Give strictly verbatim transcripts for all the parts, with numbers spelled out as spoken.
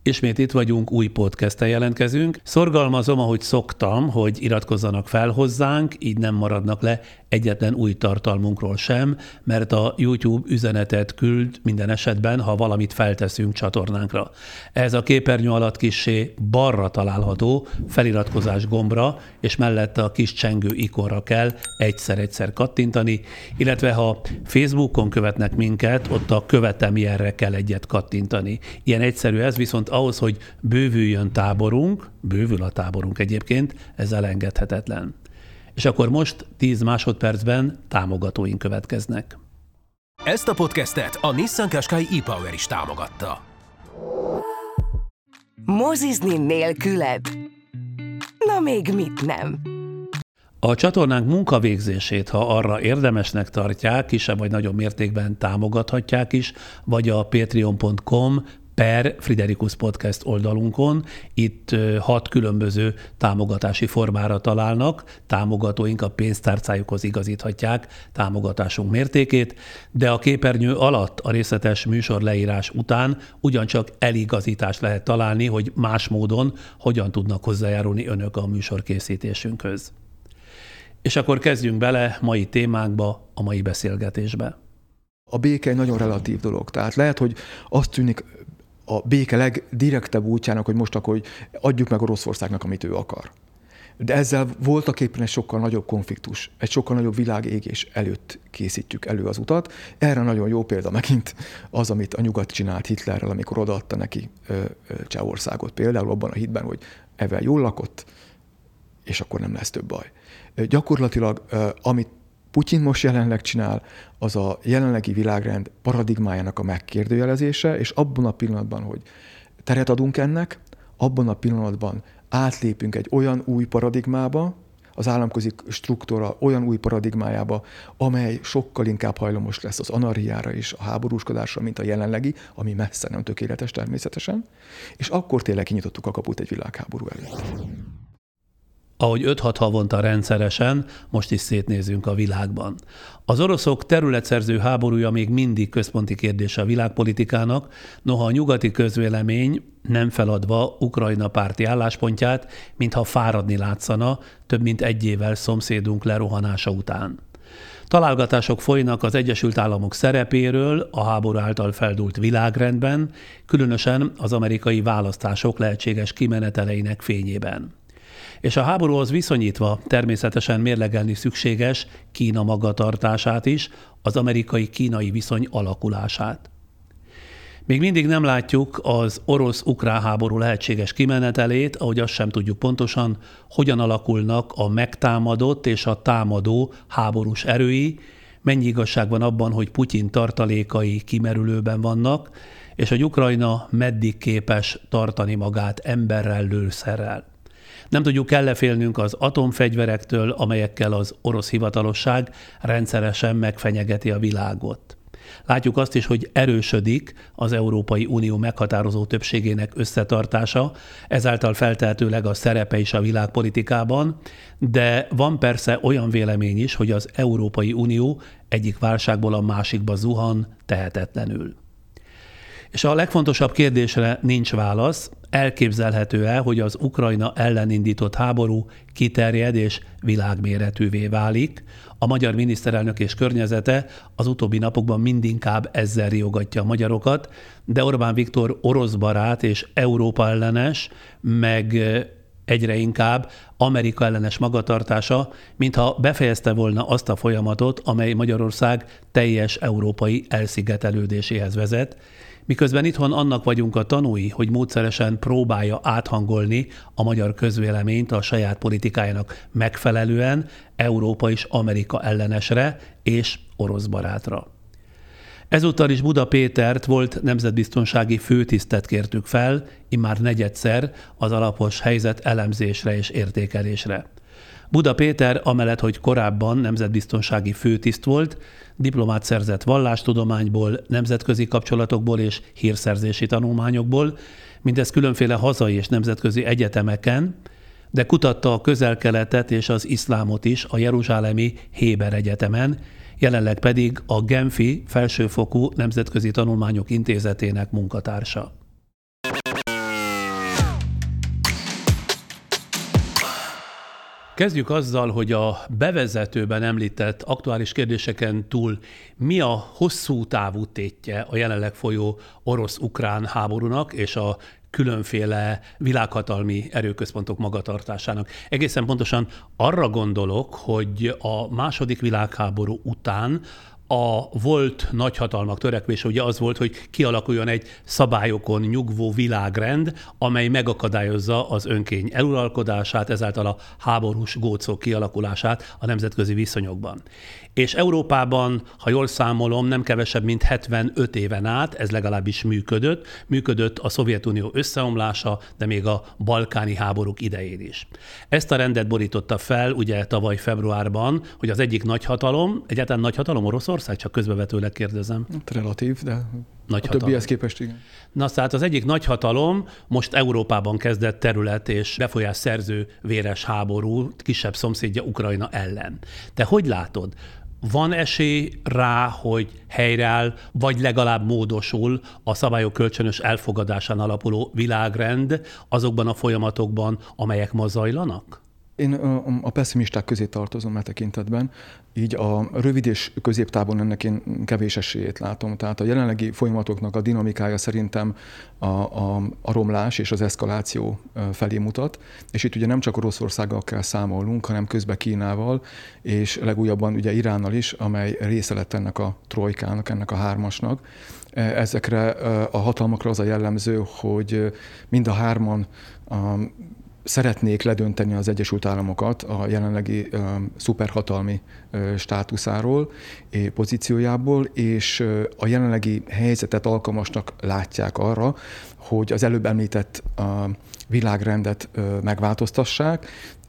Ismét itt vagyunk, új podcasttel jelentkezünk. Szorgalmazom, ahogy szoktam, hogy iratkozzanak fel hozzánk, így nem maradnak le egyetlen új tartalmunkról sem, mert a YouTube üzenetet küld minden esetben, ha valamit felteszünk csatornánkra. Ez a képernyő alatt kissé balra található feliratkozás gombra, és mellette a kis csengő ikonra kell egyszer-egyszer kattintani, illetve ha Facebookon követnek minket, ott a követem ilyenre kell egyet kattintani. Ilyen egyszerű ez, viszont ahhoz, hogy bővüljön táborunk, bővül a táborunk egyébként, ez elengedhetetlen. És akkor most tíz másodpercben támogatóink következnek. Ezt a podcastet a Nissan Qashqai e-Power is támogatta. Mozizni nélküled? Na még mit nem? A csatornánk munkavégzését, ha arra érdemesnek tartják, kisebb vagy nagyobb mértékben támogathatják is, vagy a patreon pont com per Friderikus Podcast oldalunkon. Itt hat különböző támogatási formára találnak, támogatóink a pénztárcájukhoz igazíthatják támogatásunk mértékét, de a képernyő alatt a részletes műsor leírás után ugyancsak eligazítást lehet találni, hogy más módon hogyan tudnak hozzájárulni önök a műsorkészítésünkhöz. És akkor kezdjünk bele mai témánkba, a mai beszélgetésbe. A béke egy nagyon relatív dolog. Tehát lehet, hogy azt tűnik a béke legdirektebb útjának, hogy most akkor hogy adjuk meg Oroszországnak, amit ő akar. De ezzel voltak éppen egy sokkal nagyobb konfliktus, egy sokkal nagyobb világégés előtt készítjük elő az utat. Erre nagyon jó példa megint az, amit a nyugat csinált Hitlerrel, amikor odaadta neki Csehországot. Például abban a hitben, hogy ezzel jól lakott, és akkor nem lesz több baj. Gyakorlatilag, amit Putyin most jelenleg csinál, az a jelenlegi világrend paradigmájának a megkérdőjelezése, és abban a pillanatban, hogy teret adunk ennek, abban a pillanatban átlépünk egy olyan új paradigmába, az államközi struktúra olyan új paradigmájába, amely sokkal inkább hajlamos lesz az anarchiára és a háborúskodásra, mint a jelenlegi, ami messze nem tökéletes természetesen, és akkor tényleg kinyitottuk a kaput egy világháború elé. Ahogy öt-hat havonta rendszeresen, most is szétnézünk a világban. Az oroszok területszerző háborúja még mindig központi kérdése a világpolitikának, noha a nyugati közvélemény nem feladva Ukrajna párti álláspontját, mintha fáradni látszana több mint egy évvel szomszédunk lerohanása után. Találgatások folynak az Egyesült Államok szerepéről a háború által feldúlt világrendben, különösen az amerikai választások lehetséges kimeneteleinek fényében. És a háborúhoz viszonyítva természetesen mérlegelni szükséges Kína magatartását is, az amerikai-kínai viszony alakulását. Még mindig nem látjuk az orosz-ukrán háború lehetséges kimenetelét, ahogy azt sem tudjuk pontosan, hogyan alakulnak a megtámadott és a támadó háborús erői, mennyi igazság van abban, hogy Putyin tartalékai kimerülőben vannak, és hogy Ukrajna meddig képes tartani magát emberrel, lőszerrel. Nem tudjuk, kell-e félnünk az atomfegyverektől, amelyekkel az orosz hivatalosság rendszeresen megfenyegeti a világot. Látjuk azt is, hogy erősödik az Európai Unió meghatározó többségének összetartása, ezáltal feltehetőleg a szerepe is a világpolitikában, de van persze olyan vélemény is, hogy az Európai Unió egyik válságból a másikba zuhan tehetetlenül. És a legfontosabb kérdésre nincs válasz, elképzelhető-e, hogy az Ukrajna ellen indított háború kiterjed és világméretűvé válik. A magyar miniszterelnök és környezete az utóbbi napokban mindinkább ezzel riogatja a magyarokat, de Orbán Viktor orosz barát és Európa ellenes, meg egyre inkább Amerika ellenes magatartása, mintha befejezte volna azt a folyamatot, amely Magyarország teljes európai elszigetelődéséhez vezet, miközben itthon annak vagyunk a tanúi, hogy módszeresen próbálja áthangolni a magyar közvéleményt a saját politikájának megfelelően Európa és Amerika ellenesre és orosz barátra. Ezúttal is Buda Pétert, volt nemzetbiztonsági főtisztet kértük fel, immár negyedszer az alapos helyzet elemzésre és értékelésre. Buda Péter amellett, hogy korábban nemzetbiztonsági főtiszt volt, diplomát szerzett vallástudományból, nemzetközi kapcsolatokból és hírszerzési tanulmányokból, mindez különféle hazai és nemzetközi egyetemeken, de kutatta a Közel-Keletet és az iszlámot is a jeruzsálemi Héber Egyetemen, jelenleg pedig a Genfi Felsőfokú Nemzetközi Tanulmányok Intézetének munkatársa. Kezdjük azzal, hogy a bevezetőben említett aktuális kérdéseken túl mi a hosszú távú tétje a jelenleg folyó orosz-ukrán háborúnak és a különféle világhatalmi erőközpontok magatartásának. Egészen pontosan arra gondolok, hogy a második világháború után a volt nagyhatalmak törekvése ugye az volt, hogy kialakuljon egy szabályokon nyugvó világrend, amely megakadályozza az önkény eluralkodását, ezáltal a háborús gócok kialakulását a nemzetközi viszonyokban. És Európában, ha jól számolom, nem kevesebb, mint hetvenöt éven át, ez legalábbis működött, működött a Szovjetunió összeomlása, de még a balkáni háborúk idején is. Ezt a rendet borította fel ugye tavaly februárban, hogy az egyik nagyhatalom, egyáltalán nagyhatalom Oroszország, csak közbevetőleg kérdezem. Relatív, de nagy a többihez képest igen. Na, tehát az egyik nagyhatalom most Európában kezdett terület és befolyás szerző véres háború kisebb szomszédja Ukrajna ellen. Te hogy látod? Van esély rá, hogy helyreáll, vagy legalább módosul a szabályok kölcsönös elfogadásán alapuló világrend azokban a folyamatokban, amelyek ma zajlanak? Én a pessimisták közé tartozom e tekintetben, így a rövid és középtávon ennek én kevés esélyét látom. Tehát a jelenlegi folyamatoknak a dinamikája szerintem a, a, a romlás és az eszkaláció felé mutat, és itt ugye nem csak Oroszországgal kell számolnunk, hanem közben Kínával, és legújabban ugye Iránnal is, amely része lett ennek a trojkának, ennek a hármasnak. Ezekre a hatalmakra az a jellemző, hogy mind a hárman a, szeretnék ledönteni az Egyesült Államokat a jelenlegi uh, szuperhatalmi uh, státuszáról, és pozíciójából, és uh, a jelenlegi helyzetet alkalmasnak látják arra, hogy az előbb említett uh, világrendet uh, megváltoztassák,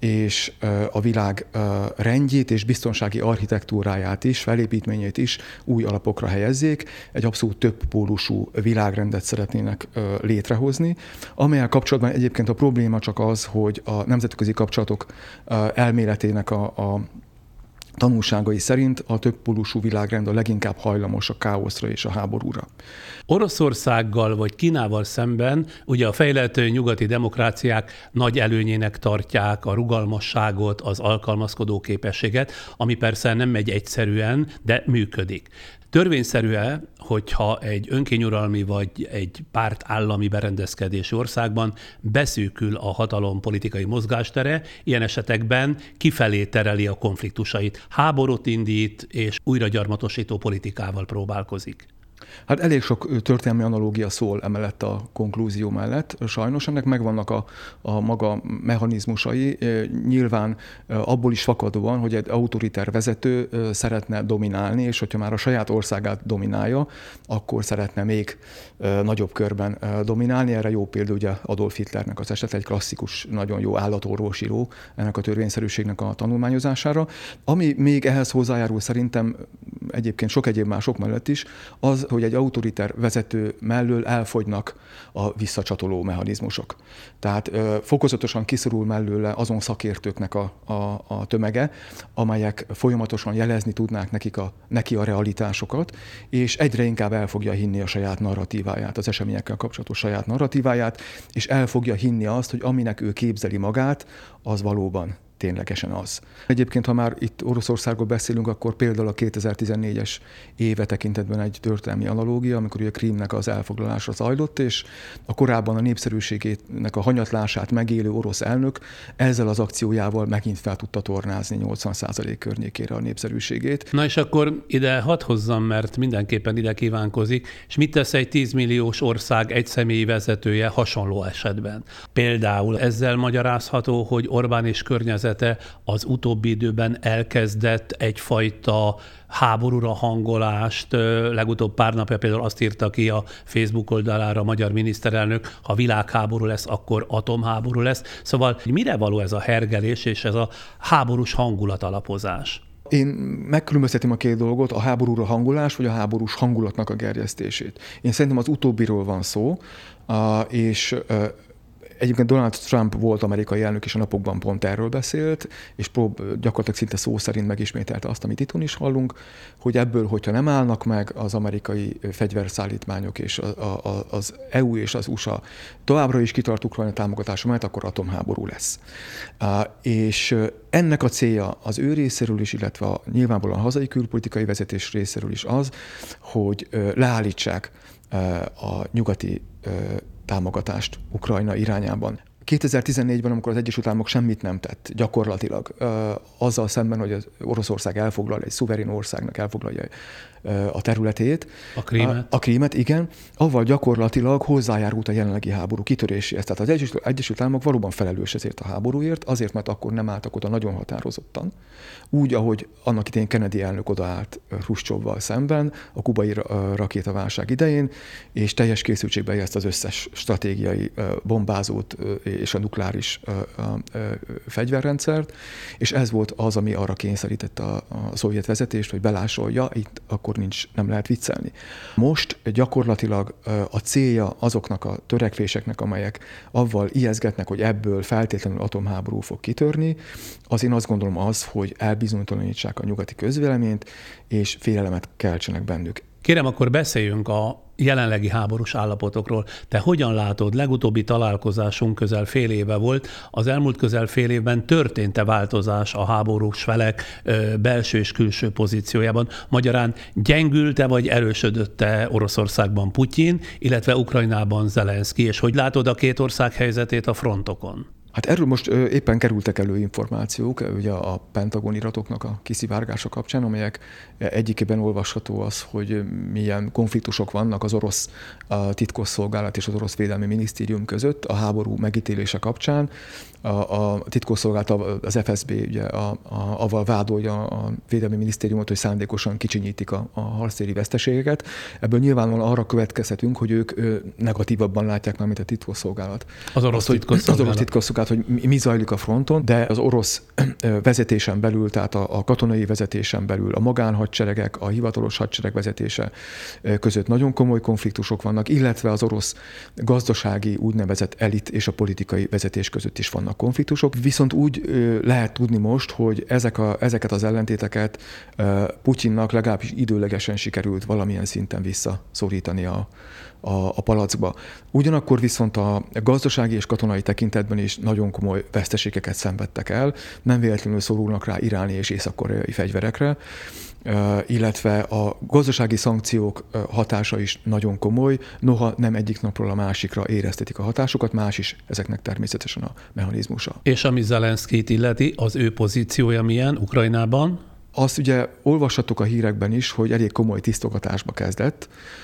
és uh, a világ uh, rendjét és biztonsági architektúráját is, felépítményét is új alapokra helyezzék. Egy abszolút többpólusú világrendet szeretnének uh, létrehozni, amellyel kapcsolatban egyébként a probléma csak az, hogy a nemzetközi kapcsolatok uh, elméletének a, a tanulságai szerint a többpólusú világrend a leginkább hajlamos a káoszra és a háborúra. Oroszországgal vagy Kínával szemben ugye a fejlett nyugati demokráciák nagy előnyének tartják a rugalmasságot, az alkalmazkodó képességet, ami persze nem megy egyszerűen, de működik. Törvényszerű-e, hogyha egy önkényuralmi vagy egy pártállami berendezkedésű országban beszűkül a hatalom politikai mozgástere, ilyen esetekben kifelé tereli a konfliktusait, háborút indít és újra gyarmatosító politikával próbálkozik? Hát elég sok történelmi analógia szól emellett a konklúzió mellett. Sajnos ennek megvannak a, a maga mechanizmusai. Nyilván abból is fakadóan, hogy egy autoriter vezető szeretne dominálni, és hogyha már a saját országát dominálja, akkor szeretne még nagyobb körben dominálni. Erre jó példa ugye Adolf Hitlernek az eset, egy klasszikus, nagyon jó állatorvosíró ennek a törvényszerűségnek a tanulmányozására. Ami még ehhez hozzájárul szerintem egyébként sok egyéb mások mellett is, az, hogy egy autoriter vezető mellől elfogynak a visszacsatoló mechanizmusok. Tehát ö, fokozatosan kiszorul mellőle azon szakértőknek a, a, a tömege, amelyek folyamatosan jelezni tudnák nekik a, neki a realitásokat, és egyre inkább el fogja hinni a saját narratíváját, az eseményekkel kapcsolatos saját narratíváját, és el fogja hinni azt, hogy aminek ő képzeli magát, az valóban ténylegesen az. Egyébként, ha már itt Oroszországról beszélünk, akkor például a kétezer-tizennégyes éve tekintetben egy történelmi analógia, amikor ugye Krímnek az elfoglalása zajlott, és a korábban a népszerűségének a hanyatlását megélő orosz elnök ezzel az akciójával megint fel tudta tornázni nyolcvan százalék környékére a népszerűségét. Na és akkor ide hadd hozzam, mert mindenképpen ide kívánkozik, és mit tesz egy tízmilliós ország egyszemélyi vezetője hasonló esetben? Például ezzel magyarázható, hogy Orbán és környezet az utóbbi időben elkezdett egyfajta háborúra hangolást. Legutóbb pár napja például azt írta ki a Facebook oldalára a magyar miniszterelnök, ha világháború lesz, akkor atomháború lesz. Szóval mire való ez a hergelés és ez a háborús hangulatalapozás? Én megkülönböztetem a két dolgot, a háborúra hangolás, vagy a háborús hangulatnak a gerjesztését. Én szerintem az utóbbiról van szó, és Egyébként Donald Trump volt amerikai elnök, és a napokban pont erről beszélt, és prób- gyakorlatilag szinte szó szerint megismételte azt, amit itthon is hallunk, hogy ebből, hogyha nem állnak meg az amerikai fegyverszállítmányok, és a, a, az é u és az u es á továbbra is kitart Ukrajna támogatása mellett, akkor atomháború lesz. És ennek a célja az ő részéről is, illetve a nyilvánvalóan a hazai külpolitikai vezetés részéről is az, hogy leállítsák a nyugati támogatást Ukrajna irányában. kétezer-tizennégyben, amikor az Egyesült Államok semmit nem tett gyakorlatilag, azzal szemben, hogy az Oroszország elfoglalja, egy szuverén országnak elfoglalja a területét. A Krímet. A, a Krímet, igen. Avval gyakorlatilag hozzájárult a jelenlegi háború kitöréséhez. Tehát az Egyesült, Egyesült Államok valóban felelős ezért a háborúért, azért, mert akkor nem álltak oda nagyon határozottan. Úgy, ahogy annak idején Kennedy elnök odaállt Hruscsovval szemben a kubai rakétaválság idején, és teljes készültségbe helyezte az összes stratégiai bombázót és a nukleáris fegyverrendszert, és ez volt az, ami arra kényszerítette a, a szovjet vezetést, hogy belásolja, itt akkor nincs, nem lehet viccelni. Most gyakorlatilag a célja azoknak a törekvéseknek, amelyek avval ijeszgetnek, hogy ebből feltétlenül atomháború fog kitörni, az én azt gondolom az, hogy elbizonytalanítsák a nyugati közvéleményt, és félelemet keltsenek bennük. Kérem, akkor beszéljünk a jelenlegi háborús állapotokról. Te hogyan látod, legutóbbi találkozásunk közel fél éve volt, az elmúlt közel fél évben történt-e változás a háborús felek belső és külső pozíciójában? Magyarán gyengült-e vagy erősödött-e Oroszországban Putyin, illetve Ukrajnában Zelenszky, és hogy látod a két ország helyzetét a frontokon? Hát erről most éppen kerültek elő információk, ugye a Pentagon iratoknak a kiszivárgása kapcsán, amelyek egyikében olvasható az, hogy milyen konfliktusok vannak az orosz titkosszolgálat és az orosz védelmi minisztérium között a háború megítélése kapcsán. A, a titkosszolgálat, az ef es bé ugye a, a, avval vádolja a védelmi minisztériumot, hogy szándékosan kicsinyítik a, a harctéri veszteségeket. Ebből nyilvánvalóan arra következhetünk, hogy ők negatívabban látják már, mint a titkosszolgálat. Az orosz titkosszolgálat. Az orosz titkosszolgálat, hogy mi zajlik a fronton, de az orosz vezetésen belül, tehát a, a katonai vezetésen belül, a magánhadseregek, a hivatalos hadsereg vezetése között nagyon komoly konfliktusok vannak, illetve az orosz gazdasági úgynevezett elit és a politikai vezetés között is vannak konfliktusok. Viszont úgy lehet tudni most, hogy ezek a, ezeket az ellentéteket Putyinnak legalábbis időlegesen sikerült valamilyen szinten visszaszorítani a, a, a palackba. Ugyanakkor viszont a gazdasági és katonai tekintetben is nagyon komoly veszteségeket szenvedtek el, nem véletlenül szorulnak rá iráni és észak-koreai fegyverekre, illetve a gazdasági szankciók hatása is nagyon komoly, noha nem egyik napról a másikra éreztetik a hatásokat, más is ezeknek természetesen a mechanizmusa. És ami Zelenszkyt illeti, az ő pozíciója milyen Ukrajnában? Azt ugye olvashattuk a hírekben is, hogy elég komoly tisztogatásba kezdett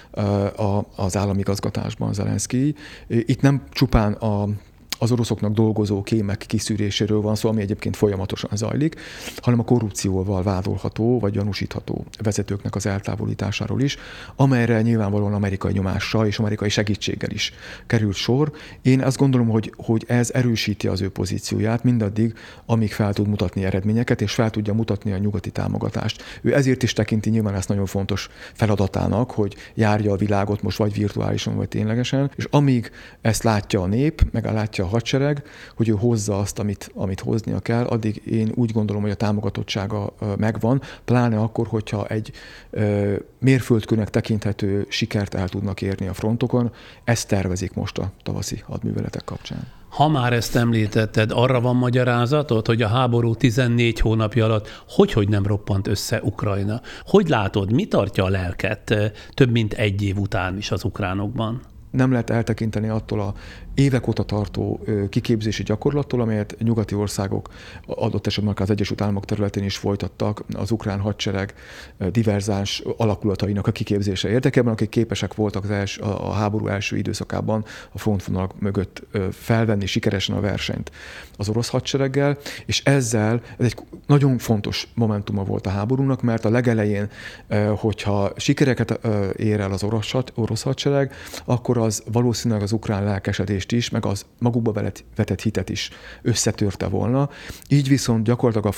az államigazgatásban Zelenszky. Itt nem csupán a az oroszoknak dolgozó kémek kiszűréséről van szó, ami egyébként folyamatosan zajlik, hanem a korrupcióval vádolható vagy gyanúsítható vezetőknek az eltávolításáról is, amelyre nyilvánvalóan amerikai nyomással és amerikai segítséggel is került sor. Én azt gondolom, hogy, hogy ez erősíti az ő pozícióját mindaddig, amíg fel tud mutatni eredményeket, és fel tudja mutatni a nyugati támogatást. Ő ezért is tekinti nyilván ezt nagyon fontos feladatának, hogy járja a világot most vagy virtuálisan, vagy ténylegesen, és amíg ezt látja a nép, meg látja a hadsereg, hogy ő hozza azt, amit, amit hoznia kell, addig én úgy gondolom, hogy a támogatottsága megvan, pláne akkor, hogyha egy mérföldkőnek tekinthető sikert el tudnak érni a frontokon. Ezt tervezik most a tavaszi hadműveletek kapcsán. Ha már ezt említetted, arra van magyarázatod, hogy a háború tizennégy hónapja alatt hogy-hogy nem roppant össze Ukrajna? Hogy látod, mi tartja a lelket több mint egy év után is az ukránokban? Nem lehet eltekinteni attól a évek óta tartó kiképzési gyakorlattól, amelyet nyugati országok adott esetben az Egyesült Államok területén is folytattak az ukrán hadsereg diverzáns alakulatainak a kiképzése érdekében, akik képesek voltak az els, a háború első időszakában a frontvonalak mögött felvenni sikeresen a versenyt az orosz hadsereggel, és ezzel ez egy nagyon fontos momentuma volt a háborúnak, mert a legelején, hogyha sikereket ér el az orosz, orosz hadsereg, akkor az valószínűleg az ukrán lelkesedést is, meg az magukba vetett hitet is összetörte volna. Így viszont gyakorlatilag a front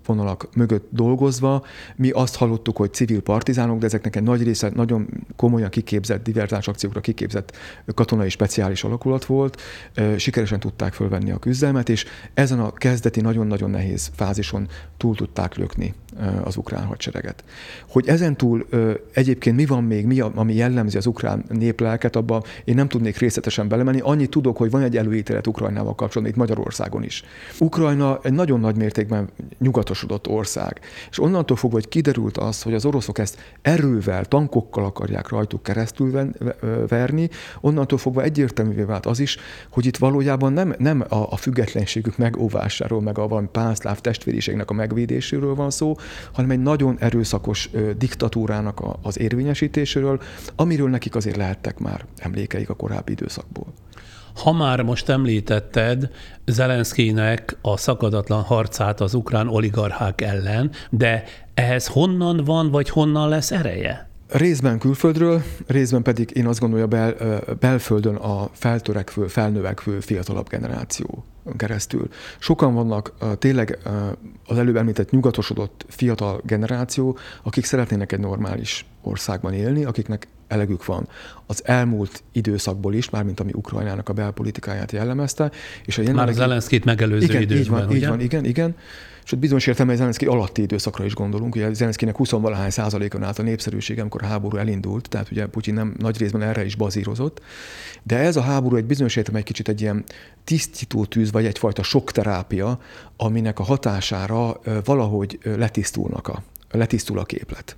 vonalak mögött dolgozva. Mi azt hallottuk, hogy civil partizánok, de ezeknek egy nagy része nagyon komolyan kiképzett, diverzáns akciókra kiképzett katonai speciális alakulat volt. Sikeresen tudták fölvenni a küzdelmet, és ezen a kezdeti nagyon-nagyon nehéz fázison túl tudták lökni az ukrán hadsereget. Hogy ezentúl egyébként mi van még, mi, ami jellemzi az ukrán néplelket, abban én nem tudnék részletesen belemenni. Annyit tudok, hogy van egy előítélet Ukrajnával kapcsolatban, itt Magyarországon is. Ukrajna egy nagyon nagy mértékben nyugatosodott ország, és onnantól fogva, hogy kiderült az, hogy az oroszok ezt erővel, tankokkal akarják rajtuk keresztül verni, onnantól fogva egyértelművé vált az is, hogy itt valójában nem, nem a, a függetlenségük megóvásáról, meg a valami pánszláv testvériségnek a megvédéséről van szó, hanem egy nagyon erőszakos ö, diktatúrának a, az érvényesítéséről, amiről nekik azért lehettek már emlékeik a korábbi időszakból. Ha már most említetted Zelenszkijnek a szakadatlan harcát az ukrán oligarchák ellen, de ehhez honnan van, vagy honnan lesz ereje? Részben külföldről, részben pedig én azt gondolom, bel, belföldön a feltörekvő, felnövekvő fiatalabb generáció keresztül. Sokan vannak tényleg az előbb említett nyugatosodott fiatal generáció, akik szeretnének egy normális országban élni, akiknek elegük van az elmúlt időszakból is, mármint ami Ukrajnának a belpolitikáját jellemezte. És a jelenlegi... Már Zelenszkijt megelőző igen, időkben, így van, ugye? Így van, igen, igen. És ott bizonyos értelemben Zelenszkij alatti időszakra is gondolunk. Ugye Zelenszkijnek húsz-valahány százalékon állt a népszerűség, amikor a háború elindult, tehát ugye Putyin nem nagy részben erre is bazírozott. De ez a háború egy bizonyos értelemben egy kicsit egy ilyen tisztító tűz, vagy egyfajta sokterápia, aminek a hatására valahogy letisztulnak a, letisztul a képlet.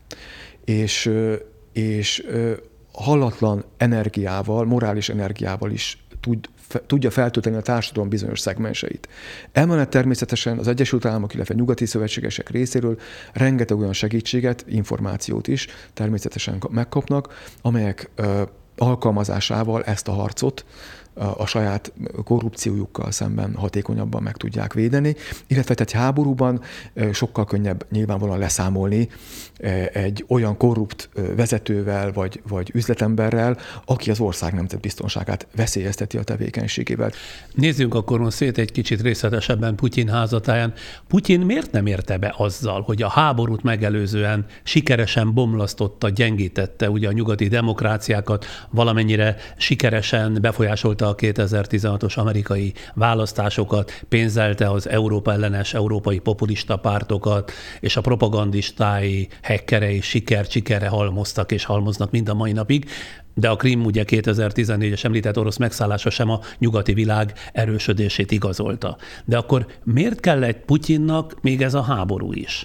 És, és hallatlan energiával, morális energiával is tud tudja feltölteni a társadalom bizonyos szegmenseit. Emellett természetesen az Egyesült Államok, illetve nyugati szövetségesek részéről rengeteg olyan segítséget, információt is természetesen megkapnak, amelyek ö, alkalmazásával ezt a harcot a saját korrupciójukkal szemben hatékonyabban meg tudják védeni, illetve egy háborúban sokkal könnyebb nyilvánvalóan leszámolni egy olyan korrupt vezetővel vagy, vagy üzletemberrel, aki az ország nemzetbiztonságát veszélyezteti a tevékenységével. Nézzünk akkor szét egy kicsit részletesebben Putyin házatáján. Putyin miért nem érte be azzal, hogy a háborút megelőzően sikeresen bomlasztotta, gyengítette ugye a nyugati demokráciákat, valamennyire sikeresen befolyásolta a kétezer-tizenhatos amerikai választásokat, pénzelte az Európa ellenes, európai populista pártokat, és a propagandistái, hackerei sikert sikerre halmoztak és halmoznak mind a mai napig, de a Krím ugye kétezer-tizennégyes említett orosz megszállása sem a nyugati világ erősödését igazolta. De akkor miért kellett Putyinnak még ez a háború is?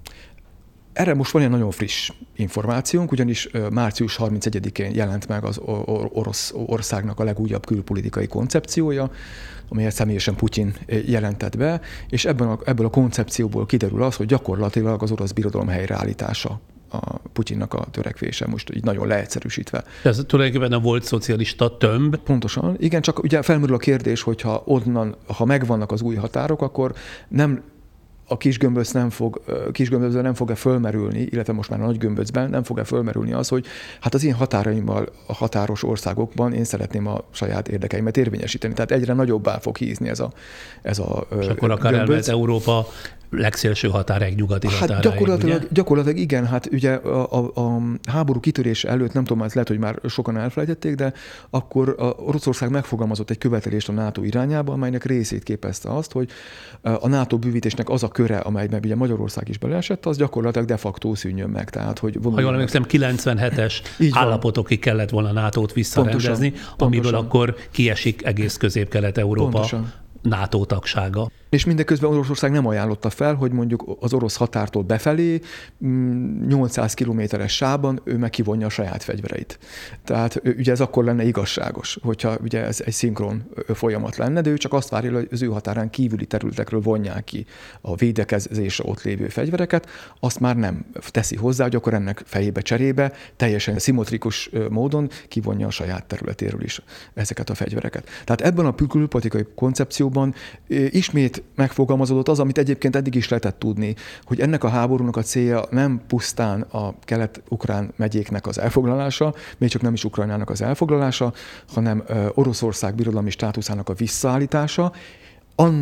Erre most van egy nagyon friss információnk, ugyanis március harmincegyedikén jelent meg az orosz országnak a legújabb külpolitikai koncepciója, amelyet személyesen Putyin jelentett be, és ebben a, ebből a koncepcióból kiderül az, hogy gyakorlatilag az orosz birodalom helyreállítása a Putyinnak a törekvése, most így nagyon leegyszerűsítve. Ez tulajdonképpen a volt szocialista tömb. Pontosan. Igen, csak ugye felmerül a kérdés, hogyha onnan, ha megvannak az új határok, akkor nem a kisgömböc nem fog, kisgömböcben nem fog-e fölmerülni, illetve most már a nagygömböcben nem fog-e fölmerülni az, hogy hát az én határaimmal a határos országokban én szeretném a saját érdekeimet érvényesíteni. Tehát egyre nagyobbá fog hízni ez a, ez a És akkor akár elmehet Európa legszélső határáig, nyugati hát határáig, gyakorlatilag, ugye? gyakorlatilag igen, hát ugye a, a, a háború kitörése előtt, nem tudom, ez lehet, hogy már sokan elfelejtették, de akkor a Oroszország megfogalmazott egy követelést a NATO irányába, amelynek részét képezte azt, hogy a NATO bővítésnek az a köre, amelyben ugye Magyarország is beleesett, az gyakorlatilag de facto szűnjön meg. Tehát, hogy ha jól emlékszem, kilencvenhetes állapotokig kellett volna nátót visszarendezni, pontosan, amiből pontosan. Akkor kiesik egész Közép-Kelet-Európa pontosan. NATO tagsága. És mindeközben Oroszország nem ajánlotta fel, hogy mondjuk az orosz határtól befelé nyolcszáz kilométeres sávban ő meg kivonja a saját fegyvereit. Tehát ugye ez akkor lenne igazságos, hogyha ugye ez egy szinkron folyamat lenne, de ő csak azt várja, hogy az ő határán kívüli területekről vonják ki a védekezésre ott lévő fegyvereket, azt már nem teszi hozzá, hogy akkor ennek fejébe cserébe teljesen szimmetrikus módon kivonja a saját területéről is ezeket a fegyvereket. Tehát ebben a külpolitikai koncepcióban ismét megfogalmazódott az, amit egyébként eddig is lehetett tudni, hogy ennek a háborúnak a célja nem pusztán a kelet-ukrán megyéknek az elfoglalása, még csak nem is Ukrajnának az elfoglalása, hanem Oroszország birodalmi státuszának a visszaállítása, annak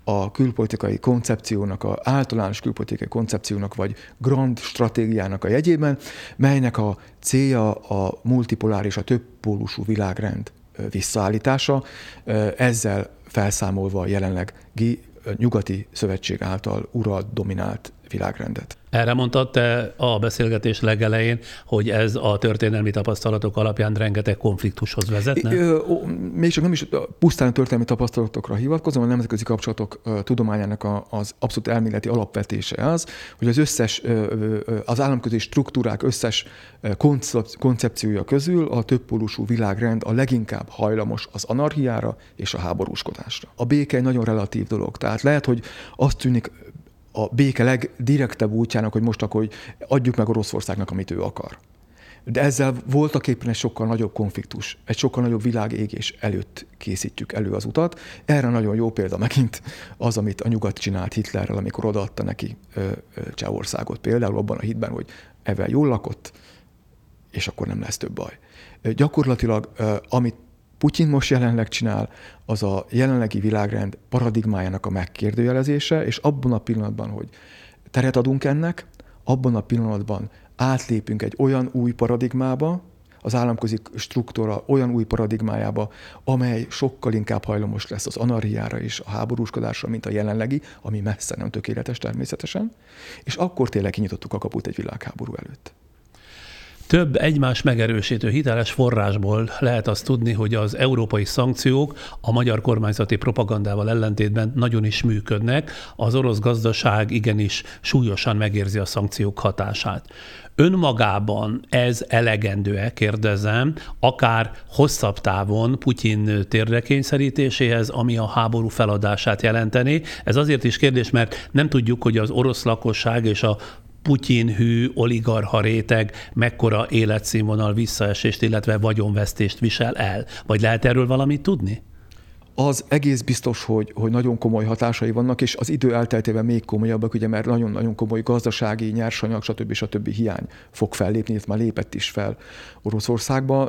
a külpolitikai koncepciónak, a általános külpolitikai koncepciónak, vagy grand stratégiának a jegyében, melynek a célja a multipoláris, a többpólusú világrend visszaállítása, ezzel felszámolva a jelenlegi nyugati szövetség által uralt, dominált világrendet. Erre mondtad te a beszélgetés legelején, hogy ez a történelmi tapasztalatok alapján rengeteg konfliktushoz vezetne? Még csak nem is pusztán a történelmi tapasztalatokra hivatkozom, a nemzetközi kapcsolatok tudományának az abszolút elméleti alapvetése az, hogy az összes, az államközi struktúrák összes koncepciója közül a többpólusú világrend a leginkább hajlamos az anarchiára és a háborúskodásra. A béke egy nagyon relatív dolog, tehát lehet, hogy azt tűnik a béke legdirektebb útjának, hogy most akkor hogy adjuk meg Oroszországnak, amit ő akar. De ezzel voltak éppen egy sokkal nagyobb konfliktus, egy sokkal nagyobb világégés előtt készítjük elő az utat. Erre nagyon jó példa megint az, amit a nyugat csinált Hitlerrel, amikor odaadta neki Csehországot. Például abban a hitben, hogy ezzel jól lakott, és akkor nem lesz több baj. Gyakorlatilag, amit Putyin most jelenleg csinál, az a jelenlegi világrend paradigmájának a megkérdőjelezése, és abban a pillanatban, hogy teret adunk ennek, abban a pillanatban átlépünk egy olyan új paradigmába, az államközi struktúra olyan új paradigmájába, amely sokkal inkább hajlamos lesz az anarchiára és a háborúskodásra, mint a jelenlegi, ami messze nem tökéletes természetesen, és akkor tényleg kinyitottuk a kaput egy világháború előtt. Több egymás megerősítő hiteles forrásból lehet azt tudni, hogy az európai szankciók a magyar kormányzati propagandával ellentétben nagyon is működnek. Az orosz gazdaság igenis súlyosan megérzi a szankciók hatását. Önmagában ez elegendő-e, kérdezem, akár hosszabb távon Putyin térdekényszerítéséhez, ami a háború feladását jelenteni? Ez azért is kérdés, mert nem tudjuk, hogy az orosz lakosság és a Putyin-hű oligarcha réteg mekkora életszínvonal visszaesést, illetve vagyonvesztést visel el. Vagy lehet erről valamit tudni? Az egész biztos, hogy, hogy nagyon komoly hatásai vannak, és az idő elteltével még komolyabbak, ugye, mert nagyon-nagyon komoly gazdasági, nyersanyag, stb. stb. Hiány fog fellépni, itt már lépett is fel Oroszországba.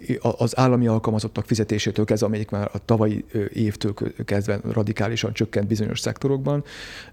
Az állami alkalmazottak fizetésétől kezdve, amelyik már a tavalyi évtől kezdve radikálisan csökkent bizonyos szektorokban,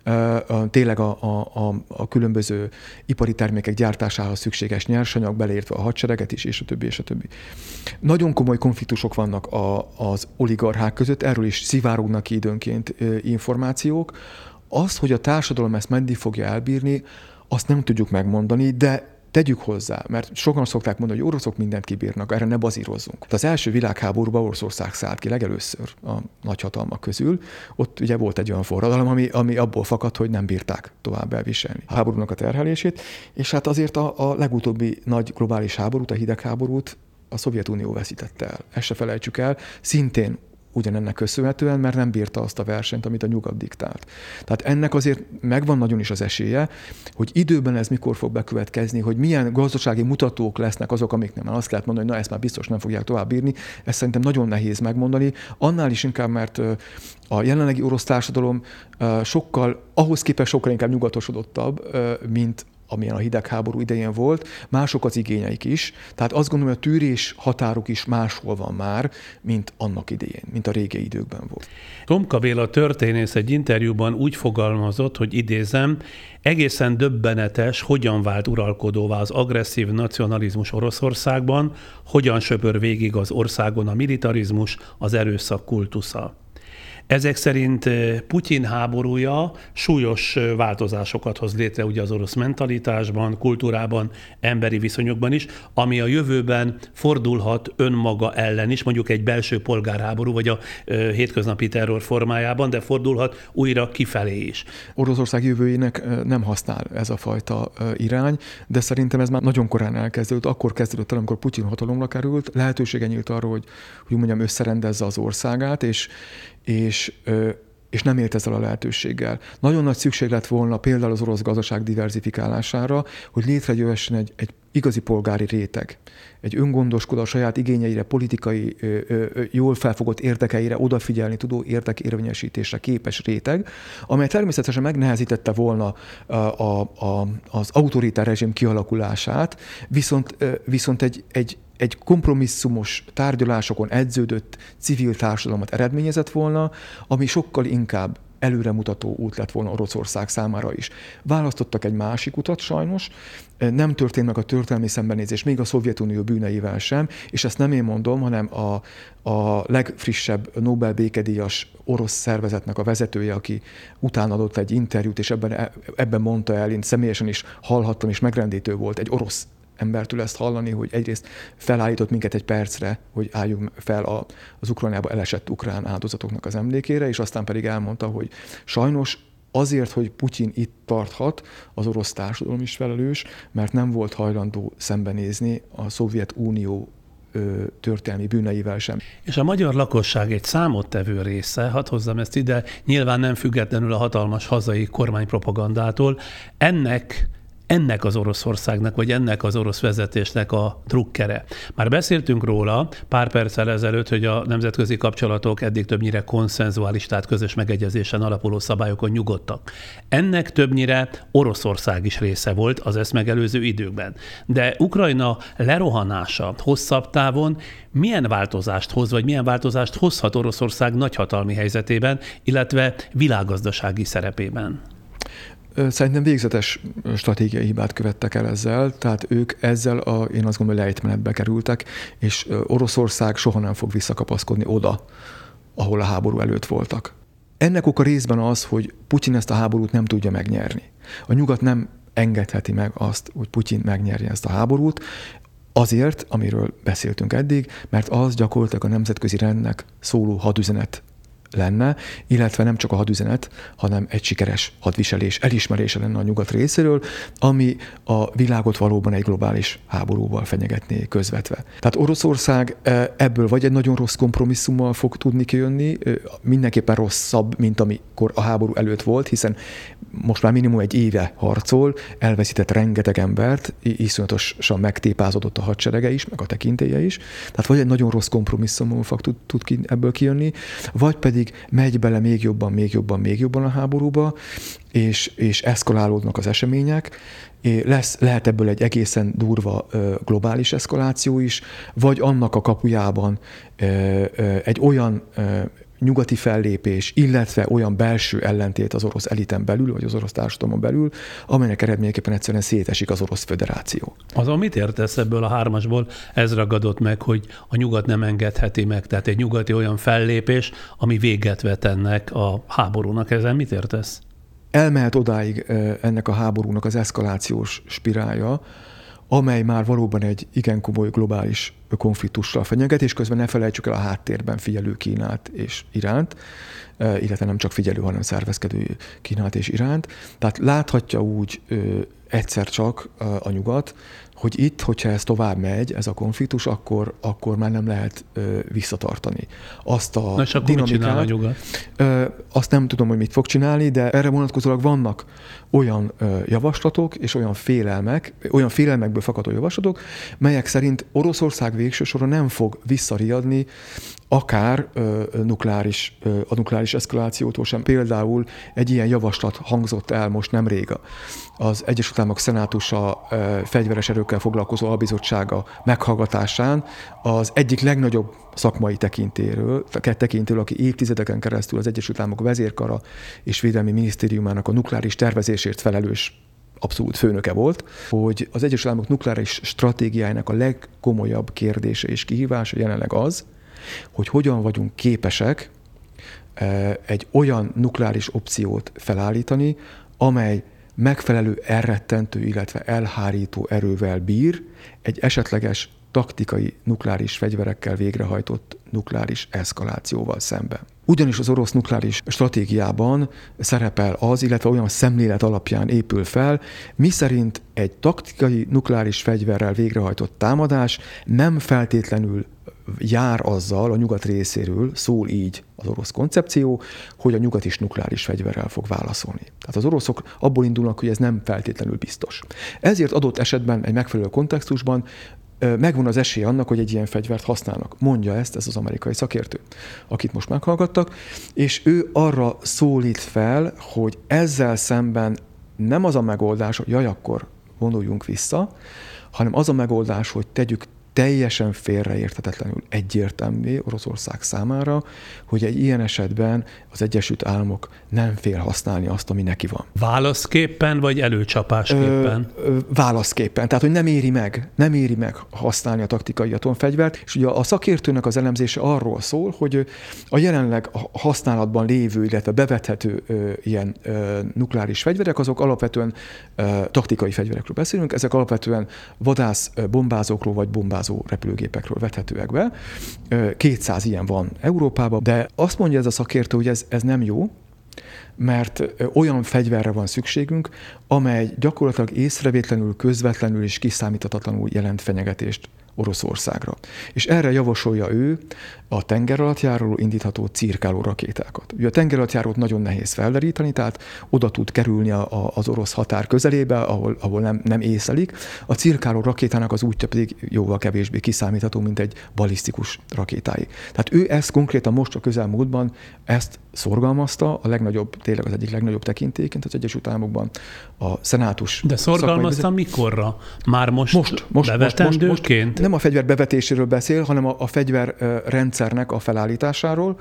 tényleg a, a, a különböző ipari termékek gyártásához szükséges nyersanyag, beleértve a hadsereget is, és a többi, és a többi. Nagyon komoly konfliktusok vannak a, az oligarchák között, erről is szivárognak ki időnként információk. Az, hogy a társadalom ezt meddig fogja elbírni, azt nem tudjuk megmondani, de tegyük hozzá, mert sokan szokták mondani, hogy oroszok mindent kibírnak, erre ne bazírozzunk. Az első világháborúban Oroszország szállt ki legelőször a nagyhatalmak közül. Ott ugye volt egy olyan forradalom, ami, ami abból fakadt, hogy nem bírták tovább elviselni a háborúnak a terhelését, és hát azért a, a legutóbbi nagy globális háborút, a hidegháborút a Szovjetunió veszítette el. Ezt se felejtsük el, szintén ugyanennek köszönhetően, mert nem bírta azt a versenyt, amit a nyugat diktált. Tehát ennek azért megvan nagyon is az esélye, hogy időben ez mikor fog bekövetkezni, hogy milyen gazdasági mutatók lesznek azok, amiknek már azt lehet mondani, hogy na ezt már biztos nem fogják tovább bírni. Ezt szerintem nagyon nehéz megmondani. Annál is inkább, mert a jelenlegi orosz társadalom sokkal, ahhoz képest sokkal inkább nyugatosodottabb, mint amilyen a hidegháború idején volt, mások az igényeik is. Tehát azt gondolom, hogy a tűrés határuk is máshol van már, mint annak idején, mint a régi időkben volt. Tomka Béla történész egy interjúban úgy fogalmazott, hogy idézem, egészen döbbenetes, hogyan vált uralkodóvá az agresszív nacionalizmus Oroszországban, hogyan söpör végig az országon a militarizmus, az erőszak kultusza. Ezek szerint Putyin háborúja súlyos változásokat hoz létre ugye az orosz mentalitásban, kultúrában, emberi viszonyokban is, ami a jövőben fordulhat önmaga ellen is, mondjuk egy belső polgárháború, vagy a hétköznapi terror formájában, de fordulhat újra kifelé is. Oroszország jövőjének nem használ ez a fajta irány, de szerintem ez már nagyon korán elkezdődött, akkor kezdődött el, amikor Putyin hatalomra került, lehetősége nyílt arra, hogy, hogy mondjam, összerendezze az országát, és És, és nem élt ezzel a lehetőséggel. Nagyon nagy szükség lett volna például az orosz gazdaság diverzifikálására, hogy létrejöhessen egy, egy igazi polgári réteg, egy öngondoskodó, a saját igényeire, politikai, jól felfogott érdekeire odafigyelni tudó érdekérvényesítésre képes réteg, amely természetesen megnehezítette volna a, a, a, az autoritár rezsim kialakulását, viszont, viszont egy, egy egy kompromisszumos tárgyalásokon edződött civil társadalmat eredményezett volna, ami sokkal inkább előremutató út lett volna Oroszország számára is. Választottak egy másik utat sajnos, nem történt meg a történelmi szembenézés, még a Szovjetunió bűneivel sem, és ezt nem én mondom, hanem a, a legfrissebb Nobel békedíjas orosz szervezetnek a vezetője, aki utána adott egy interjút, és ebben, ebben mondta el, én személyesen is hallhattam, és megrendítő volt egy orosz embertől ezt hallani, hogy egyrészt felállított minket egy percre, hogy álljunk fel a, az Ukrajnába elesett ukrán áldozatoknak az emlékére, és aztán pedig elmondta, hogy sajnos azért, hogy Putyin itt tarthat, az orosz társadalom is felelős, mert nem volt hajlandó szembenézni a Szovjetunió történelmi bűneivel sem. És a magyar lakosság egy számottevő része, hadd hozzam ezt ide, nyilván nem függetlenül a hatalmas hazai kormánypropagandától, ennek ennek az Oroszországnak, vagy ennek az orosz vezetésnek a drukkere. Már beszéltünk róla pár perccel ezelőtt, hogy a nemzetközi kapcsolatok eddig többnyire konszenzuális, tehát közös megegyezésen alapuló szabályokon nyugodtak. Ennek többnyire Oroszország is része volt az ezt megelőző időkben. De Ukrajna lerohanása hosszabb távon milyen változást hoz, vagy milyen változást hozhat Oroszország nagyhatalmi helyzetében, illetve világgazdasági szerepében? Szerintem végzetes stratégiai hibát követtek el ezzel, tehát ők ezzel a, én azt gondolom, lejtmenetbe kerültek, és Oroszország soha nem fog visszakapaszkodni oda, ahol a háború előtt voltak. Ennek oka részben az, hogy Putyin ezt a háborút nem tudja megnyerni. A nyugat nem engedheti meg azt, hogy Putyin megnyerje ezt a háborút, azért, amiről beszéltünk eddig, mert az gyakorlatilag a nemzetközi rendnek szóló hadüzenet lenne, illetve nem csak a hadüzenet, hanem egy sikeres hadviselés elismerése lenne a nyugat részéről, ami a világot valóban egy globális háborúval fenyegetné közvetve. Tehát Oroszország ebből vagy egy nagyon rossz kompromisszummal fog tudni kijönni, mindenképpen rosszabb, mint amikor a háború előtt volt, hiszen most már minimum egy éve harcol, elveszített rengeteg embert, iszonyatosan megtépázódott a hadserege is, meg a tekintélye is. Tehát vagy egy nagyon rossz kompromisszummal fog tud, tud ki, ebből kijönni, vagy pedig megy bele még jobban, még jobban, még jobban a háborúba, és, és eszkalálódnak az események. Lesz, lehet ebből egy egészen durva globális eszkaláció is, vagy annak a kapujában egy olyan nyugati fellépés, illetve olyan belső ellentét az orosz eliten belül, vagy az orosz társadalmon belül, amelynek eredményeképpen egyszerűen szétesik az Orosz Föderáció. Azon mit értesz ebből a hármasból? Ez ragadott meg, hogy a nyugat nem engedheti meg, tehát egy nyugati olyan fellépés, ami véget vet ennek a háborúnak. Ezen mit értesz? Elmehet odáig ennek a háborúnak az eszkalációs spirálja, amely már valóban egy igen komoly globális konfliktussal fenyeget, és közben ne felejtsük el a háttérben figyelő Kínát és Iránt, illetve nem csak figyelő, hanem szervezkedő Kínát és Iránt. Tehát láthatja úgy egyszer csak a nyugat, hogy itt, hogyha ez tovább megy, ez a konfliktus, akkor, akkor már nem lehet ö, visszatartani. Azt a Na és akkor mit csinál a nyugat? Ö, azt nem tudom, hogy mit fog csinálni, de erre vonatkozólag vannak olyan ö, javaslatok és olyan félelmek, olyan félelmekből fakadó javaslatok, melyek szerint Oroszország végső soron nem fog visszariadni akár ö, nukleáris, ö, a nukleáris eszkalációtól sem. Például egy ilyen javaslat hangzott el most nemrég az Egyesült Államok Szenátusa ö, fegyveres erőkkel foglalkozó albizottsága meghallgatásán az egyik legnagyobb szakmai tekintéről, tekintéről, aki évtizedeken keresztül az Egyesült Államok vezérkara és védelmi minisztériumának a nukleáris tervezésért felelős abszolút főnöke volt, hogy az Egyesült Államok nukleáris stratégiájának a legkomolyabb kérdése és kihívása jelenleg az, hogy hogyan vagyunk képesek egy olyan nukleáris opciót felállítani, amely megfelelő elrettentő, illetve elhárító erővel bír egy esetleges taktikai nukleáris fegyverekkel végrehajtott nukleáris eszkalációval szemben. Ugyanis az orosz nukleáris stratégiában szerepel az, illetve olyan szemlélet alapján épül fel, miszerint egy taktikai nukleáris fegyverrel végrehajtott támadás nem feltétlenül jár azzal a nyugat részéről, szól így az orosz koncepció, hogy a nyugat is nukleáris fegyverrel fog válaszolni. Tehát az oroszok abból indulnak, hogy ez nem feltétlenül biztos. Ezért adott esetben egy megfelelő kontextusban megvan az esély annak, hogy egy ilyen fegyvert használnak. Mondja ezt ez az amerikai szakértő, akit most meghallgattak, és ő arra szólít fel, hogy ezzel szemben nem az a megoldás, hogy jaj, akkor vonuljunk vissza, hanem az a megoldás, hogy tegyük teljesen félreérthetetlenül egyértelmű Oroszország számára, hogy egy ilyen esetben az Egyesült Államok nem fél használni azt, ami neki van. Válaszképpen, vagy előcsapásképpen? Ö, ö, válaszképpen. Tehát, hogy nem éri meg, nem éri meg használni a taktikai atomfegyvert, és ugye a szakértőnek az elemzése arról szól, hogy a jelenleg használatban lévő, illetve bevethető ö, ilyen ö, nukleáris fegyverek, azok alapvetően ö, taktikai fegyverekről beszélünk, ezek alapvetően vadász bombázókról vagy bombázó repülőgépekről vethetőek be. kétszáz ilyen van Európában, de azt mondja ez a szakértő, hogy ez, ez nem jó, mert olyan fegyverre van szükségünk, amely gyakorlatilag észrevétlenül, közvetlenül és kiszámíthatatlanul jelent fenyegetést Oroszországra. És erre javasolja ő a tengeralattjáróról indítható cirkáló rakétákat. Ugye a tengeralattjárót nagyon nehéz felderíteni, tehát oda tud kerülni a, a, az orosz határ közelébe, ahol, ahol nem, nem észelik. A cirkáló rakétának az útja pedig jóval kevésbé kiszámítható, mint egy balisztikus rakétáig. Tehát ő ezt konkrétan most a közelmúltban ezt szorgalmazta, a legnagyobb, tényleg az egyik legnagyobb tekintélyként az Egyesült Államokban a szenátus. De szorgalmazta mikorra? Már most, most, most bevetendőként? Most, most, nem a fegyver bevetéséről beszél, hanem a, a fegyver rendszernek a felállításáról,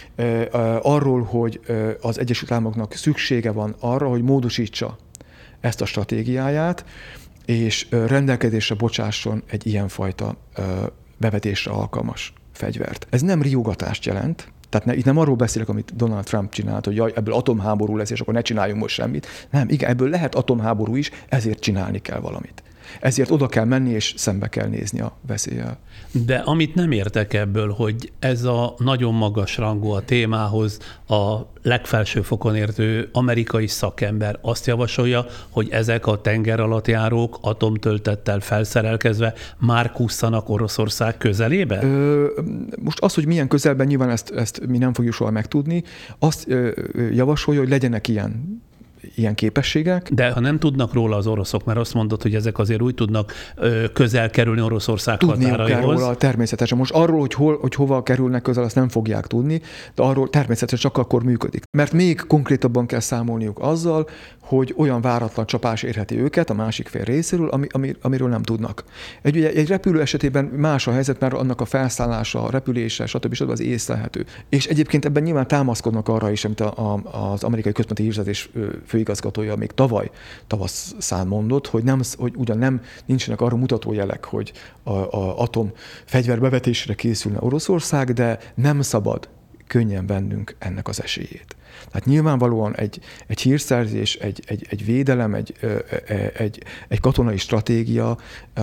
arról, hogy az Egyesült Államoknak szüksége van arra, hogy módosítsa ezt a stratégiáját, és rendelkezésre bocsásson egy ilyenfajta bevetésre alkalmas fegyvert. Ez nem riogatást jelent, tehát ne, itt nem arról beszélek, amit Donald Trump csinált, hogy jaj, ebből atomháború lesz, és akkor ne csináljunk most semmit. Nem, igen, ebből lehet atomháború is, ezért csinálni kell valamit. Ezért oda kell menni, és szembe kell nézni a veszéllyel. De amit nem értek ebből, hogy ez a nagyon magas rangú a témához a legfelső fokon értő amerikai szakember azt javasolja, hogy ezek a tengeralattjárók atomtöltettel felszerelkezve már kusszanak Oroszország közelébe? Ö, most az, hogy milyen közelben, nyilván ezt, ezt mi nem fogjuk soha megtudni, azt ö, javasolja, hogy legyenek ilyen ilyen képességek. De ha nem tudnak róla az oroszok, mert azt mondod, hogy ezek azért úgy tudnak ö, közel kerülni Oroszország tudni határaihoz. Tudniuk kell róla, természetesen. Most arról, hogy, hol, hogy hova kerülnek közel, azt nem fogják tudni, de arról természetesen csak akkor működik. Mert még konkrétabban kell számolniuk azzal, hogy olyan váratlan csapás érheti őket a másik fél részéről, ami, ami, amiről nem tudnak. Egy, ugye, egy repülő esetében más a helyzet, mert annak a felszállása, a repülése, stb. stb. Az észlelhető. És egyébként ebben nyilván támaszkodnak arra is, amit a, a, az amerikai központi hírszerzés főigazgatója még tavaly tavasszán mondott, hogy, nem, hogy ugyan nem nincsenek arra mutató jelek, hogy a, a atom fegyver bevetésre készülne Oroszország, de nem szabad könnyen vennünk ennek az esélyét. Tehát nyilvánvalóan egy, egy hírszerzés, egy, egy, egy védelem, egy, egy, egy katonai stratégia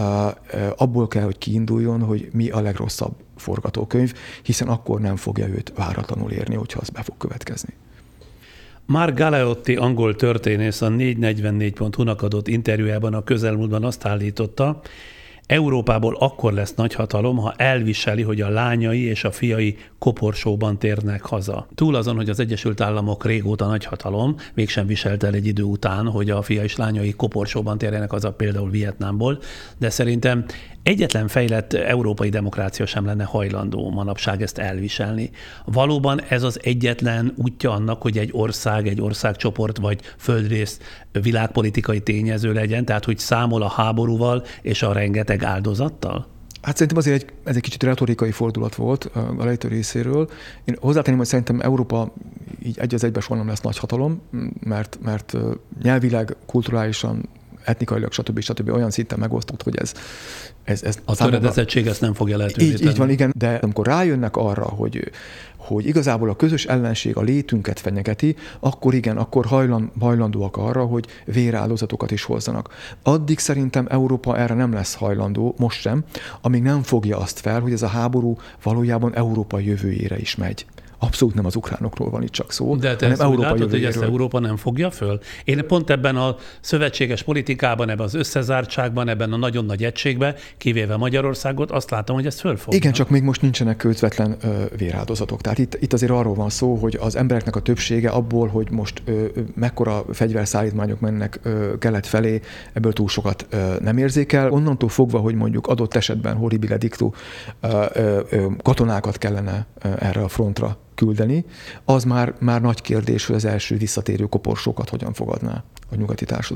abból kell, hogy kiinduljon, hogy mi a legrosszabb forgatókönyv, hiszen akkor nem fogja őt váratlanul érni, hogyha az be fog következni. Mark Galeotti angol történész a négy negyvennégy pont hu-nak adott interjújában a közelmúltban azt állította, Európából akkor lesz nagyhatalom, ha elviseli, hogy a lányai és a fiai koporsóban térnek haza. Túl azon, hogy az Egyesült Államok régóta nagyhatalom, mégsem viselt el egy idő után, hogy a fia és lányai koporsóban térjenek haza például Vietnámból, de szerintem egyetlen fejlett európai demokrácia sem lenne hajlandó manapság ezt elviselni. Valóban ez az egyetlen útja annak, hogy egy ország, egy országcsoport vagy földrész világpolitikai tényező legyen, tehát hogy számol a háborúval és a rengeteg áldozattal? Hát szerintem azért egy, ez egy kicsit retorikai fordulat volt a lejtő részéről. Én hozzátenném, hogy szerintem Európa így egy az egyben soha nem lesz nagyhatalom, mert, mert nyelvileg, kulturálisan, etnikailag, stb. stb. Olyan szinten megosztott, hogy ez... ez, ez a töredezettség ezt nem fogja lehetővé így, így van, igen, de amikor rájönnek arra, hogy, hogy igazából a közös ellenség a létünket fenyegeti, akkor igen, akkor hajlan, hajlandóak arra, hogy véráldozatokat is hozzanak. Addig szerintem Európa erre nem lesz hajlandó, most sem, amíg nem fogja azt fel, hogy ez a háború valójában Európa jövőjére is megy. Abszolút nem az ukránokról van itt csak szó. De te ezt úgy látod, hogy ezt Európa nem fogja föl? Én pont ebben a szövetséges politikában, ebben az összezártságban, ebben a nagyon nagy egységben, kivéve Magyarországot, azt látom, hogy ezt fölfogja. Igen, csak még most nincsenek közvetlen ö, véráldozatok. Tehát itt, itt azért arról van szó, hogy az embereknek a többsége abból, hogy most ö, mekkora fegyverszállítmányok mennek ö, kelet felé, ebből túl sokat ö, nem érzékel. Onnantól fogva, hogy mondjuk adott esetben horribile dictu ö, ö, ö, katonákat kellene ö, erre a frontra küldeni, az már, már nagy kérdés, hogy az első visszatérő koporsókat hogyan fogadná a nyugati társadalom.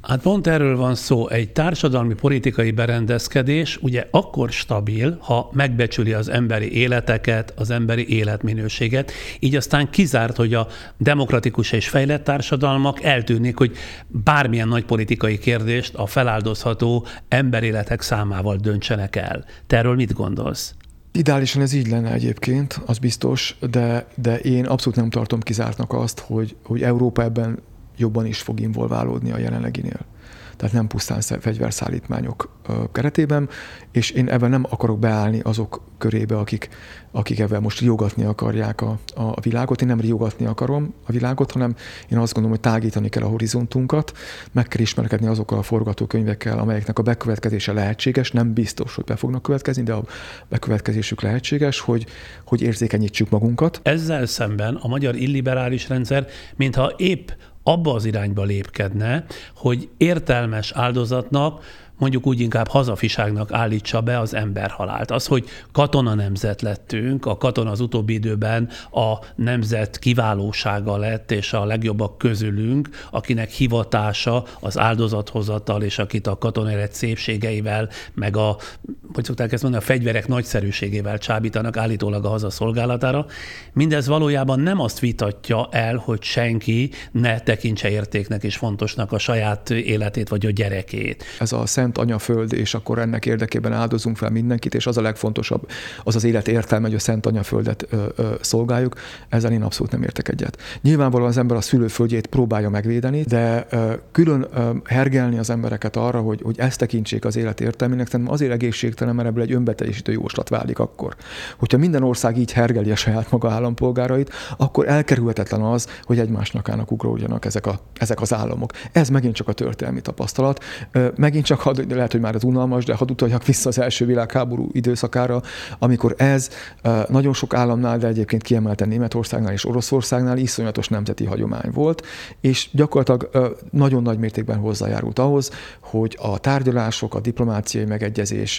Hát pont erről van szó. Egy társadalmi politikai berendezkedés ugye akkor stabil, ha megbecsüli az emberi életeket, az emberi életminőséget. Így aztán kizárt, hogy a demokratikus és fejlett társadalmak eltűnnék, hogy bármilyen nagy politikai kérdést a feláldozható emberéletek számával döntsenek el. Te erről mit gondolsz? Ideálisan ez így lenne egyébként, az biztos, de, de én abszolút nem tartom kizártnak azt, hogy, hogy Európa ebben jobban is fog involválódni a jelenleginél. Tehát nem pusztán fegyverszállítmányok keretében, és én ebben nem akarok beállni azok körébe, akik, akik ebben most riogatni akarják a, a világot. Én nem riogatni akarom a világot, hanem én azt gondolom, hogy tágítani kell a horizontunkat, meg kell ismerkedni azokkal a forgatókönyvekkel, amelyeknek a bekövetkezése lehetséges, nem biztos, hogy be fognak következni, de a bekövetkezésük lehetséges, hogy, hogy érzékenyítsük magunkat. Ezzel szemben a magyar illiberális rendszer, mintha épp abba az irányba lépkedne, hogy értelmes áldozatnak, mondjuk úgy inkább hazafiságnak állítsa be az emberhalált. Az, hogy katona nemzet lettünk, a katona az utóbbi időben a nemzet kiválósága lett, és a legjobbak közülünk, akinek hivatása az áldozathozatal, és akit a katonélet szépségeivel, meg a, hogy szokták ezt mondani, a fegyverek nagyszerűségével csábítanak állítólag a haza szolgálatára. Mindez valójában nem azt vitatja el, hogy senki ne tekintse értéknek és fontosnak a saját életét vagy a gyerekét. Ez a szent anyaföld, és akkor ennek érdekében áldozunk fel mindenkit, és az a legfontosabb, az az élet értelme, hogy a szent anyaföldet ö, ö, szolgáljuk. Ezzel én abszolút nem értek egyet. Nyilvánvalóan az ember a szülőföldjét próbálja megvédeni, de ö, külön ö, hergelni az embereket arra, hogy, hogy ezt tekintsék az élet értelmének, szerintem azért egészségtelen, mert ebből egy önbeteljesítő jóslat válik akkor. Hogyha minden ország így hergeli a saját maga állampolgárait, akkor elkerülhetetlen az, hogy egymás nyakának ugródjanak ezek, a, ezek az államok. Ez megint csak a történelmi tapasztalat. Ö, megint csak hadd, lehet, hogy már ez unalmas, de hadd utaljak vissza az első világháború időszakára, amikor ez nagyon sok államnál, de egyébként kiemelten Németországnál és Oroszországnál iszonyatos nemzeti hagyomány volt, és gyakorlatilag nagyon nagy mértékben hozzájárult ahhoz, hogy a tárgyalások, a diplomáciai megegyezés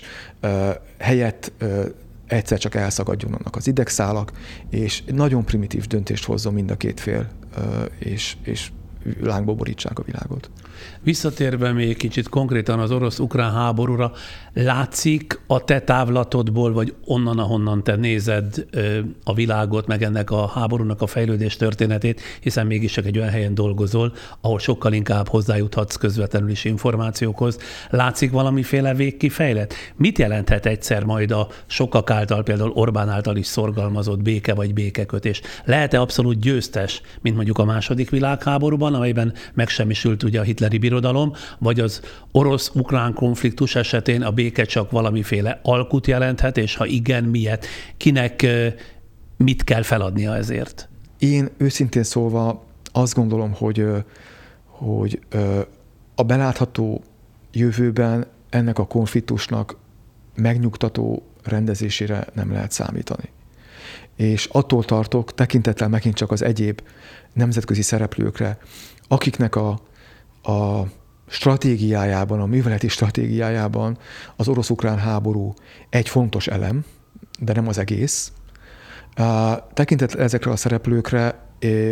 helyett egyszer csak elszakadjon annak az idegszálak, és nagyon primitív döntést hozzon mind a két fél, és, és lángba borítsák a világot. Visszatérve még kicsit konkrétan az orosz-ukrán háborúra, látszik a te távlatodból, vagy onnan, ahonnan te nézed a világot, meg ennek a háborúnak a fejlődés történetét, hiszen mégis csak egy olyan helyen dolgozol, ahol sokkal inkább hozzájuthatsz közvetlenül is információkhoz. Látszik valamiféle végkifejlet? Mit jelenthet egyszer majd a sokak által, például Orbán által is szorgalmazott béke vagy békekötés? Lehet-e abszolút győztes, mint mondjuk a második világháborúban, amelyben megsemmisült ugye a hitleri birodalom, vagy az orosz-ukrán konfliktus esetén a béke csak valamiféle alkut jelenthet, és ha igen, miért? Kinek mit kell feladnia ezért? Én őszintén szólva azt gondolom, hogy, hogy a belátható jövőben ennek a konfliktusnak megnyugtató rendezésére nem lehet számítani. És attól tartok, tekintettel megint csak az egyéb nemzetközi szereplőkre, akiknek a, a stratégiájában, a műveleti stratégiájában az orosz-ukrán háború egy fontos elem, de nem az egész. Tekintettel ezekre a szereplőkre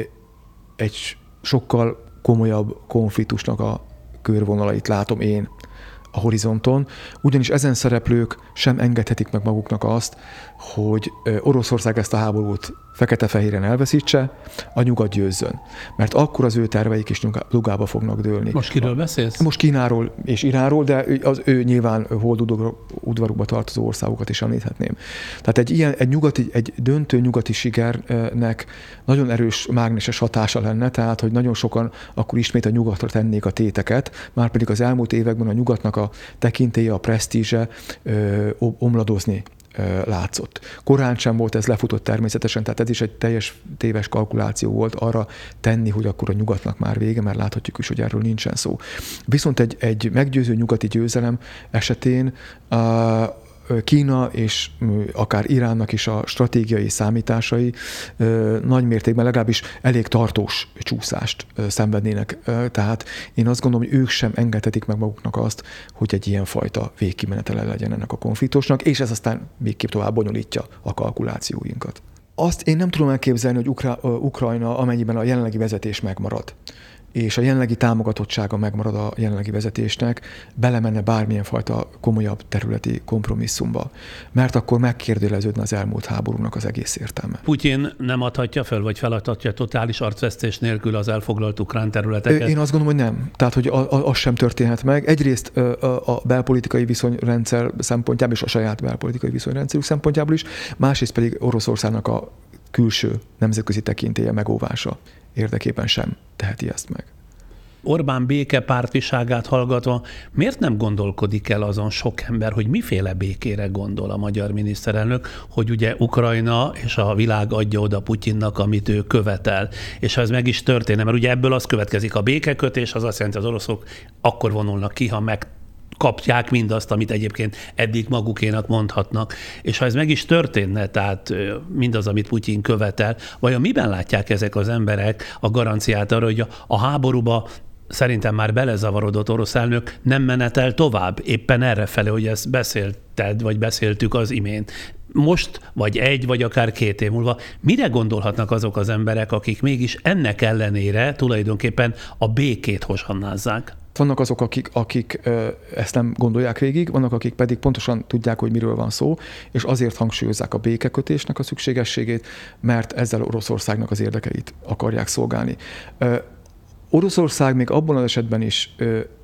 egy sokkal komolyabb konfliktusnak a körvonalait látom én a horizonton, ugyanis ezen szereplők sem engedhetik meg maguknak azt, hogy Oroszország ezt a háborút fekete-fehéren elveszítse, a nyugat győzzön. Mert akkor az ő terveik is lugába fognak dőlni. Most kiről beszélsz? Most Kínáról és Iránról, de az ő nyilván holdudvarukba tartozó országokat is említhetném. Tehát egy ilyen, egy, nyugati, egy döntő nyugati sikernek nagyon erős mágneses hatása lenne, tehát hogy nagyon sokan akkor ismét a nyugatra tennék a téteket, már pedig az elmúlt években a nyugatnak a tekintélye, a presztízse ö, omladozni látszott. Korán sem volt ez lefutott természetesen, tehát ez is egy teljes téves kalkuláció volt arra tenni, hogy akkor a nyugatnak már vége, mert láthatjuk is, hogy erről nincsen szó. Viszont egy, egy meggyőző nyugati győzelem esetén a Kína és akár Iránnak is a stratégiai számításai nagy mértékben legalábbis elég tartós csúszást szenvednének. Tehát én azt gondolom, hogy ők sem engedhetik meg maguknak azt, hogy egy ilyen fajta végkimenetele legyen ennek a konfliktusnak, és ez aztán végképp tovább bonyolítja a kalkulációinkat. Azt én nem tudom elképzelni, hogy Ukra- Ukrajna, amennyiben a jelenlegi vezetés megmarad, és a jelenlegi támogatottsága megmarad a jelenlegi vezetésnek, belemenne bármilyen fajta komolyabb területi kompromisszumba. Mert akkor megkérdőjeleződne az elmúlt háborúnak az egész értelme. Putyin nem adhatja föl, vagy feladhatja totális arcvesztés nélkül az elfoglalt ukrán területeket? Én azt gondolom, hogy nem. Tehát, hogy az sem történhet meg. Egyrészt a belpolitikai viszonyrendszer szempontjából és a saját belpolitikai viszonyrendszerük szempontjából is, másrészt pedig Oroszországnak a külső nemzetközi tekintélye megóvása érdekében sem teheti ezt meg. Orbán békepártiságát hallgatva, miért nem gondolkodik el azon sok ember, hogy miféle békére gondol a magyar miniszterelnök, hogy ugye Ukrajna és a világ adja oda Putyinnak, amit ő követel. És ha ez meg is történne, mert ugye ebből az következik, a békekötés, az azt jelenti, az oroszok akkor vonulnak ki, ha meg kapják mindazt, amit egyébként eddig magukénak mondhatnak. És ha ez meg is történne, tehát mindaz, amit Putyin követel, vajon miben látják ezek az emberek a garanciát arra, hogy a, a háborúba szerintem már belezavarodott orosz elnök nem menetel tovább, éppen errefelé, hogy ezt beszélted, vagy beszéltük az imént. Most, vagy egy, vagy akár két év múlva, mire gondolhatnak azok az emberek, akik mégis ennek ellenére tulajdonképpen a békét hosannázzák? Vannak azok, akik, akik ezt nem gondolják végig, vannak, akik pedig pontosan tudják, hogy miről van szó, és azért hangsúlyozzák a békekötésnek a szükségességét, mert ezzel Oroszországnak az érdekeit akarják szolgálni. Oroszország még abban az esetben is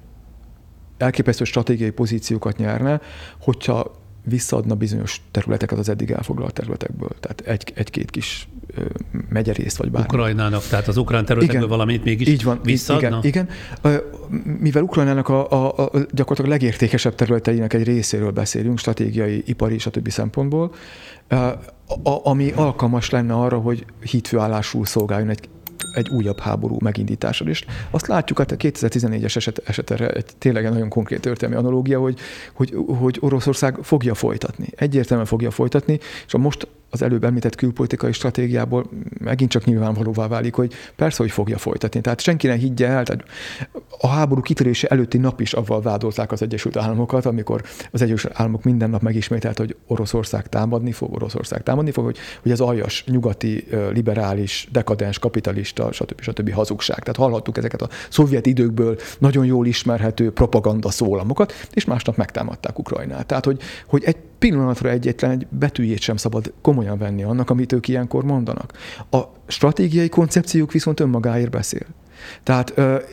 elképesztő stratégiai pozíciókat nyerne, hogyha visszaadna bizonyos területeket az eddig elfoglalt területekből. Tehát egy, egy-két kis megyerészt vagy bármi. Ukrajnának, tehát az ukrán területekből igen, valamit mégis így van, visszaadna? Igen, igen. Mivel Ukrajnának a, a, a gyakorlatilag legértékesebb területeinek egy részéről beszélünk, stratégiai, ipari, stb. Szempontból, a, a, ami alkalmas lenne arra, hogy hídfőállásul szolgáljon egy egy újabb háború megindításra is. Azt látjuk, hát a kétezer-tizennégyes eset, esetre egy tényleg nagyon konkrét történelmi analógia, hogy, hogy, hogy Oroszország fogja folytatni. Egyértelműen fogja folytatni, és a most az előbb említett külpolitikai stratégiából megint csak nyilvánvalóvá válik, hogy persze, hogy fogja folytatni. Tehát senki ne higgye el, tehát a háború kitörése előtti nap is avval vádolták az Egyesült Államokat, amikor az Egyesült Államok minden nap megismételt, hogy Oroszország támadni fog, Oroszország támadni fog, hogy, hogy az aljas, nyugati, liberális, dekadens, kapitalista, stb. stb. Hazugság. Tehát hallhattuk ezeket a szovjet időkből nagyon jól ismerhető propaganda szólamokat, és másnap megtámadták Ukrajnát. Tehát, hogy, hogy egy pillanatra egyetlen egy betűjét sem szabad komolyan venni annak, amit ők ilyenkor mondanak. A stratégiai koncepciók viszont önmagáért beszél. Tehát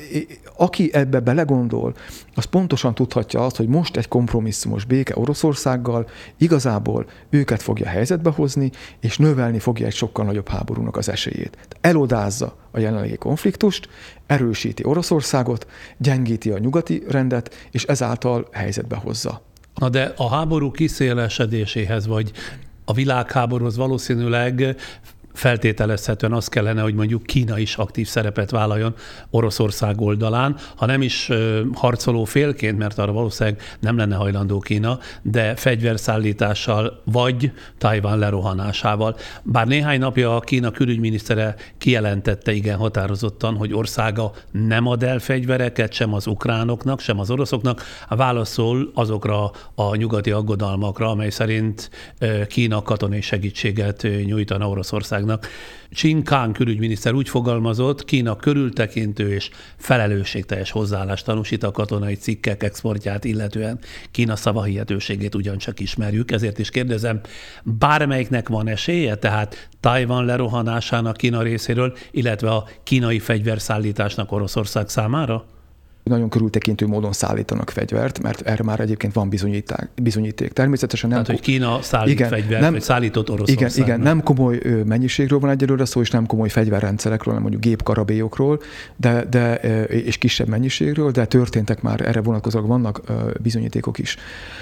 aki ebbe belegondol, az pontosan tudhatja azt, hogy most egy kompromisszumos béke Oroszországgal igazából őket fogja helyzetbe hozni, és növelni fogja egy sokkal nagyobb háborúnak az esélyét. Elodázza a jelenlegi konfliktust, erősíti Oroszországot, gyengíti a nyugati rendet, és ezáltal helyzetbe hozza. Na de a háború kiszélesedéséhez, vagy a világháborúhoz valószínűleg feltételezhetően az kellene, hogy mondjuk Kína is aktív szerepet vállaljon Oroszország oldalán, ha nem is harcoló félként, mert arra valószínűleg nem lenne hajlandó Kína, de fegyverszállítással vagy Tajvan lerohanásával. Bár néhány napja a Kína külügyminisztere kijelentette igen határozottan, hogy országa nem ad el fegyvereket sem az ukránoknak, sem az oroszoknak, válaszol azokra a nyugati aggodalmakra, amely szerint Kína katonai segítséget nyújtana Oroszország. Qin Kang külügyminiszter úgy fogalmazott, Kína körültekintő és felelősségteljes hozzáállást tanúsít a katonai cikkek exportját illetően. Kína szavahihetőségét ugyancsak ismerjük, ezért is kérdezem, bármelyiknek van esélye, tehát Tajvan lerohanásának Kína részéről, illetve a kínai fegyverszállításnak Oroszország számára? Nagyon körültekintő módon szállítanak fegyvert, mert erre már egyébként van bizonyíték. Természetesen nem... Tehát, hogy Kína szállít igen, fegyvert, nem, vagy szállított Oroszországnak. Igen, igen, nem komoly mennyiségről van egyelőre szó, és nem komoly fegyverrendszerekről, hanem mondjuk gépkarabélyokról, de, de, és kisebb mennyiségről, de történtek már erre vonatkozóan, vannak bizonyítékok is.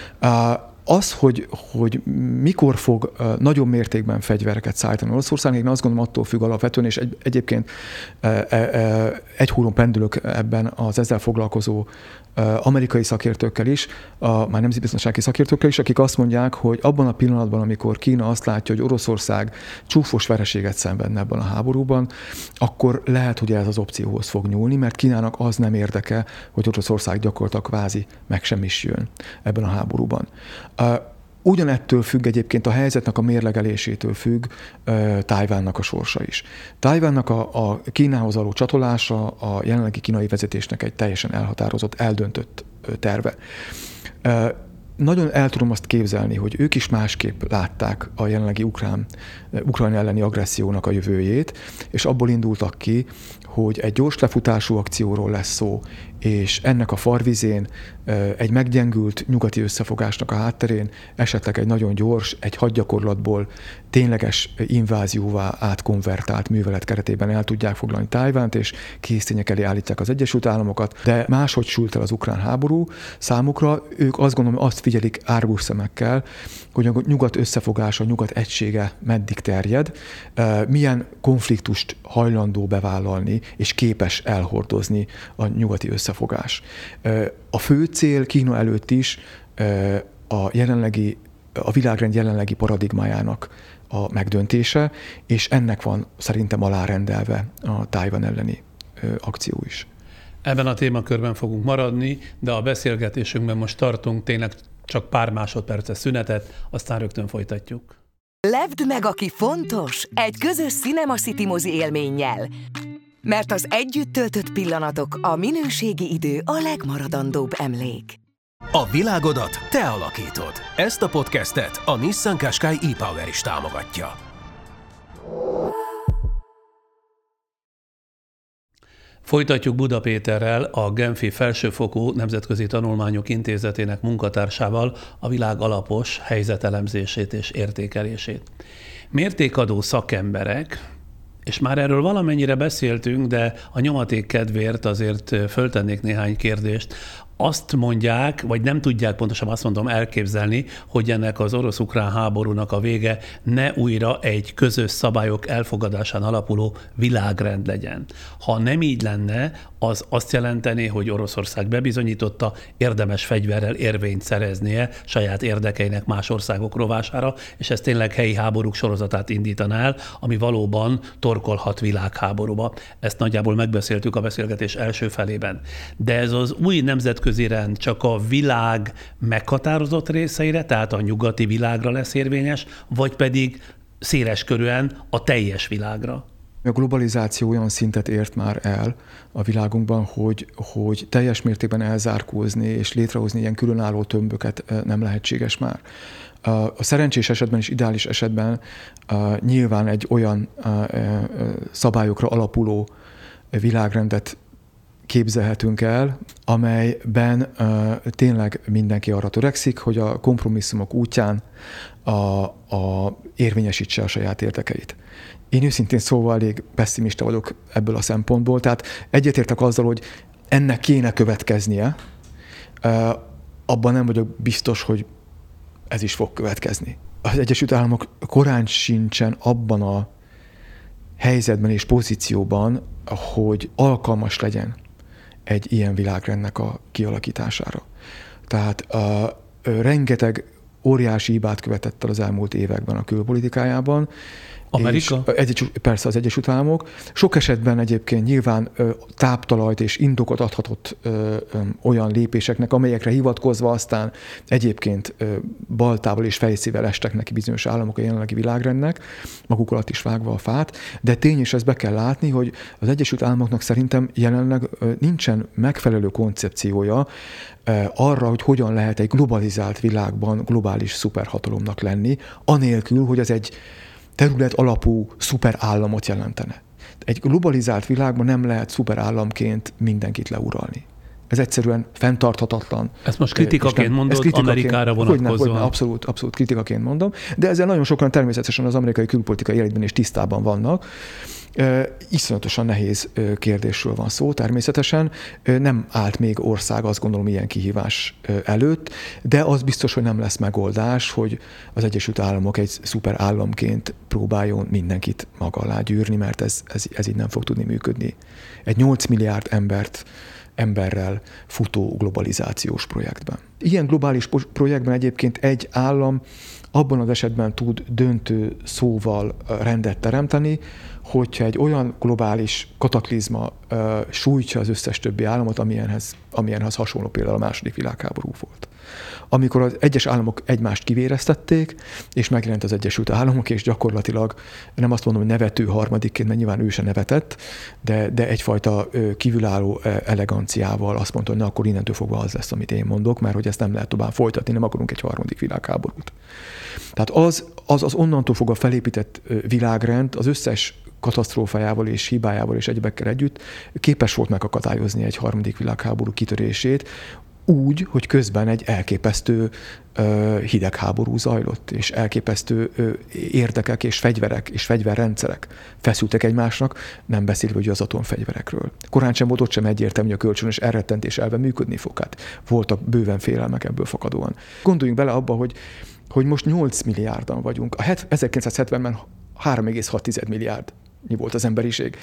Az, hogy, hogy mikor fog nagyobb mértékben fegyvereket szállítani Oroszország, én azt gondolom attól függ alapvetően, és egy, egyébként egy húron pendülök ebben az ezzel foglalkozó amerikai szakértőkkel is, a már nemzetbiztonsági szakértőkkel is, akik azt mondják, hogy abban a pillanatban, amikor Kína azt látja, hogy Oroszország csúfos vereséget szenvedne ebben a háborúban, akkor lehet, hogy ez az opcióhoz fog nyúlni, mert Kínának az nem érdeke, hogy Oroszország gyakorlatilag kvázi meg sem is jön ebben a háborúban. Ugyanettől függ egyébként a helyzetnek a mérlegelésétől függ uh, Tajvannak a sorsa is. Tajvannak a, a Kínához való csatolása a jelenlegi kínai vezetésnek egy teljesen elhatározott, eldöntött uh, terve. Uh, Nagyon el tudom azt képzelni, hogy ők is másképp látták a jelenlegi ukrán, Ukrajna elleni agressziónak a jövőjét, és abból indultak ki, hogy egy gyors lefutású akcióról lesz szó, és ennek a farvizén egy meggyengült nyugati összefogásnak a hátterén esetleg egy nagyon gyors, egy hadgyakorlatból tényleges invázióvá átkonvertált művelet keretében el tudják foglalni Tajvant, és késztények elé állítják az Egyesült Államokat, de máshogy sült el az ukrán háború számukra. Ők azt gondolom, azt figyelik árgus szemekkel, hogy a nyugat összefogása, a nyugat egysége meddig terjed, milyen konfliktust hajlandó bevállalni, és képes elhordozni a nyugati összefogás. A fő cél Kína előtt is a jelenlegi, a világrend jelenlegi paradigmájának a megdöntése, és ennek van szerintem alárendelve a Tajvan elleni akció is. Ebben a témakörben fogunk maradni, de a beszélgetésünkben most tartunk tényleg csak pár másodperces szünetet, aztán rögtön folytatjuk. Lepd meg, aki fontos, egy közös Cinema City mozi élménnyel. Mert az együtt töltött pillanatok, a minőségi idő a legmaradandóbb emlék. A világodat te alakítod. Ezt a podcastet a Nissan Qashqai e-Power is támogatja. Folytatjuk Buda Péterrel, a Genfi Felsőfokú Nemzetközi Tanulmányok Intézetének munkatársával a világ alapos helyzetelemzését és értékelését. Mértékadó szakemberek, és már erről valamennyire beszéltünk, de a nyomaték kedvéért azért föltennék néhány kérdést. Azt mondják, vagy nem tudják pontosan azt mondom elképzelni, hogy ennek az orosz-ukrán háborúnak a vége ne újra egy közös szabályok elfogadásán alapuló világrend legyen. Ha nem így lenne, az azt jelenteni, hogy Oroszország bebizonyította, érdemes fegyverrel érvényt szereznie saját érdekeinek más országok rovására, és ez tényleg helyi háborúk sorozatát indítaná el, ami valóban torkolhat világháborúba. Ezt nagyjából megbeszéltük a beszélgetés első felében. De ez az új nemzetközi rend csak a világ meghatározott részeire, tehát a nyugati világra lesz érvényes, vagy pedig széleskörűen a teljes világra? A globalizáció olyan szintet ért már el a világunkban, hogy, hogy teljes mértékben elzárkózni és létrehozni ilyen különálló tömböket nem lehetséges már. A szerencsés esetben és ideális esetben nyilván egy olyan szabályokra alapuló világrendet képzelhetünk el, amelyben tényleg mindenki arra törekszik, hogy a kompromisszumok útján a, a érvényesítse a saját érdekeit. Én őszintén szóval elég pessimista vagyok ebből a szempontból, tehát egyetértek azzal, hogy ennek kéne következnie, abban nem vagyok biztos, hogy ez is fog következni. Az Egyesült Államok korán sincsen abban a helyzetben és pozícióban, hogy alkalmas legyen egy ilyen világrendnek a kialakítására. Tehát uh, rengeteg óriási hibát követett el az elmúlt években a külpolitikájában. Amerika? És, persze az Egyesült Államok. Sok esetben egyébként nyilván ö, táptalajt és indokot adhatott ö, ö, olyan lépéseknek, amelyekre hivatkozva aztán egyébként ö, baltával és fejszével estek neki bizonyos államok a jelenlegi világrendnek, maguk alatt is vágva a fát, de tény is ezt be kell látni, hogy az Egyesült Államoknak szerintem jelenleg ö, nincsen megfelelő koncepciója ö, arra, hogy hogyan lehet egy globalizált világban globális szuperhatalomnak lenni, anélkül, hogy az egy terület alapú szuperállamot jelentene. Egy globalizált világban nem lehet szuperállamként mindenkit leuralni. Ez egyszerűen fenntarthatatlan. Ezt most kritikaként nem, mondod, kritikaként, Amerikára vonatkozóan. Hogyne, hogyne, abszolút, abszolút kritikaként mondom, de ezzel nagyon sokan természetesen az amerikai külpolitikai életben is tisztában vannak. E, iszonyatosan nehéz kérdésről van szó, természetesen. Nem állt még ország, azt gondolom, ilyen kihívás előtt, de az biztos, hogy nem lesz megoldás, hogy az Egyesült Államok egy szuper államként próbáljon mindenkit maga alá gyűrni, mert ez, ez, ez így nem fog tudni működni. Egy nyolc milliárd embert emberrel futó globalizációs projektben. Ilyen globális projektben egyébként egy állam abban az esetben tud döntő szóval rendet teremteni, hogyha egy olyan globális kataklizma uh, sújtja az összes többi államot, amilyenhez, amilyenhez hasonló például a második világháború volt. amikor az egyes államok egymást kivéreztették, és megjelent az Egyesült Államok, és gyakorlatilag nem azt mondom, hogy nevető harmadikként, mert nyilván ő se nevetett, de, de egyfajta kívülálló eleganciával azt mondta, hogy na, akkor innentől fogva az lesz, amit én mondok, mert hogy ezt nem lehet tovább folytatni, nem akarunk egy harmadik világháborút. Tehát az, az, az onnantól fogva felépített világrend az összes katasztrófájával és hibájával és egyebekkel együtt képes volt megakadályozni egy harmadik világháború kitörését, úgy, hogy közben egy elképesztő ö, hidegháború zajlott, és elképesztő ö, érdekek és fegyverek és fegyverrendszerek feszültek egymásnak, nem beszélve ugye az atomfegyverekről. Korán sem volt ott sem egyértelmű, hogy a kölcsönös elrettentés elve működni fog. Hát voltak bőven félelmek ebből fakadóan. Gondoljunk bele abba, hogy, hogy most nyolc milliárdan vagyunk. A ezerkilencszázhetvenben három egész hat milliárd volt az emberiség.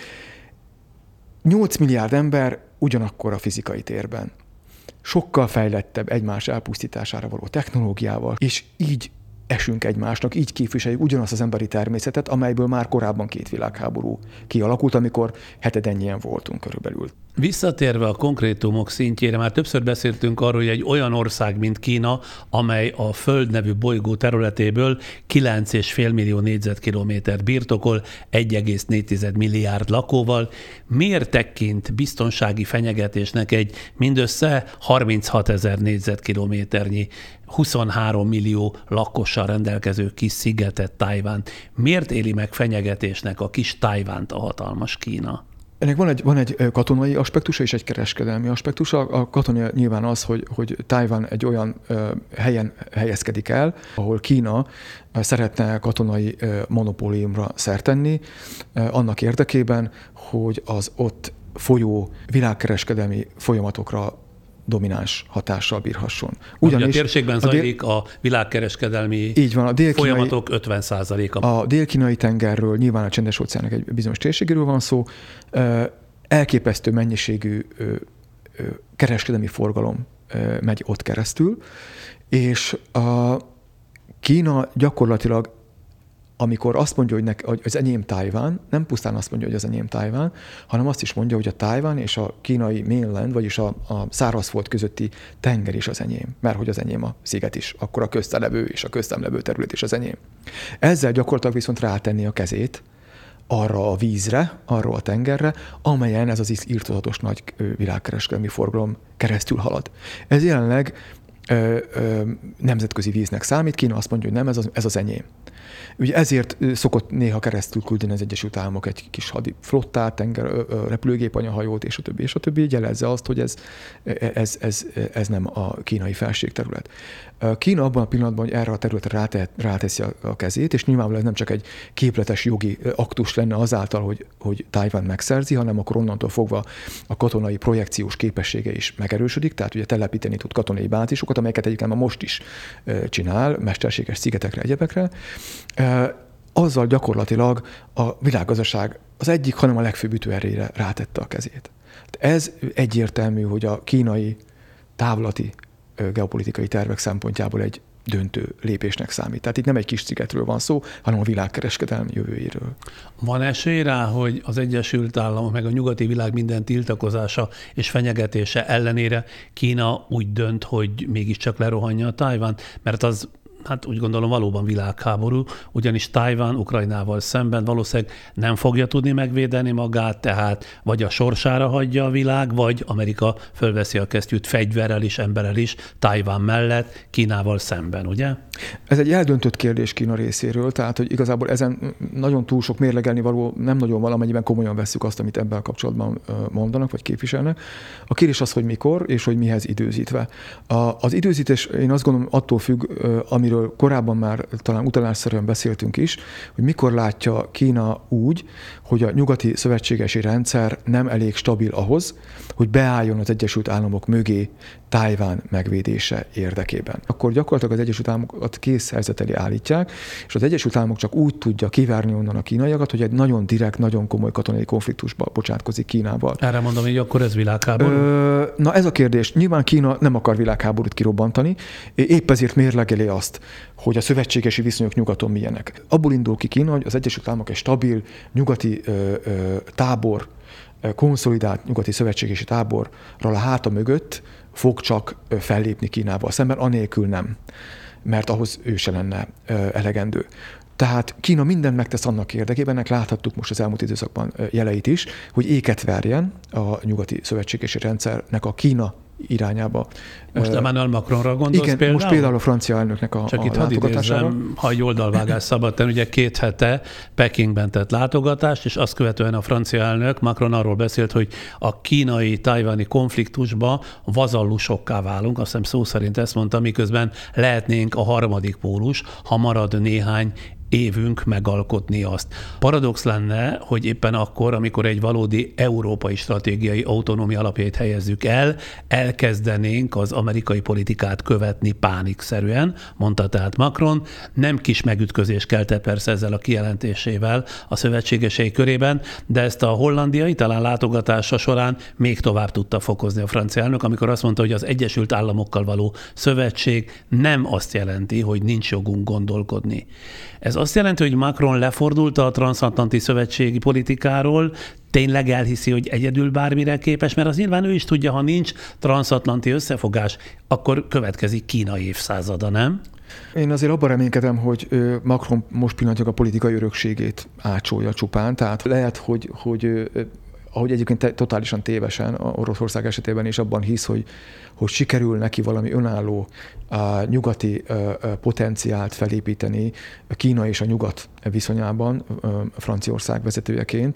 nyolc milliárd ember ugyanakkor a fizikai térben. Sokkal fejlettebb egymás elpusztítására való technológiával, és így esünk egymásnak, így képviseljük ugyanazt az emberi természetet, amelyből már korábban két világháború kialakult, amikor hetedennyien voltunk körülbelül. Visszatérve a konkrétumok szintjére, már többször beszéltünk arról, hogy egy olyan ország, mint Kína, amely a Föld nevű bolygó területéből kilenc egész öt millió négyzetkilométert birtokol, egy egész négy milliárd lakóval, miért tekint biztonsági fenyegetésnek egy mindössze harminchat ezer négyzetkilométernyi, huszonhárom millió lakossal rendelkező kis szigetet, Tajvánt? Miért éli meg fenyegetésnek a kis Tajvánt a hatalmas Kína? Ennek van egy, van egy katonai aspektusa és egy kereskedelmi aspektusa. A katonai nyilván az, hogy, hogy Tajvan egy olyan ö, helyen helyezkedik el, ahol Kína szeretne katonai ö, monopóliumra szert tenni, ö, annak érdekében, hogy az ott folyó világkereskedelmi folyamatokra domináns hatással bírhasson. Ugyanis a térségben zajlik a, dél... a világkereskedelmi így van, a folyamatok ötven százaléka. A dél-kínai tengerről, nyilván a Csendes-óceánnak egy bizonyos térségéről van szó, elképesztő mennyiségű kereskedelmi forgalom megy ott keresztül, és a Kína gyakorlatilag, amikor azt mondja, hogy, nek, hogy az enyém Tajván, nem pusztán azt mondja, hogy az enyém Tajván, hanem azt is mondja, hogy a Tajván és a kínai mainland, vagyis a, a szárazföld közötti tenger is az enyém, mert hogy az enyém a sziget is, akkor a köztem levő és a köztem levő terület is az enyém. Ezzel gyakorlatilag viszont rátenni a kezét arra a vízre, arra a tengerre, amelyen ez az írtózatos nagy világkereskedelmi forgalom keresztül halad. Ez jelenleg ö, ö, nemzetközi víznek számít, Kína azt mondja, hogy nem, ez az, ez az enyém. Ugye ezért szokott néha keresztül küldeni az Egyesült Államok egy kis hadi flottát, tenger, repülőgép anyahajót, és a többi, és a többi, jelezze azt, hogy ez, ez, ez, ez nem a kínai felségterület. Kína abban a pillanatban, hogy erre a területre ráteszi a kezét, és nyilvánvalóan ez nem csak egy képletes jogi aktus lenne azáltal, hogy, hogy Tajvan megszerzi, hanem akkor onnantól fogva a katonai projekciós képessége is megerősödik, tehát ugye telepíteni tud katonai bázisokat, amelyeket egyébként már most is csinál, mesterséges szigetekre, egyebekre. Azzal gyakorlatilag a világgazdaság az egyik, hanem a legfőbb ütőerére rátette a kezét. Ez egyértelmű, hogy a kínai távlati geopolitikai tervek szempontjából egy döntő lépésnek számít. Tehát itt nem egy kis szigetről van szó, hanem a világkereskedelmi jövőjéről. Van esély rá, hogy az Egyesült Államok meg a nyugati világ minden tiltakozása és fenyegetése ellenére Kína úgy dönt, hogy mégiscsak lerohanja a Tajvánt, mert az hát úgy gondolom valóban világháború, ugyanis Tajvan Ukrajnával szemben valószínűleg nem fogja tudni megvédeni magát, tehát vagy a sorsára hagyja a világ, vagy Amerika fölveszi a kesztyűt fegyverrel is, emberrel is Tajvan mellett, Kínával szemben, ugye? Ez egy eldöntött kérdés Kína részéről, tehát hogy igazából ezen nagyon túl sok mérlegelni való nem nagyon van, amennyiben komolyan vesszük azt, amit ebben kapcsolatban mondanak, vagy képviselnek. A kérdés az, hogy mikor, és hogy mihez időzítve. A, az időzítés, én azt gondolom, attól függ, amiről korábban már talán utalásszerűen beszéltünk is, hogy mikor látja Kína úgy, hogy a nyugati szövetségesi rendszer nem elég stabil ahhoz, hogy beálljon az Egyesült Államok mögé Tajvan megvédése érdekében. Akkor gyakorlatilag az Egyesült Államokat kész helyzet elé állítják, és az Egyesült Államok csak úgy tudja kivárni onnan a kínaiakat, hogy egy nagyon direkt, nagyon komoly katonai konfliktusba bocsátkozik Kínával. Erre mondom, hogy akkor ez világháború? Ö, na ez a kérdés. Nyilván Kína nem akar világháborút kirobbantani, épp ezért mérlegeli azt, azt, hogy a szövetségesi viszonyok nyugaton milyenek. Abból indul ki Kína, hogy az Egyesült Államok egy stabil nyugati ö, ö, tábor, konszolidált nyugati szövetségesi táborral a háta mögött fog csak fellépni Kínával szemben, anélkül nem, mert ahhoz ő se lenne elegendő. Tehát Kína mindent megtesz annak érdekében, ennek láthattuk most az elmúlt időszakban jeleit is, hogy éket verjen a nyugati szövetségesi rendszernek a Kína irányába. Most Emmanuel Macronra gondolsz igen, például? most például a francia elnöknek a, Csak a itt látogatására. Csak itt ha egy oldalvágás szabad tenni, ugye két hete Pekingben tett látogatást, és azt követően a francia elnök Macron arról beszélt, hogy a kínai-tajvani konfliktusba vazallusokká válunk, azt hiszem szó szerint ezt mondta, miközben lehetnénk a harmadik pólus, ha marad néhány évünk megalkotni azt. Paradox lenne, hogy éppen akkor, amikor egy valódi európai stratégiai autonómia alapjait helyezzük el, elkezdenénk az amerikai politikát követni pánikszerűen, mondta tehát Macron. Nem kis megütközés keltett persze ezzel a kijelentésével a szövetségesei körében, de ezt a hollandiai talán látogatása során még tovább tudta fokozni a francia elnök, amikor azt mondta, hogy az Egyesült Államokkal való szövetség nem azt jelenti, hogy nincs jogunk gondolkodni. Ez azt jelenti, hogy Macron lefordult a transatlanti szövetségi politikáról, tényleg elhiszi, hogy egyedül bármire képes, mert az nyilván ő is tudja, ha nincs transatlanti összefogás, akkor következik Kína évszázada, nem? Én azért abban reménykedem, hogy Macron most pillanatnyilag a politikai örökségét ácsolja csupán, tehát lehet, hogy, hogy ahogy egyébként totálisan tévesen a Oroszország esetében is abban hisz, hogy, hogy sikerül neki valami önálló a nyugati potenciált felépíteni Kína és a nyugat viszonyában Franciaország vezetőjeként,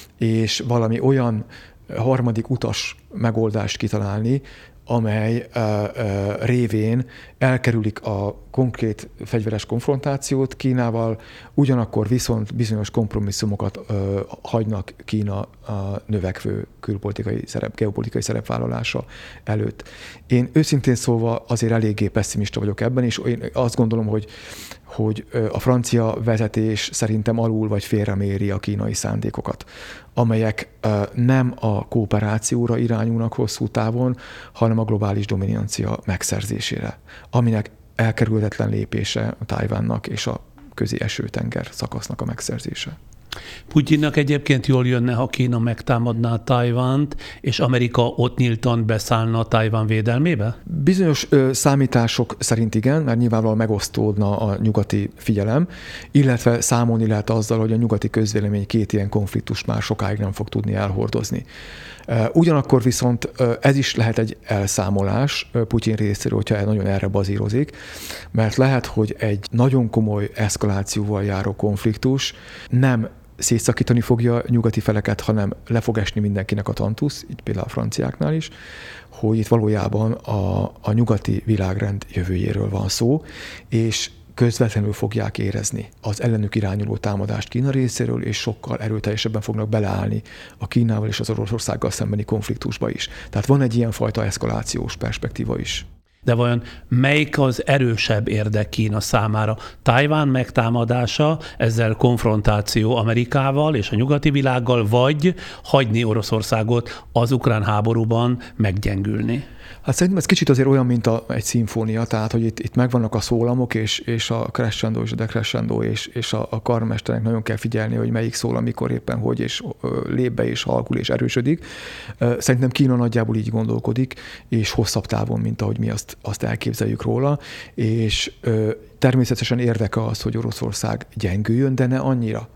és valami olyan harmadik utas megoldást kitalálni, amely uh, uh, révén elkerülik a konkrét fegyveres konfrontációt Kínával, ugyanakkor viszont bizonyos kompromisszumokat uh, hagynak Kína a növekvő külpolitikai szerep, geopolitikai szerepvállalása előtt. Én őszintén szólva azért eléggé pesszimista vagyok ebben, és én azt gondolom, hogy hogy a francia vezetés szerintem alul vagy félreméri a kínai szándékokat, amelyek nem a kooperációra irányulnak hosszú távon, hanem a globális dominancia megszerzésére, aminek elkerülhetetlen lépése a Tajvannak és a közi esőtenger szakasznak a megszerzése. Putyinnak egyébként jól jönne, ha Kína megtámadná Tajvant, és Amerika ott nyíltan beszállna Tajvan védelmébe? Bizonyos ö, számítások szerint igen, mert nyilvánvalóan megosztódna a nyugati figyelem, illetve számolni lehet azzal, hogy a nyugati közvélemény két ilyen konfliktust már sokáig nem fog tudni elhordozni. Ugyanakkor viszont ez is lehet egy elszámolás Putyin részéről, hogyha nagyon erre bazírozik, mert lehet, hogy egy nagyon komoly eszkalációval járó konfliktus nem szétszakítani fogja a nyugati feleket, hanem le fog esni mindenkinek a tantusz, így például a franciáknál is, hogy itt valójában a, a nyugati világrend jövőjéről van szó, és közvetlenül fogják érezni az ellenük irányuló támadást Kína részéről, és sokkal erőteljesebben fognak beleállni a Kínával és az Oroszországgal szembeni konfliktusba is. Tehát van egy ilyen fajta eszkalációs perspektíva is. De vajon melyik az erősebb érdek Kína számára? Tajvan megtámadása, ezzel konfrontáció Amerikával és a nyugati világgal, vagy hagyni Oroszországot az ukrán háborúban meggyengülni? Hát szerintem ez kicsit azért olyan, mint a, egy szimfónia, tehát hogy itt, itt megvannak a szólamok, és, és a crescendo és a decrescendo, és, és a, a karmesternek nagyon kell figyelni, hogy melyik szól, amikor éppen hogy, és lép be, és halkul, és erősödik. Szerintem Kína nagyjából így gondolkodik, és hosszabb távon, mint ahogy mi azt, azt elképzeljük róla, és természetesen érdeke az, hogy Oroszország gyengüljön, de ne annyira,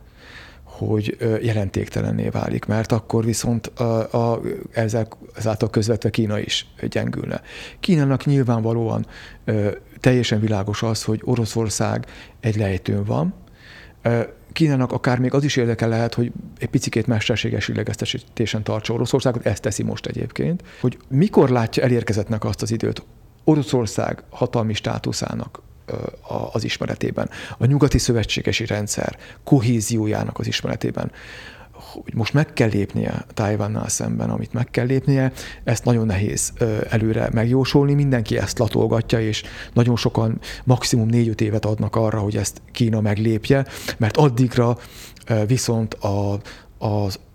hogy jelentéktelenné válik, mert akkor viszont a, a, ezzel, ezáltal közvetve Kína is gyengülne. Kínának nyilvánvalóan ö, teljesen világos az, hogy Oroszország egy lejtőn van. Ö, Kínának akár még az is érdeke lehet, hogy egy picikét mesterséges illegeztetésen tartsa Oroszországot, ezt teszi most egyébként, hogy mikor látja elérkezettnek azt az időt Oroszország hatalmi státuszának az ismeretében, a nyugati szövetségesi rendszer kohéziójának az ismeretében, hogy most meg kell lépnie Tajvannal szemben, amit meg kell lépnie, ezt nagyon nehéz előre megjósolni, mindenki ezt latolgatja, és nagyon sokan maximum négy-öt évet adnak arra, hogy ezt Kína meglépje, mert addigra viszont a, az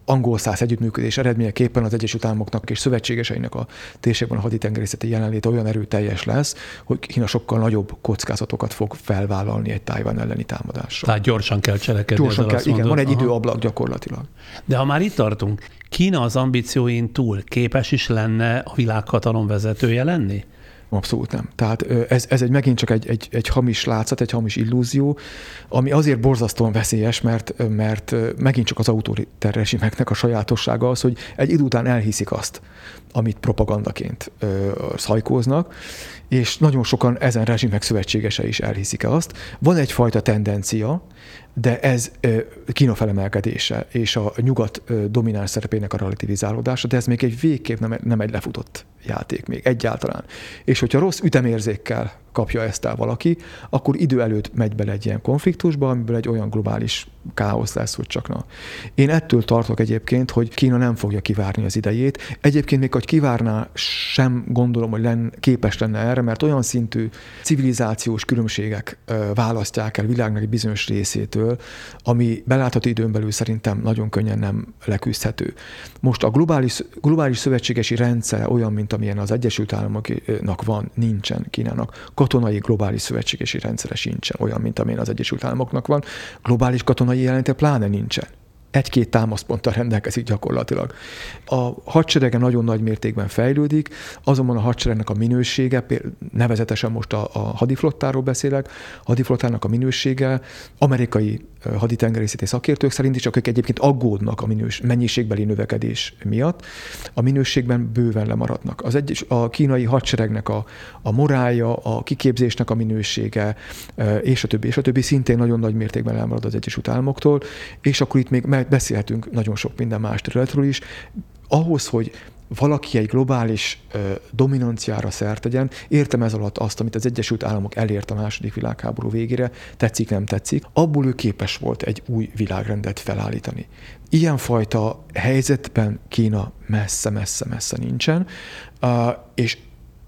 angol-szász együttműködés eredményeképpen az Egyesült Államoknak és szövetségeseinek a térségben a haditengerészeti jelenléte olyan erőteljes lesz, hogy Kína sokkal nagyobb kockázatokat fog felvállalni egy Tajvan elleni támadásra. Tehát gyorsan kell cselekedni. Gyorsan kell, igen, van egy Aha. időablak gyakorlatilag. De ha már itt tartunk, Kína az ambícióin túl képes is lenne a világhatalom vezetője lenni? Abszolút nem. Tehát ez, ez egy megint csak egy, egy, egy hamis látszat, egy hamis illúzió, ami azért borzasztóan veszélyes, mert, mert megint csak az autoriter rezsimeknek a sajátossága az, hogy egy idő után elhiszik azt, amit propagandaként ö, szajkóznak, és nagyon sokan ezen rezsimek szövetségesei is elhiszik azt. Van egyfajta tendencia, de ez ö, Kína felemelkedése és a nyugat ö, domináns szerepének a relativizálódása, de ez még egy végképp nem, nem egy lefutott játék még egyáltalán. És hogyha rossz ütemérzékkel kapja ezt el valaki, akkor idő előtt megy bele egy ilyen konfliktusba, amiből egy olyan globális káosz lesz, hogy csak na. Én ettől tartok egyébként, hogy Kína nem fogja kivárni az idejét. Egyébként még, hogy kivárná, sem gondolom, hogy len, képes lenne erre, mert olyan szintű civilizációs különbségek ö, választják el világnak egy bizonyos részétől, ami belátható időn belül szerintem nagyon könnyen nem leküzdhető. Most a globális, globális szövetségesi rendszer olyan, mint amilyen az Egyesült Államoknak van, nincsen Kínának. Katonai globális szövetségesi rendszere sincsen olyan, mint amilyen az Egyesült Államoknak van. Globális katonai jelenléte pláne nincsen. Egy-két támaszponttal rendelkezik gyakorlatilag. A hadserege nagyon nagy mértékben fejlődik, azonban a hadseregnek a minősége, nevezetesen most a, a hadiflottáról beszélek, a hadiflottának a minősége amerikai haditengerészeti szakértők szerint is, akik egyébként aggódnak a minős, mennyiségbeli növekedés miatt, a minőségben bőven lemaradnak. Az egy, a kínai hadseregnek a, a morálja, a kiképzésnek a minősége, és a többi, és a többi szintén nagyon nagy mértékben lemarad az Egyesült Államoktól, és akkor itt még beszélhetünk nagyon sok minden más területről is. Ahhoz, hogy valaki egy globális ö, dominanciára szert tegyen, értem ez alatt azt, amit az Egyesült Államok elért a második világháború végére, tetszik, nem tetszik, abból ő képes volt egy új világrendet felállítani. Ilyenfajta helyzetben Kína messze-messze-messze nincsen, uh, és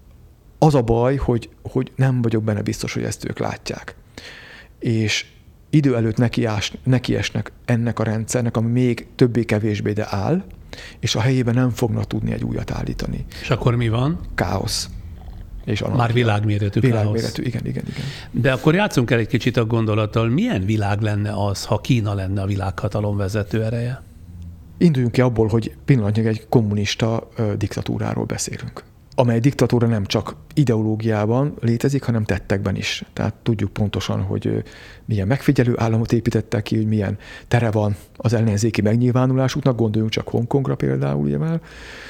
az a baj, hogy, hogy nem vagyok benne biztos, hogy ezt ők látják. És idő előtt nekiás, nekiesnek ennek a rendszernek, ami még többé-kevésbé, de áll, és a helyében nem fognak tudni egy újat állítani. És akkor mi van? Káosz. És már világméretű káosz. Világméretű, igen, igen, igen. De akkor játszunk el egy kicsit a gondolattal, milyen világ lenne az, ha Kína lenne a világhatalom vezető ereje? Induljunk ki abból, hogy pillanatnyilag egy kommunista ö, diktatúráról beszélünk, amely diktatúra nem csak ideológiában létezik, hanem tettekben is. Tehát tudjuk pontosan, hogy milyen megfigyelő államot építettek ki, hogy milyen tere van az ellenzéki megnyilvánulásuknak, gondoljunk csak Hongkongra például, ugye már,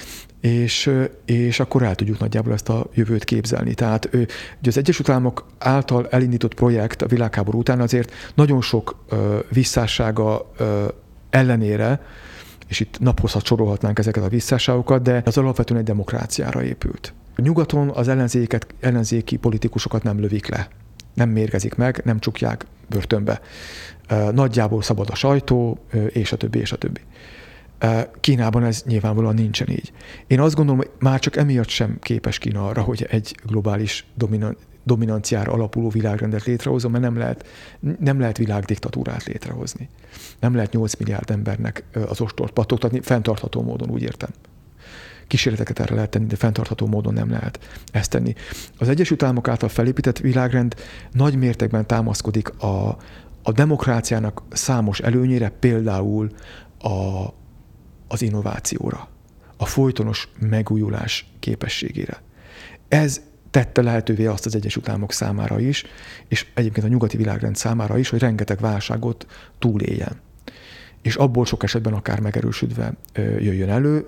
és, és akkor el tudjuk nagyjából ezt a jövőt képzelni. Tehát ugye az Egyesült Államok által elindított projekt a világháború után azért nagyon sok ö, visszássága ö, ellenére, és itt naphosszat sorolhatnánk ezeket a visszásságokat, de az alapvetően egy demokráciára épült. Nyugaton az ellenzéket, ellenzéki politikusokat nem lövik le, nem mérgezik meg, nem csukják börtönbe. Nagyjából szabad a sajtó, és a többi, és a többi. Kínában ez nyilvánvalóan nincsen így. Én azt gondolom, hogy már csak emiatt sem képes Kína arra, hogy egy globális dominan- dominanciára alapuló világrendet létrehozom, mert nem lehet, nem lehet világdiktatúrát létrehozni. Nem lehet nyolc milliárd embernek az ostort pattogtatni, fenntartható módon, úgy értem. Kísérleteket erre lehet tenni, de fenntartható módon nem lehet ezt tenni. Az Egyesült Államok által felépített világrend nagy mértékben támaszkodik a, a demokráciának számos előnyére, például a, az innovációra, a folytonos megújulás képességére. Ez tette lehetővé azt az Egyesült Államok számára is, és egyébként a nyugati világrend számára is, hogy rengeteg válságot túléljen. És abból sok esetben akár megerősödve jöjjön elő,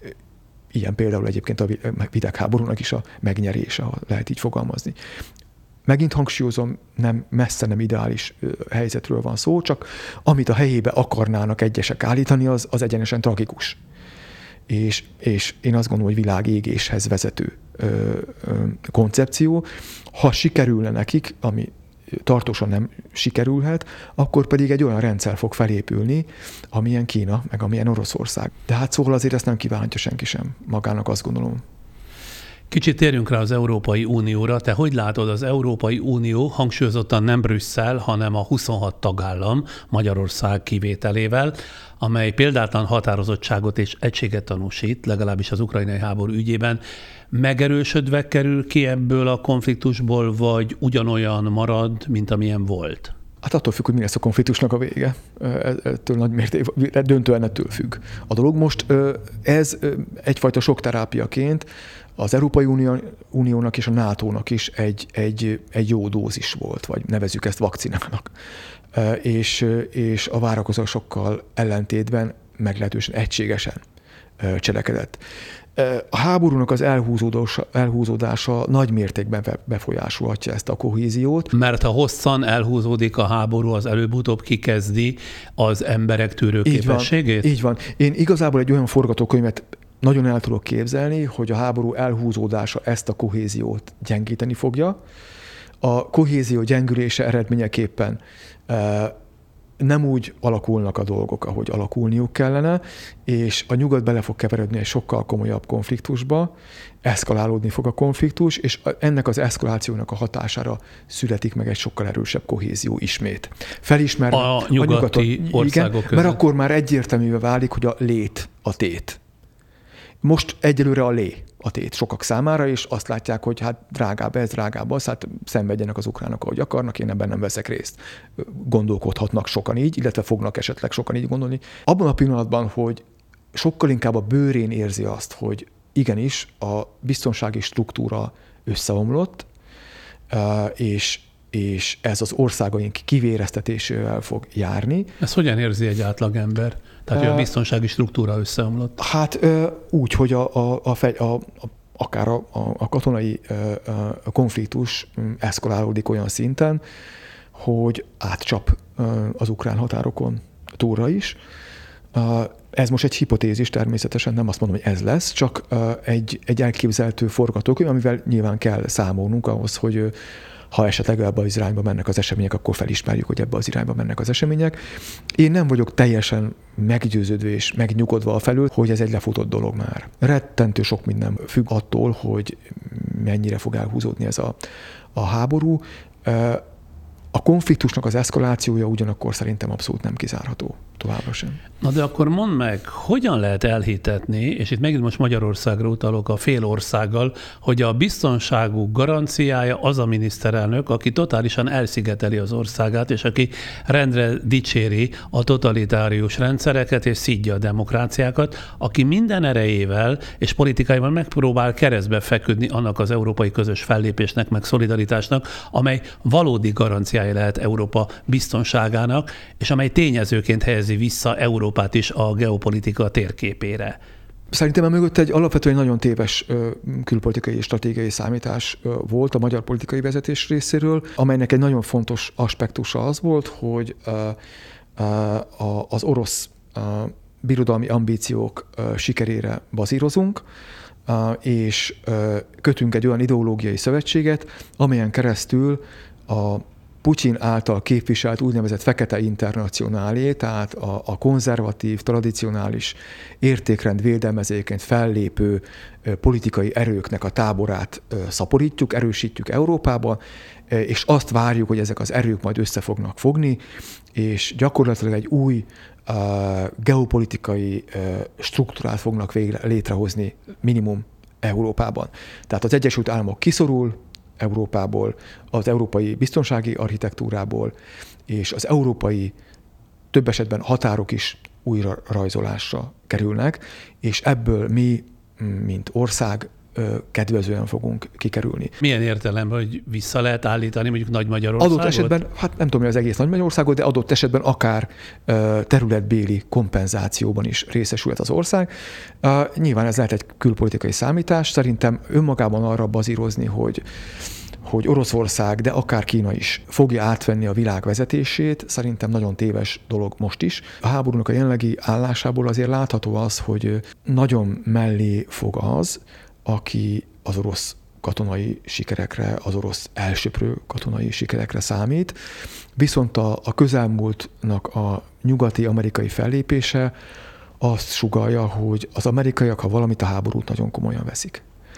ilyen például egyébként a világháborúnak is a megnyerése, ha lehet így fogalmazni. Megint hangsúlyozom, nem, messze nem ideális helyzetről van szó, csak amit a helyébe akarnának egyesek állítani, az, az egyenesen tragikus. És, és én azt gondolom, hogy világégéshez vezető ö, ö, koncepció. Ha sikerülne nekik, ami tartósan nem sikerülhet, akkor pedig egy olyan rendszer fog felépülni, amilyen Kína, meg amilyen Oroszország. De hát szóval azért ezt nem kívánhatja senki sem magának, azt gondolom. Kicsit térjünk rá az Európai Unióra. Te hogy látod, az Európai Unió hangsúlyozottan nem Brüsszel, hanem a huszonhat tagállam, Magyarország kivételével, amely példátlan határozottságot és egységet tanúsít, legalábbis az ukrajnai háború ügyében, megerősödve kerül ki ebből a konfliktusból, vagy ugyanolyan marad, mint amilyen volt? Hát attól függ, hogy mi lesz a konfliktusnak a vége. Ettől nagy mértékben, döntően ettől függ. A dolog most ez egyfajta sokterápiaként az Európai Unió, Uniónak és a nátónak is egy, egy, egy jó dózis volt, vagy nevezzük ezt vakcinának. És, és a várakozásokkal ellentétben meglehetősen egységesen cselekedett. A háborúnak az elhúzódása, elhúzódása nagy mértékben befolyásolhatja ezt a kohéziót. Mert ha hosszan elhúzódik a háború, az előbb-utóbb kikezdi az emberek tűrőképességét? Így van. Én igazából egy olyan forgatókönyvet nagyon el tudok képzelni, hogy a háború elhúzódása ezt a kohéziót gyengíteni fogja. A kohézió gyengülése eredményeképpen nem úgy alakulnak a dolgok, ahogy alakulniuk kellene, és a nyugat bele fog keveredni egy sokkal komolyabb konfliktusba, eszkalálódni fog a konfliktus, és ennek az eszkalációnak a hatására születik meg egy sokkal erősebb kohézió ismét. Felismerve a nyugati a országok igen, között. Mert akkor már egyértelművé válik, hogy a lét a tét. Most egyelőre a lé a tét sokak számára, és azt látják, hogy hát drágább ez, drágább az, hát szenvedjenek az ukránok, ahogy akarnak, én ebben nem veszek részt. Gondolkodhatnak sokan így, illetve fognak esetleg sokan így gondolni. Abban a pillanatban, hogy sokkal inkább a bőrén érzi azt, hogy igenis a biztonsági struktúra összeomlott, és és ez az országaink kivéreztetésével fog járni. Ez hogyan érzi egy átlagember? Tehát, hogy a biztonsági struktúra összeomlott? Hát úgy, hogy a, a, a, fegy, a, a, akár a, a katonai a konfliktus eszkalálódik olyan szinten, hogy átcsap az ukrán határokon túlra is. Ez most egy hipotézis, természetesen nem azt mondom, hogy ez lesz, csak egy, egy elképzelhető forgatókönyv, amivel nyilván kell számolnunk ahhoz, hogy ha esetleg ebbe az irányba mennek az események, akkor felismerjük, hogy ebbe az irányba mennek az események. Én nem vagyok teljesen meggyőződve és megnyugodva afelől, hogy ez egy lefutott dolog már. Rettentő sok minden függ attól, hogy mennyire fog elhúzódni ez a, a háború. A konfliktusnak az eszkalációja ugyanakkor szerintem abszolút nem kizárható továbbra sem. Na de akkor mondd meg, hogyan lehet elhitetni, és itt megint most Magyarországra utalok a fél országgal, hogy a biztonságuk garanciája az a miniszterelnök, aki totálisan elszigeteli az országát, és aki rendre dicséri a totalitárius rendszereket, és szidja a demokráciákat, aki minden erejével és politikáival megpróbál keresztbe feküdni annak az európai közös fellépésnek, meg szolidaritásnak, amely valódi garanciája lehet Európa biztonságának, és amely tényezőként helyezi vissza Európát is a geopolitika térképére. Szerintem emögött egy alapvetően nagyon téves külpolitikai és stratégiai számítás volt a magyar politikai vezetés részéről, amelynek egy nagyon fontos aspektusa az volt, hogy az orosz birodalmi ambíciók sikerére bazírozunk, és kötünk egy olyan ideológiai szövetséget, amelyen keresztül a Putyin által képviselt úgynevezett fekete internacionálé, tehát a, a konzervatív, tradicionális értékrend védelmezéként fellépő politikai erőknek a táborát szaporítjuk, erősítjük Európában, és azt várjuk, hogy ezek az erők majd össze fognak fogni, és gyakorlatilag egy új uh, geopolitikai uh, struktúrát fognak végre létrehozni minimum Európában. Tehát az Egyesült Államok kiszorul Európából, az európai biztonsági architektúrából, és az európai több esetben határok is újra rajzolásra kerülnek, és ebből mi, mint ország, kedvezően fogunk kikerülni. Milyen értelemben, hogy vissza lehet állítani mondjuk Nagy-Magyarországot? Adott esetben, hát nem tudom, hogy az egész Nagy-Magyarországot, de adott esetben akár területbéli kompenzációban is részesülhet az ország. Nyilván ez lehet egy külpolitikai számítás. Szerintem önmagában arra bazírozni, hogy hogy Oroszország, de akár Kína is fogja átvenni a világ vezetését, szerintem nagyon téves dolog most is. A háborúnak a jelenlegi állásából azért látható az, hogy nagyon mellé fog az, aki az orosz katonai sikerekre, az orosz elsöprő katonai sikerekre számít, viszont a, a közelmúltnak a nyugati amerikai fellépése azt sugallja, hogy az amerikaiak, ha valamit, a háborút nagyon komolyan veszik.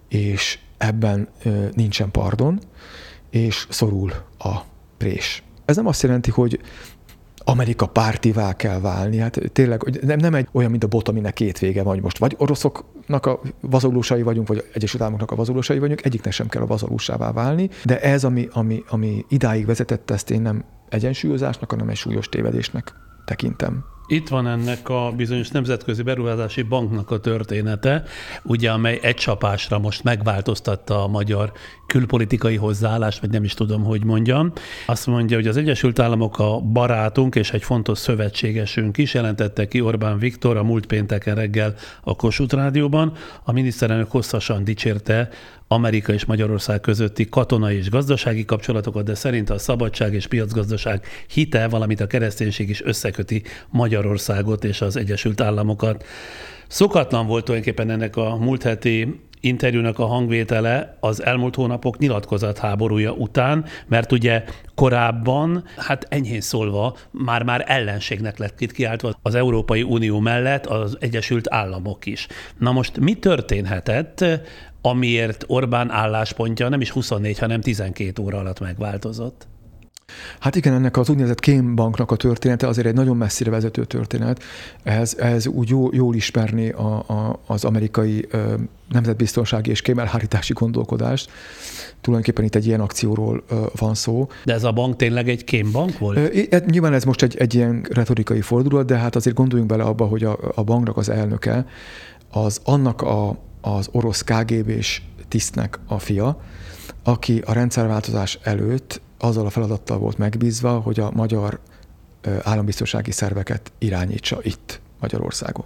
és ebben nincsen pardon, és szorul a prés. Ez nem azt jelenti, hogy Amerika pártivá kell válni. Hát tényleg nem, nem egy olyan, mint a bot, aminek két vége van, hogy most vagy oroszoknak a vazalósai vagyunk, vagy Egyesült Államoknak a vazalósai vagyunk, egyiknek sem kell a vazalósává válni, de ez, ami, ami, ami idáig vezetett, ezt én nem egyensúlyozásnak, hanem egy súlyos tévedésnek tekintem. Itt van ennek a bizonyos Nemzetközi Beruházási Banknak a története, ugye, amely egy csapásra most megváltoztatta a magyar külpolitikai hozzáállást, vagy nem is tudom, hogy mondjam. Azt mondja, hogy az Egyesült Államok a barátunk és egy fontos szövetségesünk is, jelentette ki Orbán Viktor a múlt pénteken reggel a Kossuth Rádióban. A miniszterelnök hosszasan dicsérte Amerika és Magyarország közötti katonai és gazdasági kapcsolatokat, de szerint a szabadság és piacgazdaság hite, valamint a kereszténység is összeköti Magyarországot és az Egyesült Államokat. Szokatlan volt tulajdonképpen ennek a múlt heti interjúnak a hangvétele az elmúlt hónapok nyilatkozatháborúja után, mert ugye korábban, hát enyhén szólva, már-már ellenségnek lett itt kiáltva az Európai Unió mellett az Egyesült Államok is. Na most mi történhetett, amiért Orbán álláspontja nem is huszonnégy, hanem tizenkét óra alatt megváltozott? Hát igen, ennek az úgynevezett kémbanknak a története azért egy nagyon messzire vezető történet. Ez, ez úgy jó, jól ismerni a, a, az amerikai ö, nemzetbiztonsági és kémelhárítási gondolkodást. Tulajdonképpen itt egy ilyen akcióról ö, van szó. De ez a bank tényleg egy kémbank volt? Ö, nyilván ez most egy, egy ilyen retorikai fordulat, de hát azért gondoljunk bele abba, hogy a, a banknak az elnöke az annak a, az orosz ká gé bés tisztnek a fia, aki a rendszerváltozás előtt azzal a feladattal volt megbízva, hogy a magyar állambiztonsági szerveket irányítsa itt, Magyarországon.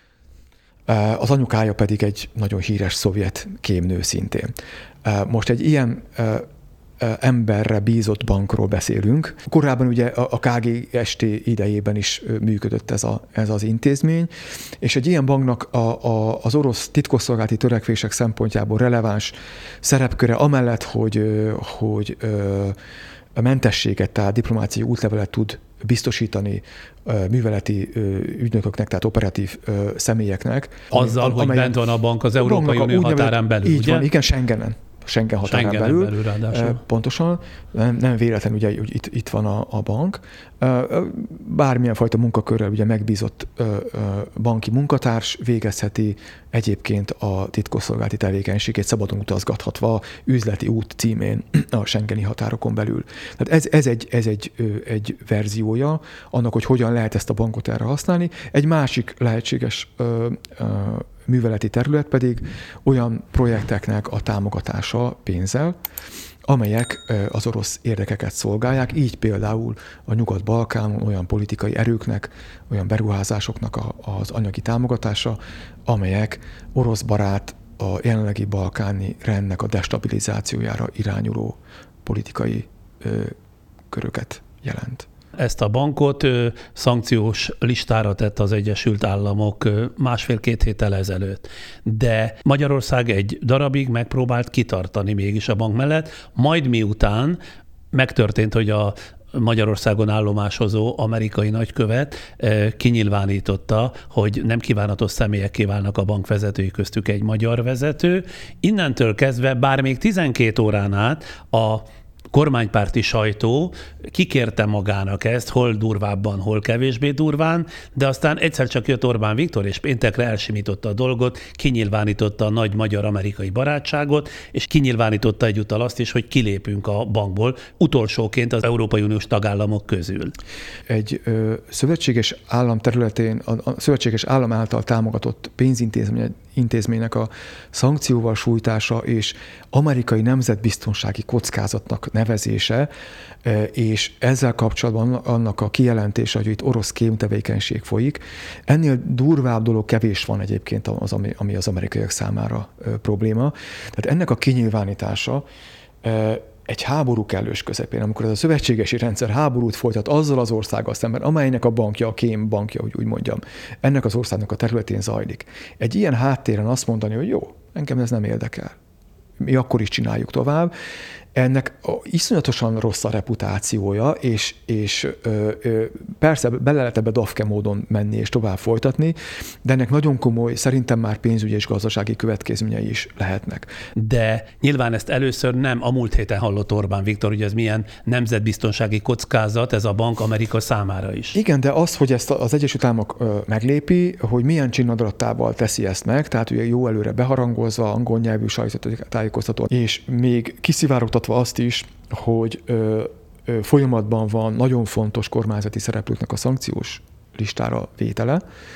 Az anyukája pedig egy nagyon híres szovjet kémnő szintén. Most egy ilyen emberre bízott bankról beszélünk. Korábban ugye a ká gé es té idejében is működött ez, a, ez az intézmény, és egy ilyen banknak a, a, az orosz titkosszolgálati törekvések szempontjából releváns szerepköre, amellett, hogy, hogy a mentességet, tehát diplomáciai útlevelet tud biztosítani műveleti ügynököknek, tehát operatív személyeknek. Azzal, ami, hogy bent van a bank az Európai Unió határán belül, így ugye? Van, igen, Schengenen. Schengen határán Schengenen belül, belül pontosan, nem, nem véletlen, ugye, hogy itt, itt van a, a bank. Bármilyen fajta munkakörrel ugye megbízott banki munkatárs végezheti egyébként a titkosszolgálati tevékenységét szabadon utazgathatva üzleti út címén a schengeni határokon belül. Tehát ez, ez, egy, ez egy, egy verziója annak, hogy hogyan lehet ezt a bankot erre használni. Egy másik lehetséges műveleti terület pedig olyan projekteknek a támogatása pénzzel, amelyek az orosz érdekeket szolgálják, így például a Nyugat-Balkánon olyan politikai erőknek, olyan beruházásoknak az anyagi támogatása, amelyek orosz barát a jelenlegi balkáni rendnek a destabilizációjára irányuló politikai köröket jelent. Ezt a bankot ö, szankciós listára tett az Egyesült Államok ö, másfél-két héttel ezelőtt. De Magyarország egy darabig megpróbált kitartani mégis a bank mellett, majd miután megtörtént, hogy a Magyarországon állomásozó amerikai nagykövet ö, kinyilvánította, hogy nem kívánatos személyekké válnak a bank vezetői, köztük egy magyar vezető. Innentől kezdve, bár még tizenkét órán át a kormánypárti sajtó kikérte magának ezt, hol durvábban, hol kevésbé durván, de aztán egyszer csak jött Orbán Viktor, és péntekre elsimította a dolgot, kinyilvánította a nagy magyar-amerikai barátságot, és kinyilvánította egyúttal azt is, hogy kilépünk a bankból, utolsóként az Európai Uniós tagállamok közül. Egy ö, szövetséges állam területén, a, a szövetséges állam által támogatott pénzintézmény intézménynek a szankcióval sújtása és amerikai nemzetbiztonsági kockázatnak nevezése, és ezzel kapcsolatban annak a kijelentése, hogy itt orosz kémtevékenység folyik. Ennél durvább dolog kevés van egyébként, az, ami, ami az amerikaiak számára probléma. Tehát ennek a kinyilvánítása egy háború kellős közepén, amikor ez a szövetségesi rendszer háborút folytat azzal az országgal szemben, amelynek a bankja, a kém bankja, hogy úgy mondjam, ennek az országnak a területén zajlik. Egy ilyen háttéren azt mondani, hogy jó, engem ez nem érdekel. Mi akkor is csináljuk tovább. ennek iszonyatosan rossz a reputációja, és, és ö, ö, persze bele lehet ebbe dafke módon menni és tovább folytatni, de ennek nagyon komoly, szerintem már pénzügyi és gazdasági következményei is lehetnek. De nyilván ezt először nem a múlt héten hallott Orbán Viktor, hogy ez milyen nemzetbiztonsági kockázat ez a bank Amerika számára is. Igen, de az, hogy ezt az Egyesült Államok meglépi, hogy milyen csinnadarattával teszi ezt meg, tehát ugye jó előre beharangozva, angol nyelvű sajtótájékoztató, és még kiszivárogtatva azt is, hogy ö, ö, folyamatban van nagyon fontos kormányzati szereplőknek a szankciós listára vétele,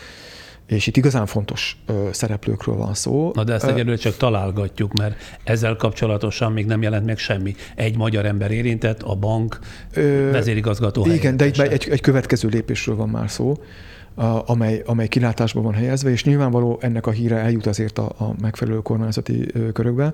és itt igazán fontos ö, szereplőkről van szó. Na de ezt egyelőre csak találgatjuk, mert ezzel kapcsolatosan még nem jelent meg semmi. Egy magyar ember érintett, a bank ö, vezérigazgató helyettese. Igen, de itt egy, egy következő lépésről van már szó, a, amely, amely kilátásba van helyezve, és nyilvánvaló ennek a híre eljut azért a, a megfelelő kormányzati ö, körökbe,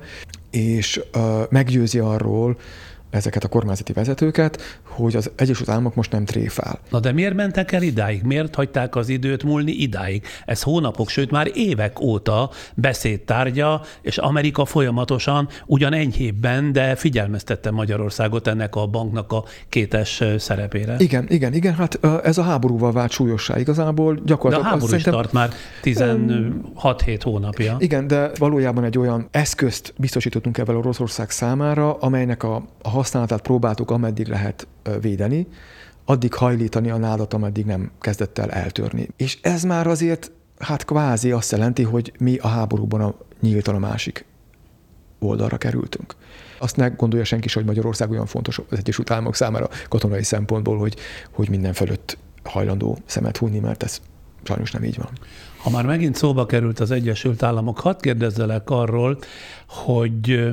és ö, meggyőzi arról ezeket a kormányzati vezetőket, hogy az Egyesült Államok most nem tréfál. Na de miért mentek el idáig? Miért hagyták az időt múlni idáig? Ez hónapok, sőt már évek óta beszédtárgya, és Amerika folyamatosan ugyan enyhébben, de figyelmeztette Magyarországot ennek a banknak a kétes szerepére. Igen, igen, igen, hát ez a háborúval vált súlyossá igazából. Gyakorlatilag de a háború is szerintem... tart már tizenhat-hét hónapja. Igen, de valójában egy olyan eszközt biztosítottunk ebben Oroszország számára, amelynek a, a használatát próbáltuk ameddig lehet védeni, addig hajlítani a nádat, ameddig nem kezdett el eltörni. És ez már azért, hát kvázi azt jelenti, hogy mi a háborúban a nyíltan a másik oldalra kerültünk. Azt ne gondolja senki sem, hogy Magyarország olyan fontos az Egyesült Államok számára katonai szempontból, hogy, hogy minden fölött hajlandó szemet hújni, mert ez sajnos nem így van. Ha már megint szóba került az Egyesült Államok, hadd kérdezzelek arról, hogy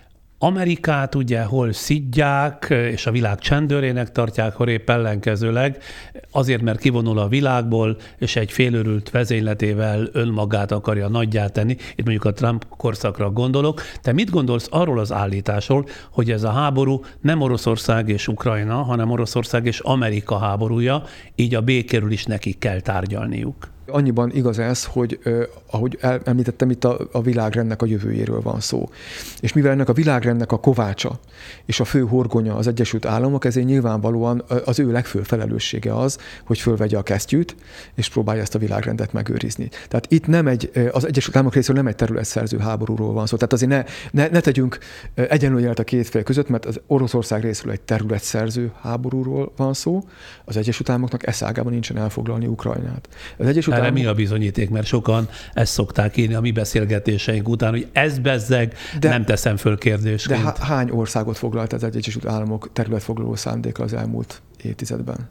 Amerikát ugye hol szidják, és a világ csendőrének tartják, hol épp ellenkezőleg, azért, mert kivonul a világból, és egy félőrült vezényletével önmagát akarja nagyjá tenni. Itt mondjuk a Trump korszakra gondolok. Te mit gondolsz arról az állításról, hogy ez a háború nem Oroszország és Ukrajna, hanem Oroszország és Amerika háborúja, így a békéről is nekik kell tárgyalniuk? Annyiban igaz ez, hogy eh, ahogy említettem, itt a, a világrendnek a jövőjéről van szó. És mivel ennek a világrendnek a kovácsa és a fő horgonya az Egyesült Államok, ezért nyilvánvalóan az ő legfőbb felelőssége az, hogy fölvegye a kesztyűt, és próbálja ezt a világrendet megőrizni. Tehát itt nem egy, az Egyesült Államok részéről nem egy területszerző háborúról van szó. Tehát azért ne, ne, ne tegyünk egyenlő jelet a két fél között, mert az Oroszország részéről egy területszerző háborúról van szó, az Egyesült Államoknak eszágában nincsen elfoglalni Ukrajnát. Az Egyesült Erre Államok... mi a bizonyíték? Mert sokan ezt szokták írni a mi beszélgetéseink után, hogy ez bezzeg, de, nem teszem föl kérdésként. De hány országot foglalt az Egyesült Államok területfoglaló szándéka az elmúlt évtizedben?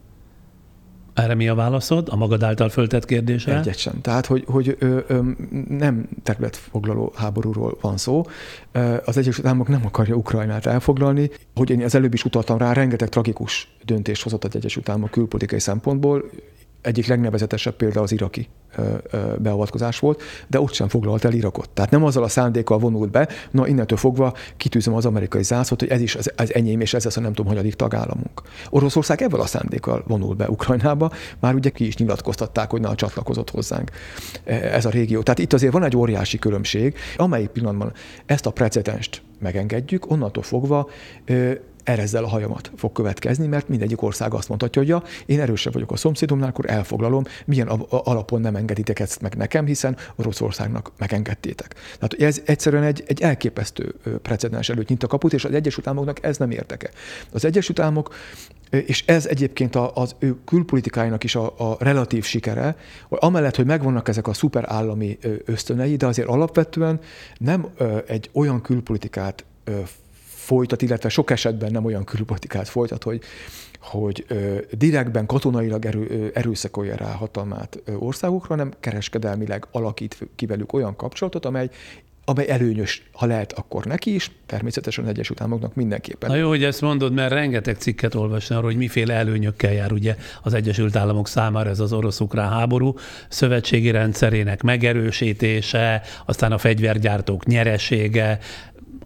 Erre mi a válaszod a magad által föltett kérdésre? Egyet sem. Tehát, hogy, hogy ö, ö, nem területfoglaló háborúról van szó. Az Egyesült Államok nem akarja Ukrajnát elfoglalni. Hogy én az előbb is utaltam rá, rengeteg tragikus döntést hozott az Egyesült Államok külpolitikai szempontból. Egyik legnevezetesebb példa az iraki beavatkozás volt, de ott sem foglalt el Irakot. Tehát nem azzal a szándékkal vonult be, na innentől fogva kitűzöm az amerikai zászlót, hogy ez is az, az enyém, és ez lesz a nem tudom, hanyadik tagállamunk. Oroszország ebből a szándékkal vonul be Ukrajnába, már ugye ki is nyilatkoztatták, hogy na, csatlakozott hozzánk ez a régió. Tehát itt azért van egy óriási különbség, amelyik pillanatban ezt a precedenst megengedjük, onnantól fogva erezzel a hajamat fog következni, mert mindegyik ország azt mondhatja, hogy ja, én erősebb vagyok a szomszédomnál, akkor elfoglalom, milyen alapon nem engeditek ezt meg nekem, hiszen Oroszországnak megengedtétek. Tehát ez egyszerűen egy, egy elképesztő precedens előtt nyit a kaput, és az Egyesült Államoknak ez nem érdeke. Az Egyesült Államok, és ez egyébként az ő külpolitikájának is a, a relatív sikere, hogy amellett, hogy megvannak ezek a szuperállami ösztönei, de azért alapvetően nem egy olyan külpolitikát folytat, illetve sok esetben nem olyan külpolitikát folytat, hogy, hogy ö, direktben katonailag erő, erőszakolja rá hatalmát országokra, hanem kereskedelmileg alakít ki velük olyan kapcsolatot, amely amely előnyös, ha lehet, akkor neki is, természetesen az Egyesült Államoknak mindenképpen. Na jó, hogy ezt mondod, mert rengeteg cikket olvasni arról, hogy miféle előnyökkel jár ugye az Egyesült Államok számára ez az orosz-ukrán háború, szövetségi rendszerének megerősítése, aztán a fegyvergyártók nyeresége,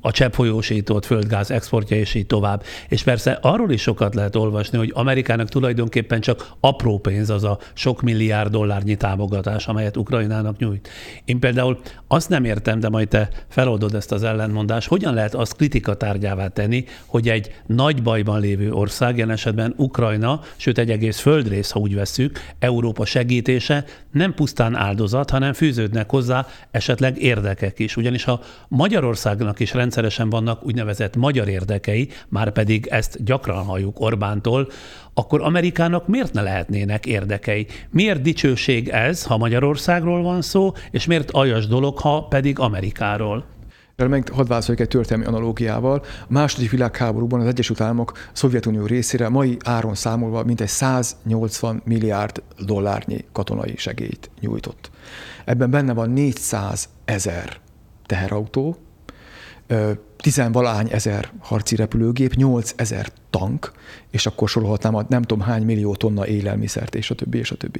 a cseppfolyósított földgáz exportja, és így tovább. És persze arról is sokat lehet olvasni, hogy Amerikának tulajdonképpen csak apró pénz az a sok milliárd dollárnyi támogatás, amelyet Ukrajnának nyújt. Én például azt nem értem, de majd te feloldod ezt az ellentmondást, hogyan lehet azt kritika tárgyává tenni, hogy egy nagy bajban lévő ország, jelen esetben Ukrajna, sőt egy egész földrész, ha úgy vesszük, Európa segítése nem pusztán áldozat, hanem fűződnek hozzá esetleg érdekek is. Ugyanis ha Magyarországnak is rendszeresen vannak úgynevezett magyar érdekei, már pedig ezt gyakran halljuk Orbántól, akkor Amerikának miért ne lehetnének érdekei? Miért dicsőség ez, ha Magyarországról van szó, és miért aljas dolog, ha pedig Amerikáról? Meg hadd válaszoljak egy történelmi analógiával. A második világháborúban az Egyesült Államok Szovjetunió részére mai áron számolva mintegy száznyolcvan milliárd dollárnyi katonai segélyt nyújtott. Ebben benne van négyszázezer teherautó, tizenvalahány ezer harci repülőgép, nyolcezer tank, és akkor sorolhatnám a nem tudom hány millió tonna élelmiszert, és a többi, és a többi.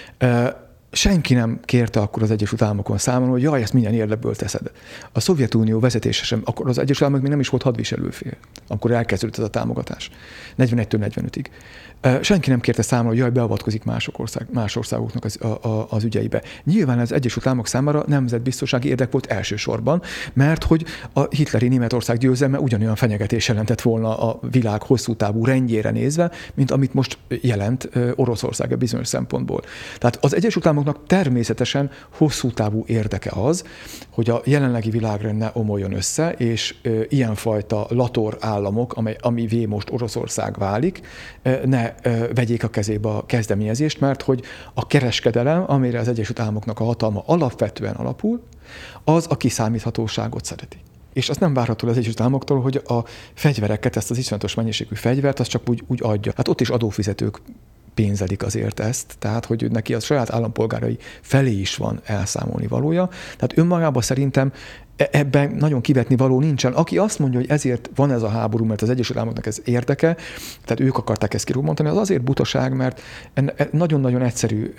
Senki nem kérte akkor az Egyesült Államokon számon, hogy jaj, ezt minden érdekből teszed. A Szovjetunió vezetése sem, akkor az Egyesült Államok még nem is volt hadviselőfél, amikor elkezdődött ez a támogatás. negyvenegytől negyvenötig. Senki nem kérte számon, hogy jaj, beavatkozik mások ország, más országoknak az, a, a, az ügyeibe. Nyilván az Egyesült Államok számára nemzetbiztonsági érdek volt elsősorban, mert hogy a hitleri Németország győzelme ugyanolyan fenyegetés jelentett volna a világ hosszú távú rendjére nézve, mint amit most jelent Oroszország bizonyos szempontból. Tehát az Egyesült Államoknak természetesen hosszú távú érdeke az, hogy a jelenlegi világrend ne omoljon össze, és e, ilyenfajta lator államok, amely, amivé most Oroszország válik, e, ne vegyék a kezébe a kezdeményezést, mert hogy a kereskedelem, amire az Egyesült Államoknak a hatalma alapvetően alapul, az a kiszámíthatóságot szereti. És azt nem várható az Egyesült Államoktól, hogy a fegyvereket, ezt az iszonyatos mennyiségű fegyvert, azt csak úgy, úgy adja. Hát ott is adófizetők pénzelik azért ezt, tehát hogy neki a saját állampolgárai felé is van elszámolni valója. Tehát önmagában szerintem ebben nagyon kivetni való nincsen. Aki azt mondja, hogy ezért van ez a háború, mert az Egyesült Államoknak ez érdeke, tehát ők akarták ezt kirobbantani, az azért butaság, mert nagyon-nagyon egyszerű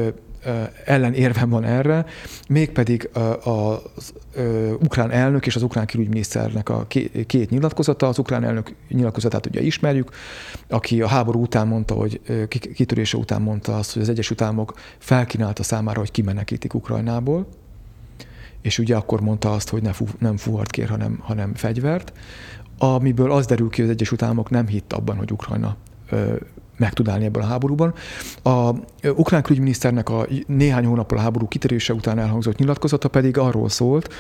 ellenérvem van erre, mégpedig az ukrán elnök és az ukrán külügyminiszternek a két nyilatkozata. Az ukrán elnök nyilatkozatát ugye ismerjük, aki a háború után mondta, hogy kitörése után mondta azt, hogy az Egyesült Államok felkínálta számára, hogy kimenekítik Ukrajnából, és ugye akkor mondta azt, hogy ne fú, nem fúvart kér, hanem, hanem fegyvert, amiből az derül ki, hogy az Egyesült Államok nem hitt abban, hogy Ukrajna ö, meg tud állni ebből a háborúban. A ukrán külügyminiszternek a néhány hónappal a háború kitörése után elhangzott nyilatkozata pedig arról szólt,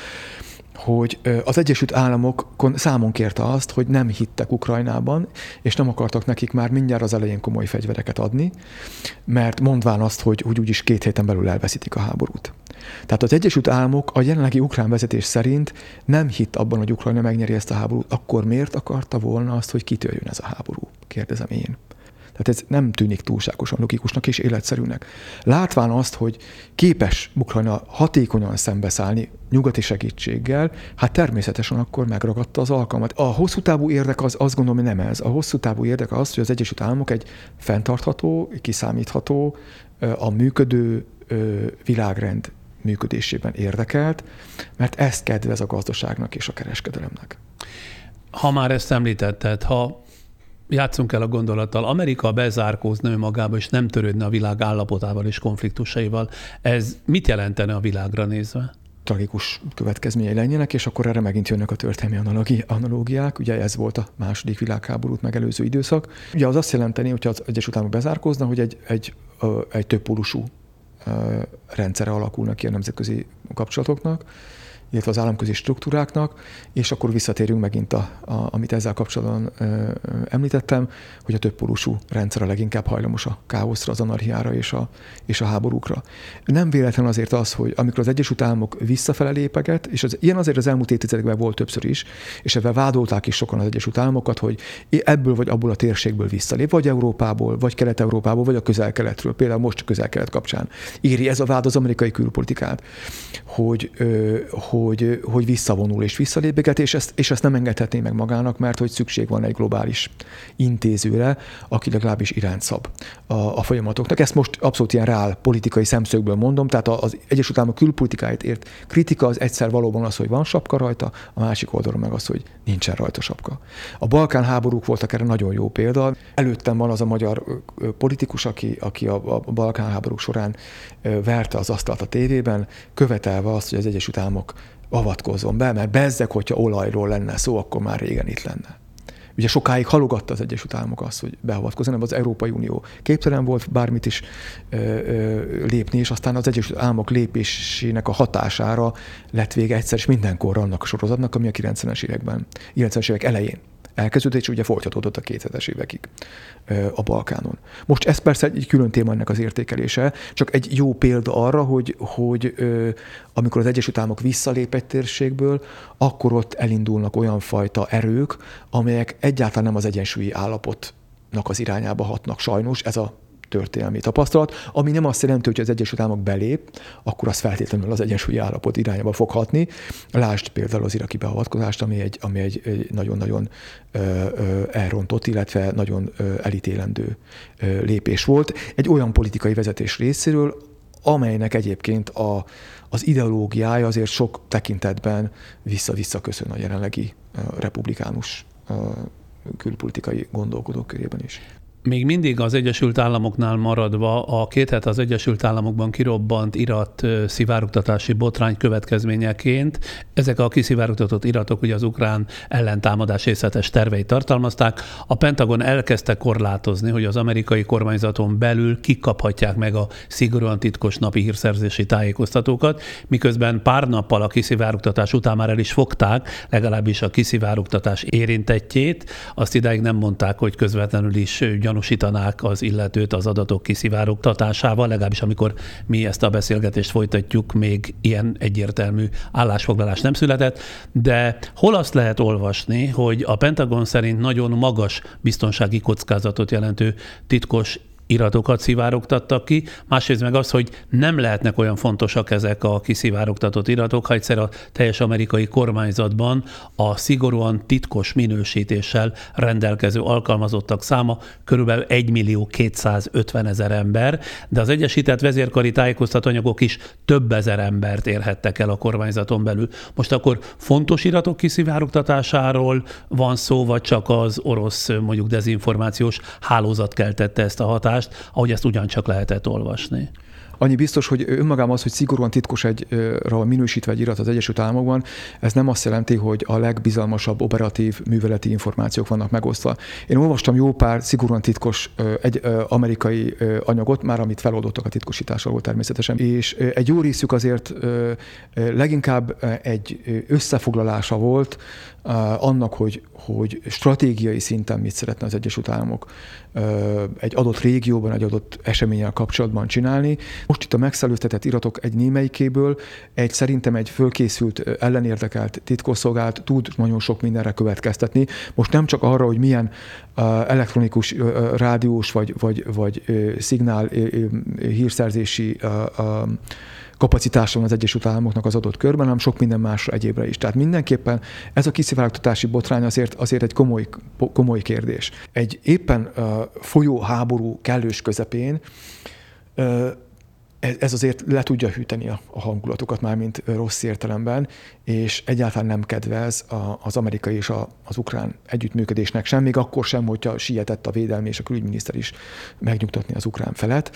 hogy az Egyesült Államokon számon kérte azt, hogy nem hittek Ukrajnában, és nem akartak nekik már mindjárt az elején komoly fegyvereket adni, mert mondván azt, hogy úgy úgyis két héten belül elveszítik a háborút. Tehát az Egyesült Államok a jelenlegi ukrán vezetés szerint nem hitt abban, hogy Ukrajna megnyeri ezt a háborút. Akkor miért akarta volna azt, hogy kitörjön ez a háború? Kérdezem én. Tehát ez nem tűnik túlságosan logikusnak és életszerűnek. Látván azt, hogy képes Ukrajna hatékonyan szembeszállni nyugati segítséggel, hát természetesen akkor megragadta az alkalmat. A hosszú távú érdek az, azt gondolom, hogy nem ez. A hosszú távú érdek az, hogy az Egyesült Államok egy fenntartható, kiszámítható, a működő világrend működésében érdekelt, mert ezt kedvez a gazdaságnak és a kereskedelemnek. Ha már ezt említetted, ha játszunk el a gondolattal, Amerika bezárkózna önmagába, és nem törődne a világ állapotával és konfliktusaival, ez mit jelentene a világra nézve? Tragikus következményei lennének, és akkor erre megint jönnek a történelmi analógiák. Ugye ez volt a második világháborút megelőző időszak. Ugye az azt jelenteni, hogyha az Egyesült Államok bezárkózna, hogy egy, egy, egy többpólusú rendszere alakulnak ki a nemzetközi kapcsolatoknak, illetve az államközi struktúráknak, és akkor visszatérünk megint, a, a, amit ezzel kapcsolatban ö, említettem, hogy a többpólusú rendszer a leginkább hajlamos a káoszra, az anarchiára és a, és a háborúkra. Nem véletlen azért az, hogy amikor az Egyesült Államok visszafele lépeget, és az, ilyen azért az elmúlt évtizedekben volt többször is, és ebben vádolták is sokan az Egyesült Államokat, hogy ebből vagy abból a térségből visszalép, vagy Európából, vagy Kelet-Európából, vagy a közel-keletről, például most a közel-kelet kapcsán. Éri ez a vád az amerikai külpolitikát, hogy, ö, hogy hogy, hogy visszavonul és visszalépeget, és ezt, és ezt nem engedhetné meg magának, mert hogy szükség van egy globális intézőre, aki legalábbis irányt szab a, a folyamatoknak. Ezt most abszolút ilyen reál politikai szemszögből mondom, tehát az Egyesült Államok külpolitikáit ért kritika az egyszer valóban az, hogy van sapka rajta, a másik oldalon meg az, hogy nincsen rajta sapka. A Balkán háborúk voltak erre nagyon jó példa. Előttem van az a magyar politikus, aki, aki a, a Balkán háborúk során verte az asztalt a tévében, követelve azt, hogy az Egyesült Államok avatkozzon be, mert bezzeg, hogyha olajról lenne szó, akkor már régen itt lenne. Ugye sokáig halogatta az Egyesült Államok azt, hogy beavatkozzon, az Európai Unió képtelen volt bármit is ö, ö, lépni, és aztán az Egyesült Államok lépésének a hatására lett vége egyszer és mindenkor annak a sorozatnak, ami a kilencvenes években, kilencvenes évek elején elkezdődött, és ugye folytatódott a kétezres évekig a Balkánon. Most ez persze egy külön téma ennek az értékelése, csak egy jó példa arra, hogy, hogy amikor az Egyesült Államok visszalép egy térségből, akkor ott elindulnak olyan fajta erők, amelyek egyáltalán nem az egyensúlyi állapotnak az irányába hatnak sajnos, ez a történelmi tapasztalat, ami nem azt jelenti, hogy az Egyesült Államok belép, akkor az feltétlenül az egyensúlyi állapot irányába fog hatni. Lásd például az iraki beavatkozást, ami egy, ami egy, egy nagyon-nagyon ö, ö, elrontott, illetve nagyon ö, elítélendő ö, lépés volt. Egy olyan politikai vezetés részéről, amelynek egyébként a, az ideológiája azért sok tekintetben vissza-vissza köszön a jelenlegi ö, republikánus ö, külpolitikai gondolkodók körében is. Még mindig az Egyesült Államoknál maradva a két hete az Egyesült Államokban kirobbant irat szivárogtatási botrány következményeként ezek a kiszivárogtatott iratok ugye az ukrán ellentámadás részletes terveit tartalmazták. A Pentagon elkezdte korlátozni, hogy az amerikai kormányzaton belül kik kaphatják meg a szigorúan titkos napi hírszerzési tájékoztatókat, miközben pár nappal a kiszivárogtatás után már el is fogták, legalábbis a kiszivárogtatás érintettjét. Azt idáig nem mondták, hogy közvetlenül is gyanúsítanák az illetőt az adatok kiszivárogtatásával, legalábbis amikor mi ezt a beszélgetést folytatjuk, még ilyen egyértelmű állásfoglalás nem született, de hol azt lehet olvasni, hogy a Pentagon szerint nagyon magas biztonsági kockázatot jelentő titkos iratokat szivárogtattak ki, másrészt meg az, hogy nem lehetnek olyan fontosak ezek a kiszivárogtatott iratok, ha egyszer a teljes amerikai kormányzatban a szigorúan titkos minősítéssel rendelkező alkalmazottak száma körülbelül egymillió-kétszázötvenezer ember, de az egyesített vezérkari tájékoztatóanyagok is több ezer embert érhettek el a kormányzaton belül. Most akkor fontos iratok kiszivárogtatásáról van szó, vagy csak az orosz mondjuk dezinformációs hálózat keltette ezt a hatást, ahogy ezt ugyancsak lehetett olvasni? Annyi biztos, hogy önmagában az, hogy szigorúan titkos egyra minősítve egy irat az Egyesült Államokban, ez nem azt jelenti, hogy a legbizalmasabb operatív műveleti információk vannak megosztva. Én olvastam jó pár szigorúan titkos egy amerikai anyagot, már amit feloldottak a titkosításról természetesen, és egy jó részük azért leginkább egy összefoglalása volt annak, hogy, hogy stratégiai szinten mit szeretne az Egyesült Államok egy adott régióban, egy adott eseménnyel kapcsolatban csinálni. Most itt a megszellőztetett iratok egy némelyikéből egy szerintem egy fölkészült, ellenérdekelt titkosszolgálat tud nagyon sok mindenre következtetni. Most nem csak arra, hogy milyen elektronikus, rádiós vagy, vagy, vagy szignál hírszerzési kapacitása van az Egyesült Államoknak az adott körben, hanem sok minden másra egyébre is. Tehát mindenképpen ez a kiszivárogtatási botrány azért, azért egy komoly, komoly kérdés. Egy éppen uh, folyó háború kellős közepén uh, ez azért le tudja hűteni a, a hangulatokat már, mint rossz értelemben, és egyáltalán nem kedvez az amerikai és a, az ukrán együttműködésnek sem, még akkor sem, hogyha sietett a védelmi és a külügyminiszter is megnyugtatni az ukrán felet.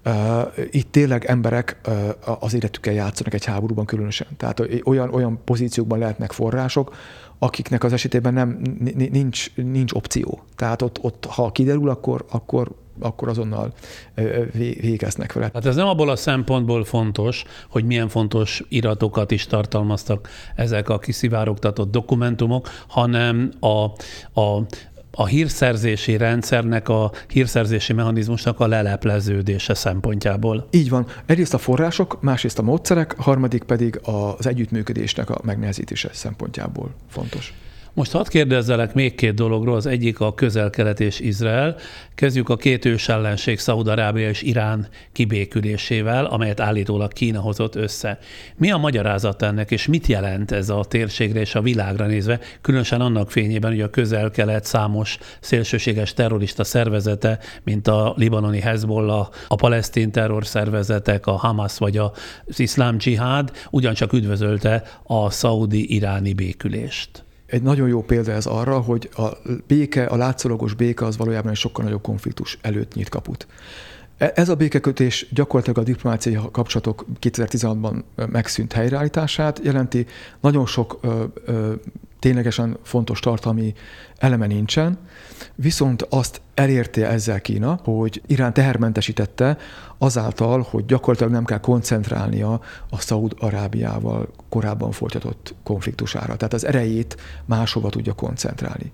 Itt tényleg emberek az életükkel játszanak egy háborúban különösen. Tehát olyan, olyan pozíciókban lehetnek források, akiknek az esetében nem, nincs, nincs opció. Tehát ott, ott ha kiderül, akkor, akkor akkor azonnal végeznek vele. Hát ez nem abból a szempontból fontos, hogy milyen fontos iratokat is tartalmaztak ezek a kiszivárogtatott dokumentumok, hanem a, a a hírszerzési rendszernek, a hírszerzési mechanizmusnak a lelepleződése szempontjából. Így van. Egyrészt a források, másrészt a módszerek, harmadik pedig az együttműködésnek a megnehezítése szempontjából fontos. Most hadd kérdezzelek még két dologról, az egyik a Közel-Kelet és Izrael. Kezdjük a két ős ellenség, Szaúd-Arábia és Irán kibékülésével, amelyet állítólag Kína hozott össze. Mi a magyarázat ennek, és mit jelent ez a térségre és a világra nézve, különösen annak fényében, hogy a Közel-Kelet számos szélsőséges terrorista szervezete, mint a libanoni Hezbollah, a palesztin terrorszervezetek, a Hamas vagy az iszlám dzsihád ugyancsak üdvözölte a szaudi-iráni békülést. Egy nagyon jó példa ez arra, hogy a béke, a látszólagos béke az valójában egy sokkal nagyobb konfliktus előtt nyit kaput. Ez a békekötés gyakorlatilag a diplomáciai kapcsolatok kétezer-tizenhatban megszűnt helyreállítását jelenti. Nagyon sok ö, ö, ténylegesen fontos tartalmi eleme nincsen, viszont azt elérte ezzel Kína, hogy Irán tehermentesítette azáltal, hogy gyakorlatilag nem kell koncentrálnia a Szaúd-Arábiával korábban folytatott konfliktusára. Tehát az erejét máshova tudja koncentrálni.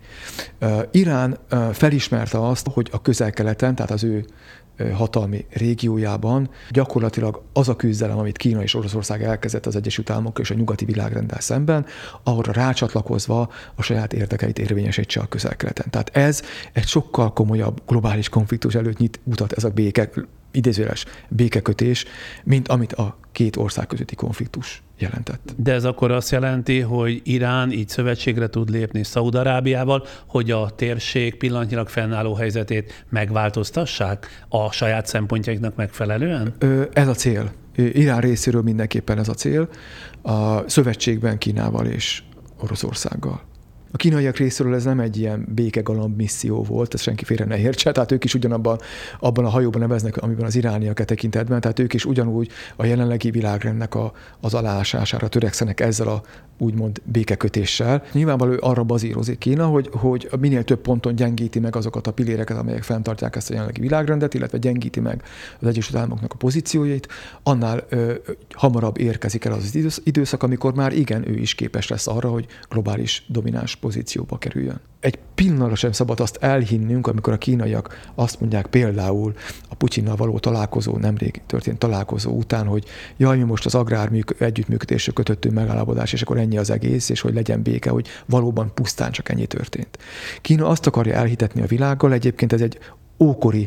Irán felismerte azt, hogy a Közel-Keleten, tehát az ő hatalmi régiójában gyakorlatilag az a küzdelem, amit Kína és Oroszország elkezdett az Egyesült Államok és a nyugati világrenddel szemben, ahora rácsatlakozva a saját érdekeit érvényesítse a Közel-Keleten. Tehát ez egy sokkal komolyabb globális konfliktus előtt nyit utat, ez a béke, idézőjeles békekötés, mint amit a két ország közötti konfliktus jelentett. De ez akkor azt jelenti, hogy Irán így szövetségre tud lépni Szaúd-Arábiával, hogy a térség pillanatnyilag fennálló helyzetét megváltoztassák a saját szempontjaiknak megfelelően? Ez a cél. Irán részéről mindenképpen ez a cél. A szövetségben Kínával és Oroszországgal. A kínaiak részéről ez nem egy ilyen békegalamb misszió volt, ezt senki félre ne értse, tehát ők is ugyanabban abban a hajóban neveznek, amiben az irániak e tekintetben, tehát ők is ugyanúgy a jelenlegi világrendnek a, az aláásására törekszenek ezzel a úgymond békekötéssel. Nyilvánvalóan arra bazírozik Kína, hogy, hogy minél több ponton gyengíti meg azokat a pilléreket, amelyek fenntartják ezt a jelenlegi világrendet, illetve gyengíti meg az Egyesült Államoknak a pozícióit, annál ö, hamarabb érkezik el az időszak, amikor már igen, ő is képes lesz arra, hogy globális domináns pozícióba kerüljön. Egy pillanatra sem szabad azt elhinnünk, amikor a kínaiak azt mondják például a Putyinnal való találkozó, nemrég történt találkozó után, hogy jaj, mi most az agrár együttműködésre kötöttünk megállapodás, és akkor ennyi az egész, és hogy legyen béke, hogy valóban pusztán csak ennyi történt. Kína azt akarja elhitetni a világgal, egyébként ez egy ókori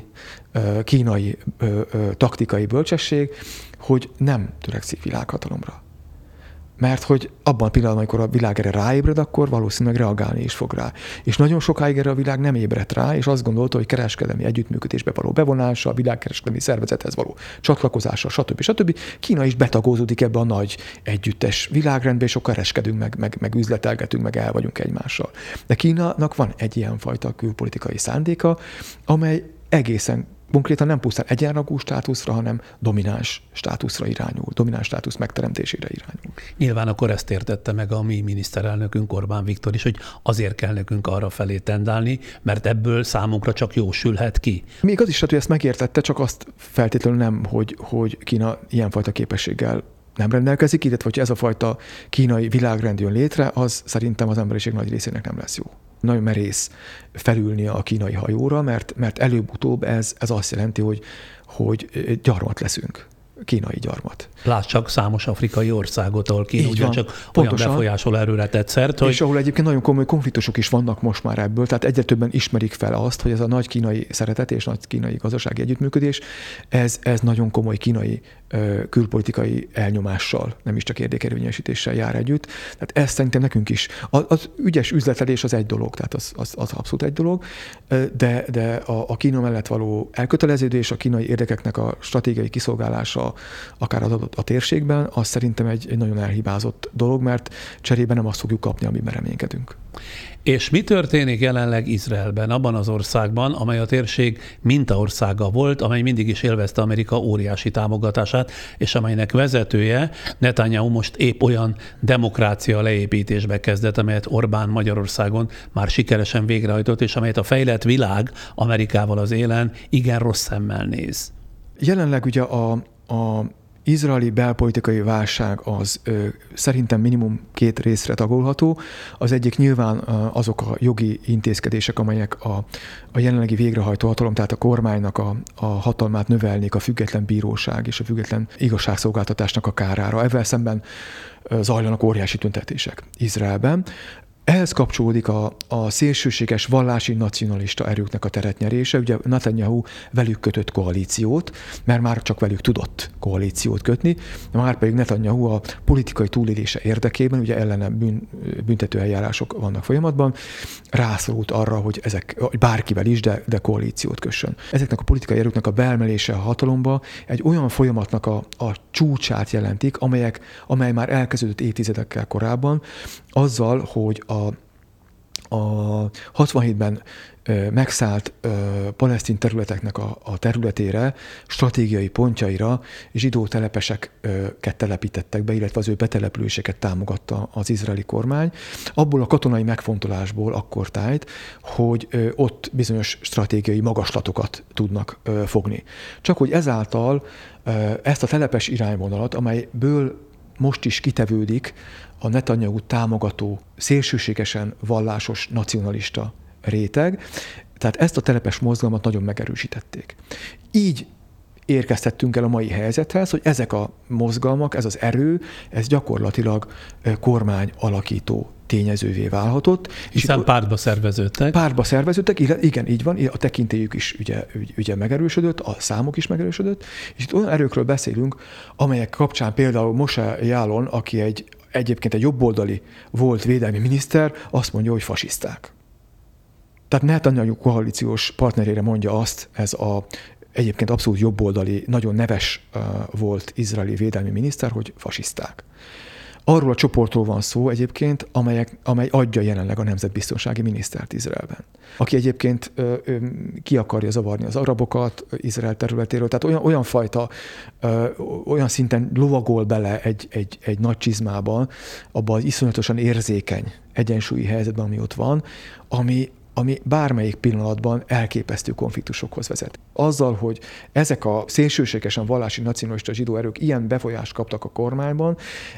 kínai taktikai bölcsesség, hogy nem törekszik világhatalomra. Mert hogy abban a pillanatban, amikor a világ erre ráébred, akkor valószínűleg reagálni is fog rá. És nagyon sokáig erre a világ nem ébredt rá, és azt gondolta, hogy kereskedelmi együttműködésbe való bevonása, a világkereskedelmi szervezethez való csatlakozása, stb. stb. Kína is betagózódik ebbe a nagy együttes világrendbe, és akkor kereskedünk, meg, meg, meg üzletelgetünk, meg el vagyunk egymással. De Kínának van egy ilyenfajta külpolitikai szándéka, amely egészen konkrétan nem pusztán egyenrangú státuszra, hanem domináns státuszra irányul, domináns státusz megteremtésére irányul. Nyilván akkor ezt értette meg a mi miniszterelnökünk, Orbán Viktor is, hogy azért kell nekünk arra felé tendálni, mert ebből számunkra csak jó sülhet ki. Még az is, hogy ezt megértette, csak azt feltétlenül nem, hogy, hogy Kína ilyenfajta képességgel nem rendelkezik, illetve hogy ez a fajta kínai világrend jön létre, az szerintem az emberiség nagy részének nem lesz jó. Nagyon merész felülni a kínai hajóra, mert, mert előbb-utóbb ez, ez azt jelenti, hogy, hogy gyarmat leszünk. Kínai gyarmat. Lásd csak számos afrikai országot, ahol Kína ugyancsak olyan pontosan befolyásol erőre tett szert, hogy... És ahol egyébként nagyon komoly konfliktusok is vannak most már ebből, tehát egyre többen ismerik fel azt, hogy ez a nagy kínai szeretet és nagy kínai gazdasági együttműködés, ez, ez nagyon komoly kínai ö, külpolitikai elnyomással, nem is csak érdekérvényesítéssel jár együtt. Tehát ez szerintem nekünk is. Az, az ügyes üzletelés az egy dolog, tehát az, az, az abszolút egy dolog, de, de a, a Kína mellett való elköteleződés, a kínai érdekeknek a stratégiai kiszolgálása, akár az adott a térségben, az szerintem egy, egy nagyon elhibázott dolog, mert cserében nem azt fogjuk kapni, amiben reménykedünk. És mi történik jelenleg Izraelben, abban az országban, amely a térség mintaországa volt, amely mindig is élvezte Amerika óriási támogatását, és amelynek vezetője, Netanyahu most épp olyan demokrácia leépítésbe kezdett, amelyet Orbán Magyarországon már sikeresen végrehajtott, és amelyet a fejlett világ Amerikával az élen igen rossz szemmel néz. Jelenleg ugye a, a izraeli belpolitikai válság az ö, szerintem minimum két részre tagolható. Az egyik nyilván azok a jogi intézkedések, amelyek a, a jelenlegi végrehajtó hatalom, tehát a kormánynak a, a hatalmát növelnék a független bíróság és a független igazságszolgáltatásnak a kárára. Ezzel szemben zajlanak óriási tüntetések Izraelben. Ehhez kapcsolódik a, a szélsőséges vallási nacionalista erőknek a teretnyerése. Ugye Netanyahu velük kötött koalíciót, mert már csak velük tudott koalíciót kötni, már pedig Netanyahu a politikai túlélése érdekében, ugye ellene bűn, büntető eljárások vannak folyamatban, rászorult arra, hogy ezek bárkivel is, de, de koalíciót kössön. Ezeknek a politikai erőknek a beemelése a hatalomba egy olyan folyamatnak a, a csúcsát jelentik, amelyek, amely már elkezdődött évtizedekkel korábban, azzal, hogy a, a hatvanhétben ö, megszállt ö, palesztin területeknek a, a területére, stratégiai pontjaira zsidó telepeseket telepítettek be, illetve az ő betelepüléseket támogatta az izraeli kormány. Abból a katonai megfontolásból akkor tájt, hogy ö, ott bizonyos stratégiai magaslatokat tudnak ö, fogni. Csak hogy ezáltal ö, ezt a telepes irányvonalat, amelyből most is kitevődik a Netanyahu támogató, szélsőségesen vallásos nacionalista réteg, tehát ezt a telepes mozgalmat nagyon megerősítették. Így érkeztettünk el a mai helyzethez, hogy ezek a mozgalmak, ez az erő, ez gyakorlatilag kormány alakító tényezővé válhatott. Hiszen és pártba szerveződtek. Pártba szerveződtek, igen, így van, a tekintélyük is ugye, ugye megerősödött, a számok is megerősödött, és itt olyan erőkről beszélünk, amelyek kapcsán például Moshe Yaalon, aki egy, egyébként egy jobboldali volt védelmi miniszter, azt mondja, hogy fasiszták. Tehát Netanyahu koalíciós partnerére mondja azt, ez a egyébként abszolút jobboldali, nagyon neves uh, volt izraeli védelmi miniszter, hogy fasiszták. Arról a csoportról van szó egyébként, amelyek, amely adja jelenleg a nemzetbiztonsági minisztert Izraelben, aki egyébként ö, ö, ki akarja zavarni az arabokat Izrael területéről, tehát olyan, olyan fajta, ö, olyan szinten lovagol bele egy, egy, egy nagy csizmában, abban az iszonyatosan érzékeny egyensúlyi helyzetben, ami ott van, ami ami bármelyik pillanatban elképesztő konfliktusokhoz vezet. Azzal, hogy ezek a szélsőségesen vallási nacionalista zsidó erők ilyen befolyást kaptak a kormányban,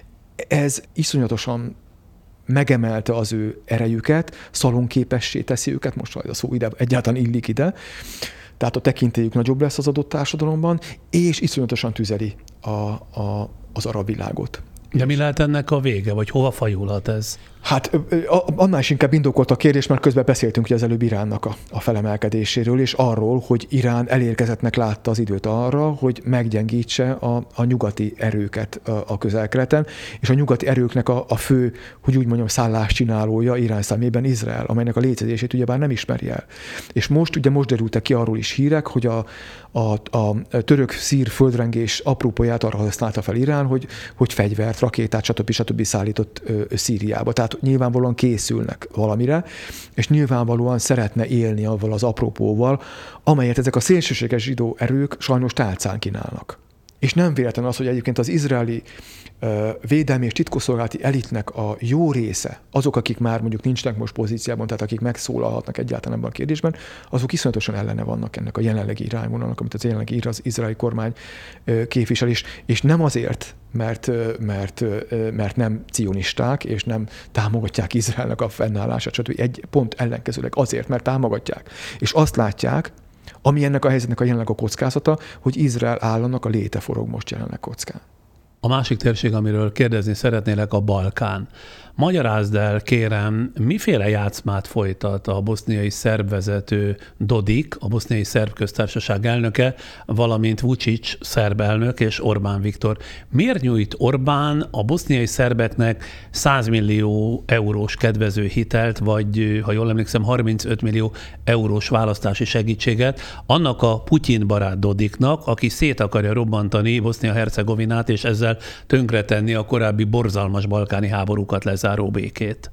ez iszonyatosan megemelte az ő erejüket, szalonképessé teszi őket, most majd a szó ide egyáltalán illik ide, tehát a tekintélyük nagyobb lesz az adott társadalomban, és iszonyatosan tüzeli a, a, az arab világot. De mi lehet ennek a vége, vagy hova fajulhat ez? Hát annál is inkább indokolt a kérdés, mert közben beszéltünk ugye az előbb Iránnak a, a felemelkedéséről, és arról, hogy Irán elérkezettnek látta az időt arra, hogy meggyengítse a, a nyugati erőket a, a közel-keleten, és a nyugati erőknek a, a fő, hogy úgy mondjam, szálláscsinálója Irán szemében Izrael, amelynek a létezését ugyebár nem ismeri el. És most, ugye most derültek ki arról is hírek, hogy a, a, a török-szír földrengés aprópóját arra használta fel Irán, hogy, hogy fegyvert, rakétát, stb. stb. Szállított ö, Szíriába. Tehát nyilvánvalóan készülnek valamire, és nyilvánvalóan szeretne élni avval az apropóval, amelyet ezek a szélsőséges zsidó erők sajnos tálcán kínálnak. És nem véletlen az, hogy egyébként az izraeli uh, védelmi és titkosszolgálati elitnek a jó része, azok, akik már mondjuk nincsnek most pozíciában, tehát akik megszólalhatnak egyáltalán ebben a kérdésben, azok iszonyatosan ellene vannak ennek a jelenlegi irányvonalnak, amit az jelenlegi az izraeli kormány uh, képvisel, és, és nem azért, mert, uh, mert, uh, mert nem cionisták, és nem támogatják Izraelnek a fennállását, stb. Egy pont ellenkezőleg azért, mert támogatják. És azt látják, ami ennek a helyzetnek a jelenleg a kockázata, hogy Izrael államnak a léte forog most jelenleg kockán. A másik térség, amiről kérdezni szeretnélek, a Balkán. Magyarázd el, kérem, miféle játszmát folytat a boszniai szerb vezető Dodik, a boszniai szerb köztársaság elnöke, valamint Vučić szerb elnök és Orbán Viktor. Miért nyújt Orbán a boszniai szerbeknek száz millió eurós kedvező hitelt, vagy, ha jól emlékszem, harmincöt millió eurós választási segítséget annak a Putyin barát Dodiknak, aki szét akarja robbantani Bosznia-Hercegovinát, és ezzel tönkretenni a korábbi borzalmas balkáni háborúkat lezáró békét?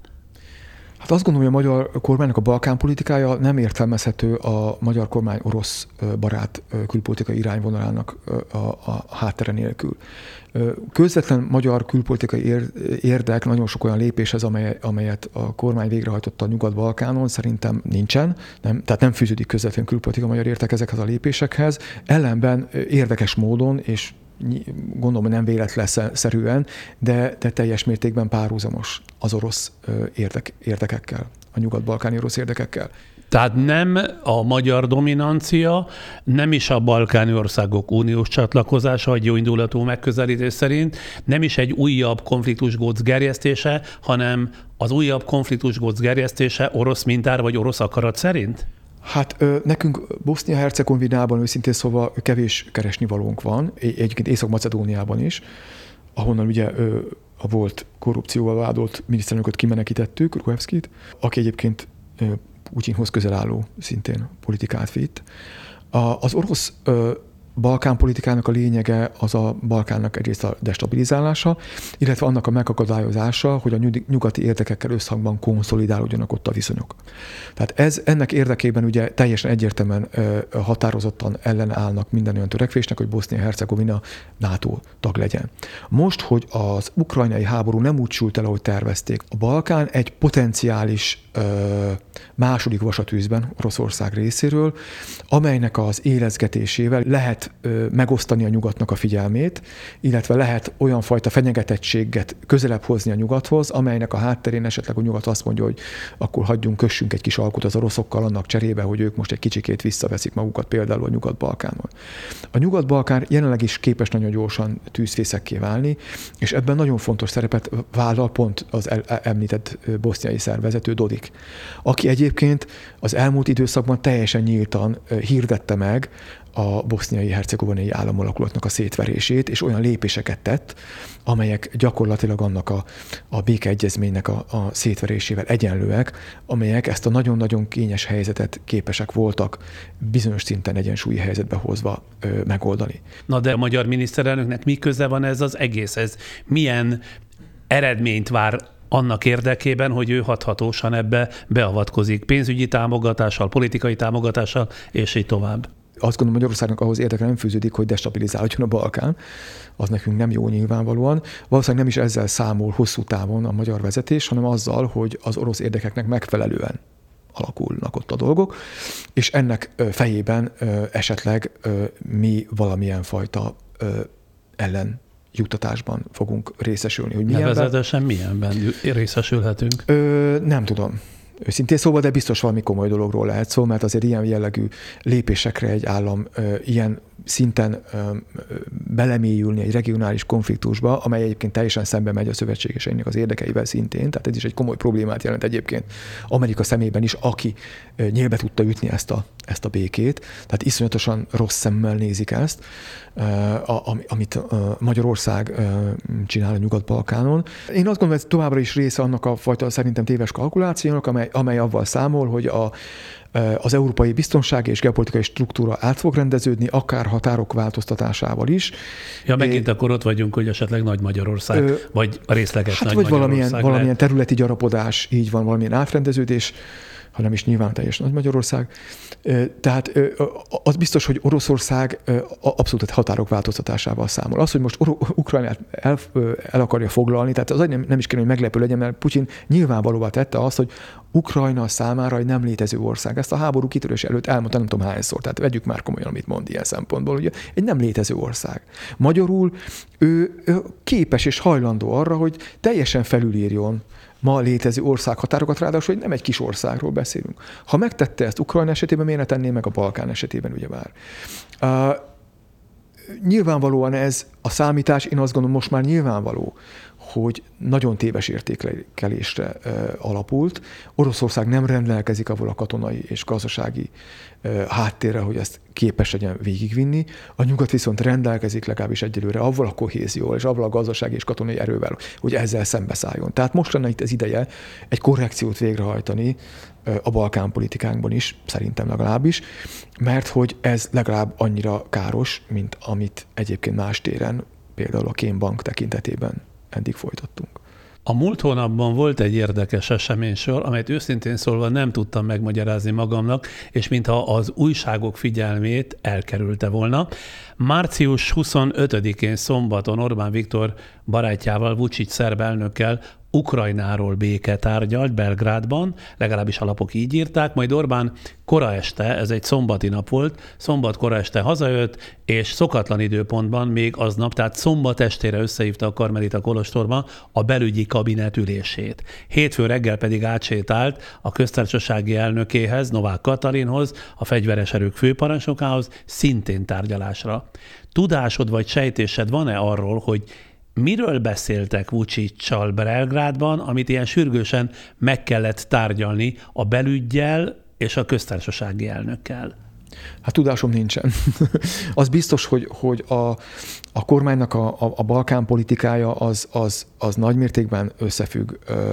Hát azt gondolom, hogy a magyar kormánynak a Balkán politikája nem értelmezhető a magyar kormány orosz barát külpolitikai irányvonalának a, a háttere nélkül. Közvetlen magyar külpolitikai érdek nagyon sok olyan lépéshez, amely, amelyet a kormány végrehajtotta a Nyugat-Balkánon, szerintem nincsen, nem, tehát nem fűződik közvetlen külpolitikai magyar érdek ezekhez a lépésekhez. Ellenben érdekes módon, és gondolom, hogy nem véletlenszerűen, de, de teljes mértékben párhuzamos az orosz érdek, érdekekkel, a nyugat-balkáni orosz érdekekkel. Tehát nem a magyar dominancia, nem is a balkáni országok uniós csatlakozása, egy jóindulatú megközelítés szerint, nem is egy újabb konfliktusgóc gerjesztése, hanem az újabb konfliktusgóc gerjesztése orosz mintára vagy orosz akarat szerint? Hát ö, nekünk Bosznia-Hercegovinában őszintén szóval kevés keresnivalónk van, egyébként Észak-Macedóniában is, ahonnan ugye ö, a volt korrupcióval vádolt miniszterelnököt kimenekítettük, Gruevskit, aki egyébként ö, Putyinhoz közel álló szintén politikát vitt. A, az orosz ö, Balkán politikának a lényege az a Balkánnak egyrészt a destabilizálása, illetve annak a megakadályozása, hogy a nyugati érdekekkel összhangban konszolidálódjanak ott a viszonyok. Tehát ez, ennek érdekében ugye teljesen egyértelműen határozottan ellenállnak minden olyan törekvésnek, hogy Bosznia-Hercegovina NATO tag legyen. Most, hogy az ukrajnai háború nem úgy sült el, ahogy tervezték, a Balkán egy potenciális ö, második vasatűzben Oroszország részéről, amelynek az élezgetésével lehet megosztani a nyugatnak a figyelmét, illetve lehet olyan fajta fenyegetettséget közelebb hozni a nyugathoz, amelynek a hátterén esetleg a nyugat azt mondja, hogy akkor hagyjunk, kössünk egy kis alkut az oroszokkal annak cserébe, hogy ők most egy kicsikét visszaveszik magukat például a Nyugat-Balkánon. A Nyugat-Balkán jelenleg is képes nagyon gyorsan tűzfészekké válni, és ebben nagyon fontos szerepet vállal pont az említett boszniai szervezető Dodik, aki egyébként az elmúlt időszakban teljesen nyíltan hirdette meg a boszniai hercegovinai államalakulatnak a szétverését, és olyan lépéseket tett, amelyek gyakorlatilag annak a, a békeegyezménynek a, a szétverésével egyenlőek, amelyek ezt a nagyon-nagyon kényes helyzetet képesek voltak bizonyos szinten egyensúlyi helyzetbe hozva ö, megoldani. Na de a magyar miniszterelnöknek mi köze van ez az egészhez? Milyen eredményt vár annak érdekében, hogy ő hathatósan ebbe beavatkozik, pénzügyi támogatással, politikai támogatással, és így tovább? Azt gondolom, Magyarországnak ahhoz érdeke nem fűződik, hogy destabilizálódjon a Balkán. Az nekünk nem jó nyilvánvalóan. Valószínűleg nem is ezzel számol hosszú távon a magyar vezetés, hanem azzal, hogy az orosz érdekeknek megfelelően alakulnak ott a dolgok, és ennek fejében esetleg mi valamilyen fajta ellen juttatásban fogunk részesülni. Hogy milyenben? Nevezetesen milyenben részesülhetünk? Ö, nem tudom. Őszintén szóval, de biztos valami komoly dologról lehet szó, mert azért ilyen jellegű lépésekre egy állam ö, ilyen szinten ö, belemélyülni egy regionális konfliktusba, amely egyébként teljesen szembe megy a szövetségeseinek az érdekeivel szintén, tehát ez is egy komoly problémát jelent egyébként Amerika szemében is, aki ö, nyílbe tudta ütni ezt a, ezt a békét, tehát iszonyatosan rossz szemmel nézik ezt, ö, a, amit ö, Magyarország ö, csinál a Nyugat-Balkánon. Én azt gondolom, hogy ez továbbra is része annak a fajta szerintem téves kalkulációnak, amely, amely avval számol, hogy a az európai biztonsági és geopolitikai struktúra át fog rendeződni, akár határok változtatásával is. Ja, megint é, akkor ott vagyunk, hogy esetleg Nagy Magyarország, ö, vagy a részleges hát Nagy vagy Magyarország. Valamilyen, valamilyen területi gyarapodás, így van, valamilyen átrendeződés, hanem is nyilván teljes Nagy Magyarország. Tehát az biztos, hogy Oroszország abszolút határok változtatásával számol. Az, hogy most Ukrajnát el, el akarja foglalni, tehát az nem, nem is kéne, hogy meglepő legyen, mert Putyin nyilvánvalóvá tette azt, hogy Ukrajna számára egy nem létező ország. Ezt a háború kitörés előtt elmondta nem tudom hányszor, tehát vegyük már komolyan, amit mond ilyen szempontból, hogy egy nem létező ország. Magyarul ő, ő képes és hajlandó arra, hogy teljesen felülírjon ma létező országhatárokat, ráadásul, hogy nem egy kis országról beszélünk. Ha megtette ezt Ukrajna esetében, miért ne tenné meg a Balkán esetében, ugyebár? Uh, nyilvánvalóan ez a számítás, én azt gondolom, most már nyilvánvaló, hogy nagyon téves értékelésre uh, alapult. Oroszország nem rendelkezik avval a katonai és gazdasági uh, háttérre, hogy ezt képes legyen végigvinni. A nyugat viszont rendelkezik legalábbis egyelőre avval a kohézióval és avval a gazdasági és katonai erővel, hogy ezzel szembeszálljon. Tehát most lenne itt az ideje egy korrekciót végrehajtani uh, a Balkán politikánkban is, szerintem legalábbis, mert hogy ez legalább annyira káros, mint amit egyébként más téren, például a kémbank tekintetében eddig folytattunk. A múlt hónapban volt egy érdekes eseménysor, amelyet őszintén szólva nem tudtam megmagyarázni magamnak, és mintha az újságok figyelmét elkerülte volna. március huszonötödikén szombaton Orbán Viktor barátjával, Vučić szerb elnökkel Ukrajnáról béke tárgyalt Belgrádban, legalábbis a lapok így írták, majd Orbán kora este, ez egy szombati nap volt, szombat kora este hazajött, és szokatlan időpontban még aznap, tehát szombat estére összehívta a Karmelita kolostorba a belügyi kabinet ülését. Hétfő reggel pedig átsétált a köztársasági elnökéhez, Novák Katalinhoz, a fegyveres erők főparancsnokához, szintén tárgyalásra. Tudásod vagy sejtésed van-e arról, hogy miről beszéltek Vučićsal Belgrádban, amit ilyen sürgősen meg kellett tárgyalni a belüggyel és a köztársasági elnökkel? Hát tudásom nincsen. Az biztos, hogy, hogy a, a kormánynak a, a, a Balkán politikája az, az, az nagymértékben összefügg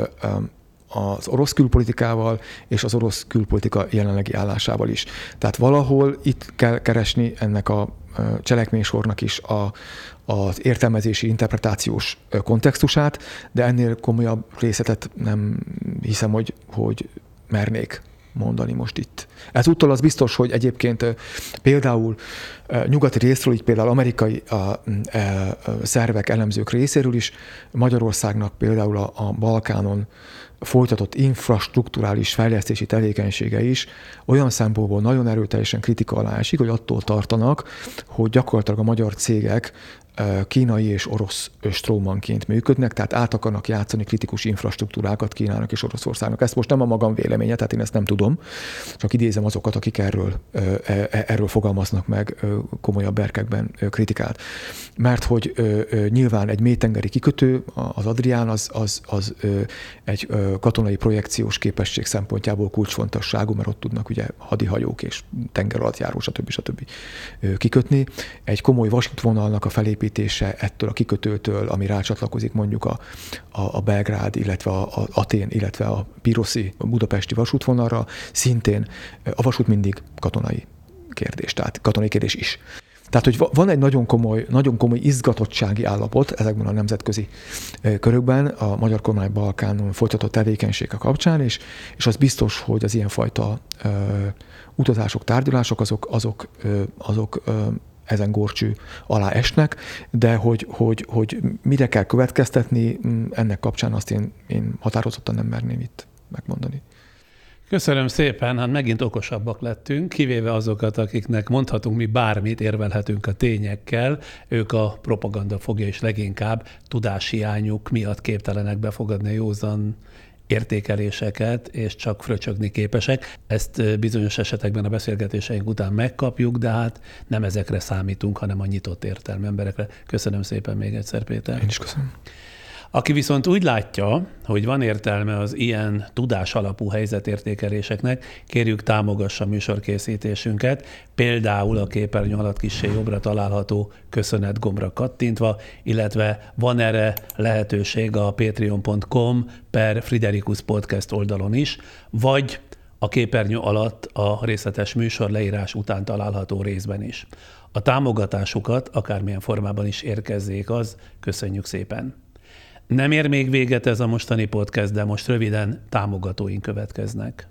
az orosz külpolitikával és az orosz külpolitika jelenlegi állásával is. Tehát valahol itt kell keresni ennek a cselekménysornak is a, az értelmezési, interpretációs kontextusát, de ennél komolyabb részletet nem hiszem, hogy, hogy mernék mondani most itt. Ezúttal az biztos, hogy egyébként például nyugati részről, így például amerikai a, a, a szervek, elemzők részéről is Magyarországnak például a, a Balkánon folytatott infrastrukturális fejlesztési tevékenysége is olyan szempontból nagyon erőteljesen kritika alá esik, hogy attól tartanak, hogy gyakorlatilag a magyar cégek kínai és orosz strómanként működnek, tehát át akarnak játszani kritikus infrastruktúrákat Kínának és Oroszországnak. Ezt most nem a magam véleménye, tehát én ezt nem tudom, csak idézem azokat, akik erről, erről fogalmaznak meg komolyabb berkekben kritikát. Mert hogy nyilván egy mélytengeri kikötő, az Adrián, az, az, az egy katonai projekciós képesség szempontjából kulcsfontosságú, mert ott tudnak ugye hadihajók és tengeralattjáró, stb. stb. Kikötni. Egy komoly vasútvonalnak a felépítése ettől a kikötőtől, ami rácsatlakozik mondjuk a, a, a Belgrád, illetve a, a Atén, illetve a piroszi, a budapesti vasútvonalra, szintén a vasút mindig katonai kérdés, tehát katonai kérdés is. Tehát, hogy van egy nagyon komoly, nagyon komoly izgatottsági állapot ezekben a nemzetközi körökben, a magyar kormány Balkánon folytatott tevékenysége kapcsán, és, és az biztos, hogy az ilyenfajta ö, utazások, tárgyalások, azok, azok, ö, azok ö, ezen górcső alá esnek, de hogy, hogy, hogy mire kell következtetni, ennek kapcsán azt én, én határozottan nem merném itt megmondani. Köszönöm szépen, hát megint okosabbak lettünk, kivéve azokat, akiknek mondhatunk mi bármit, érvelhetünk a tényekkel, ők a propaganda fogja is leginkább tudáshiányuk miatt képtelenek befogadni a józan értékeléseket, és csak fröcsögni képesek. Ezt bizonyos esetekben a beszélgetéseink után megkapjuk, de hát nem ezekre számítunk, hanem a nyitott értelmű emberekre. Köszönöm szépen még egyszer, Péter. Én is köszönöm. Aki viszont úgy látja, hogy van értelme az ilyen tudás alapú helyzetértékeléseknek, kérjük támogassa műsorkészítésünket, például a képernyő alatt kissé jobbra található köszönet gombra kattintva, illetve van erre lehetőség a patreon pont com per Friderikus Podcast oldalon is, vagy a képernyő alatt a részletes műsor leírás után található részben is. A támogatásukat akármilyen formában is érkezzék az, köszönjük szépen. Nem ér még véget ez a mostani podcast, de most röviden támogatóink következnek.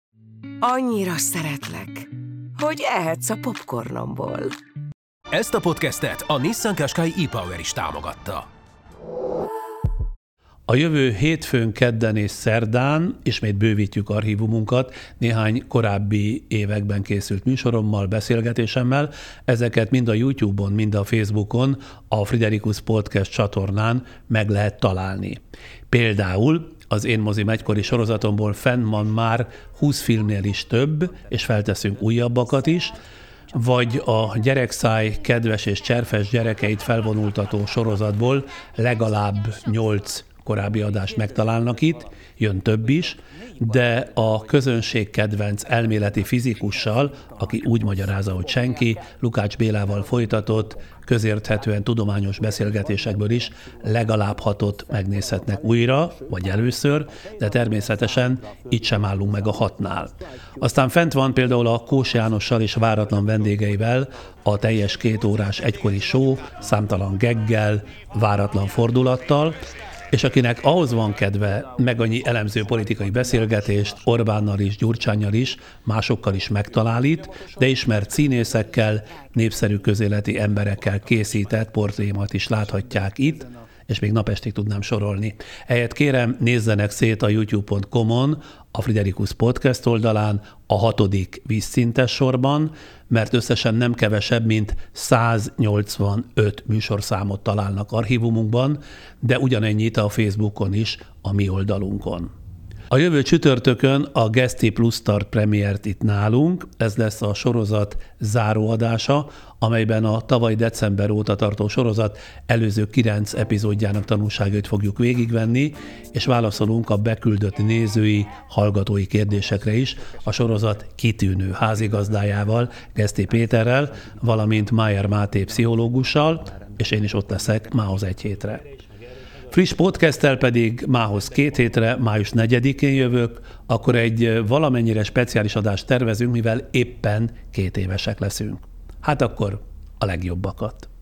Annyira szeretlek, hogy ehetsz a popcornomból. Ezt a podcastet a Nissan Qashqai e-Power is támogatta. A jövő hétfőn, kedden és szerdán ismét bővítjük archívumunkat néhány korábbi években készült műsorommal, beszélgetésemmel. Ezeket mind a YouTube-on, mind a Facebookon, a Friderikus Podcast csatornán meg lehet találni. Például az Én mozim egykori sorozatomból fenn van már húsz filmnél is több, és felteszünk újabbakat is, vagy a Gyerekszáj kedves és cserfes gyerekeit felvonultató sorozatból legalább nyolc korábbi adást megtalálnak itt, jön több is, de a közönség kedvenc elméleti fizikussal, aki úgy magyarázza, hogy senki, Lukács Bélával folytatott, közérthetően tudományos beszélgetésekből is legalább hatot megnézhetnek újra, vagy először, de természetesen itt sem állunk meg a hatnál. Aztán fent van például a Kós Jánossal és váratlan vendégeivel a teljes két órás egykori show, számtalan geggel, váratlan fordulattal, és akinek ahhoz van kedve, meg annyi elemző politikai beszélgetést Orbánnal is, Gyurcsánnyal is, másokkal is megtalál itt, de ismert színészekkel, népszerű közéleti emberekkel készített portrémat is láthatják itt, és még napestig tudnám sorolni. Ehelyett kérem, nézzenek szét a youtube pont com-on, a Friderikus Podcast oldalán, a hatodik vízszintes sorban, mert összesen nem kevesebb, mint száznyolcvanöt műsorszámot találnak archívumunkban, de ugyanennyit a Facebookon is, a mi oldalunkon. A jövő csütörtökön a Geszti Plus Start premiért itt nálunk, ez lesz a sorozat záróadása, amelyben a tavaly december óta tartó sorozat előző kilenc epizódjának tanulságait fogjuk végigvenni, és válaszolunk a beküldött nézői, hallgatói kérdésekre is a sorozat kitűnő házigazdájával, Geszti Péterrel, valamint Májer Máté pszichológussal, és én is ott leszek mához egy hétre. Friss podcasttel pedig mához két hétre, május negyedikén jövök, akkor egy valamennyire speciális adást tervezünk, mivel éppen két évesek leszünk. Hát akkor a legjobbakat!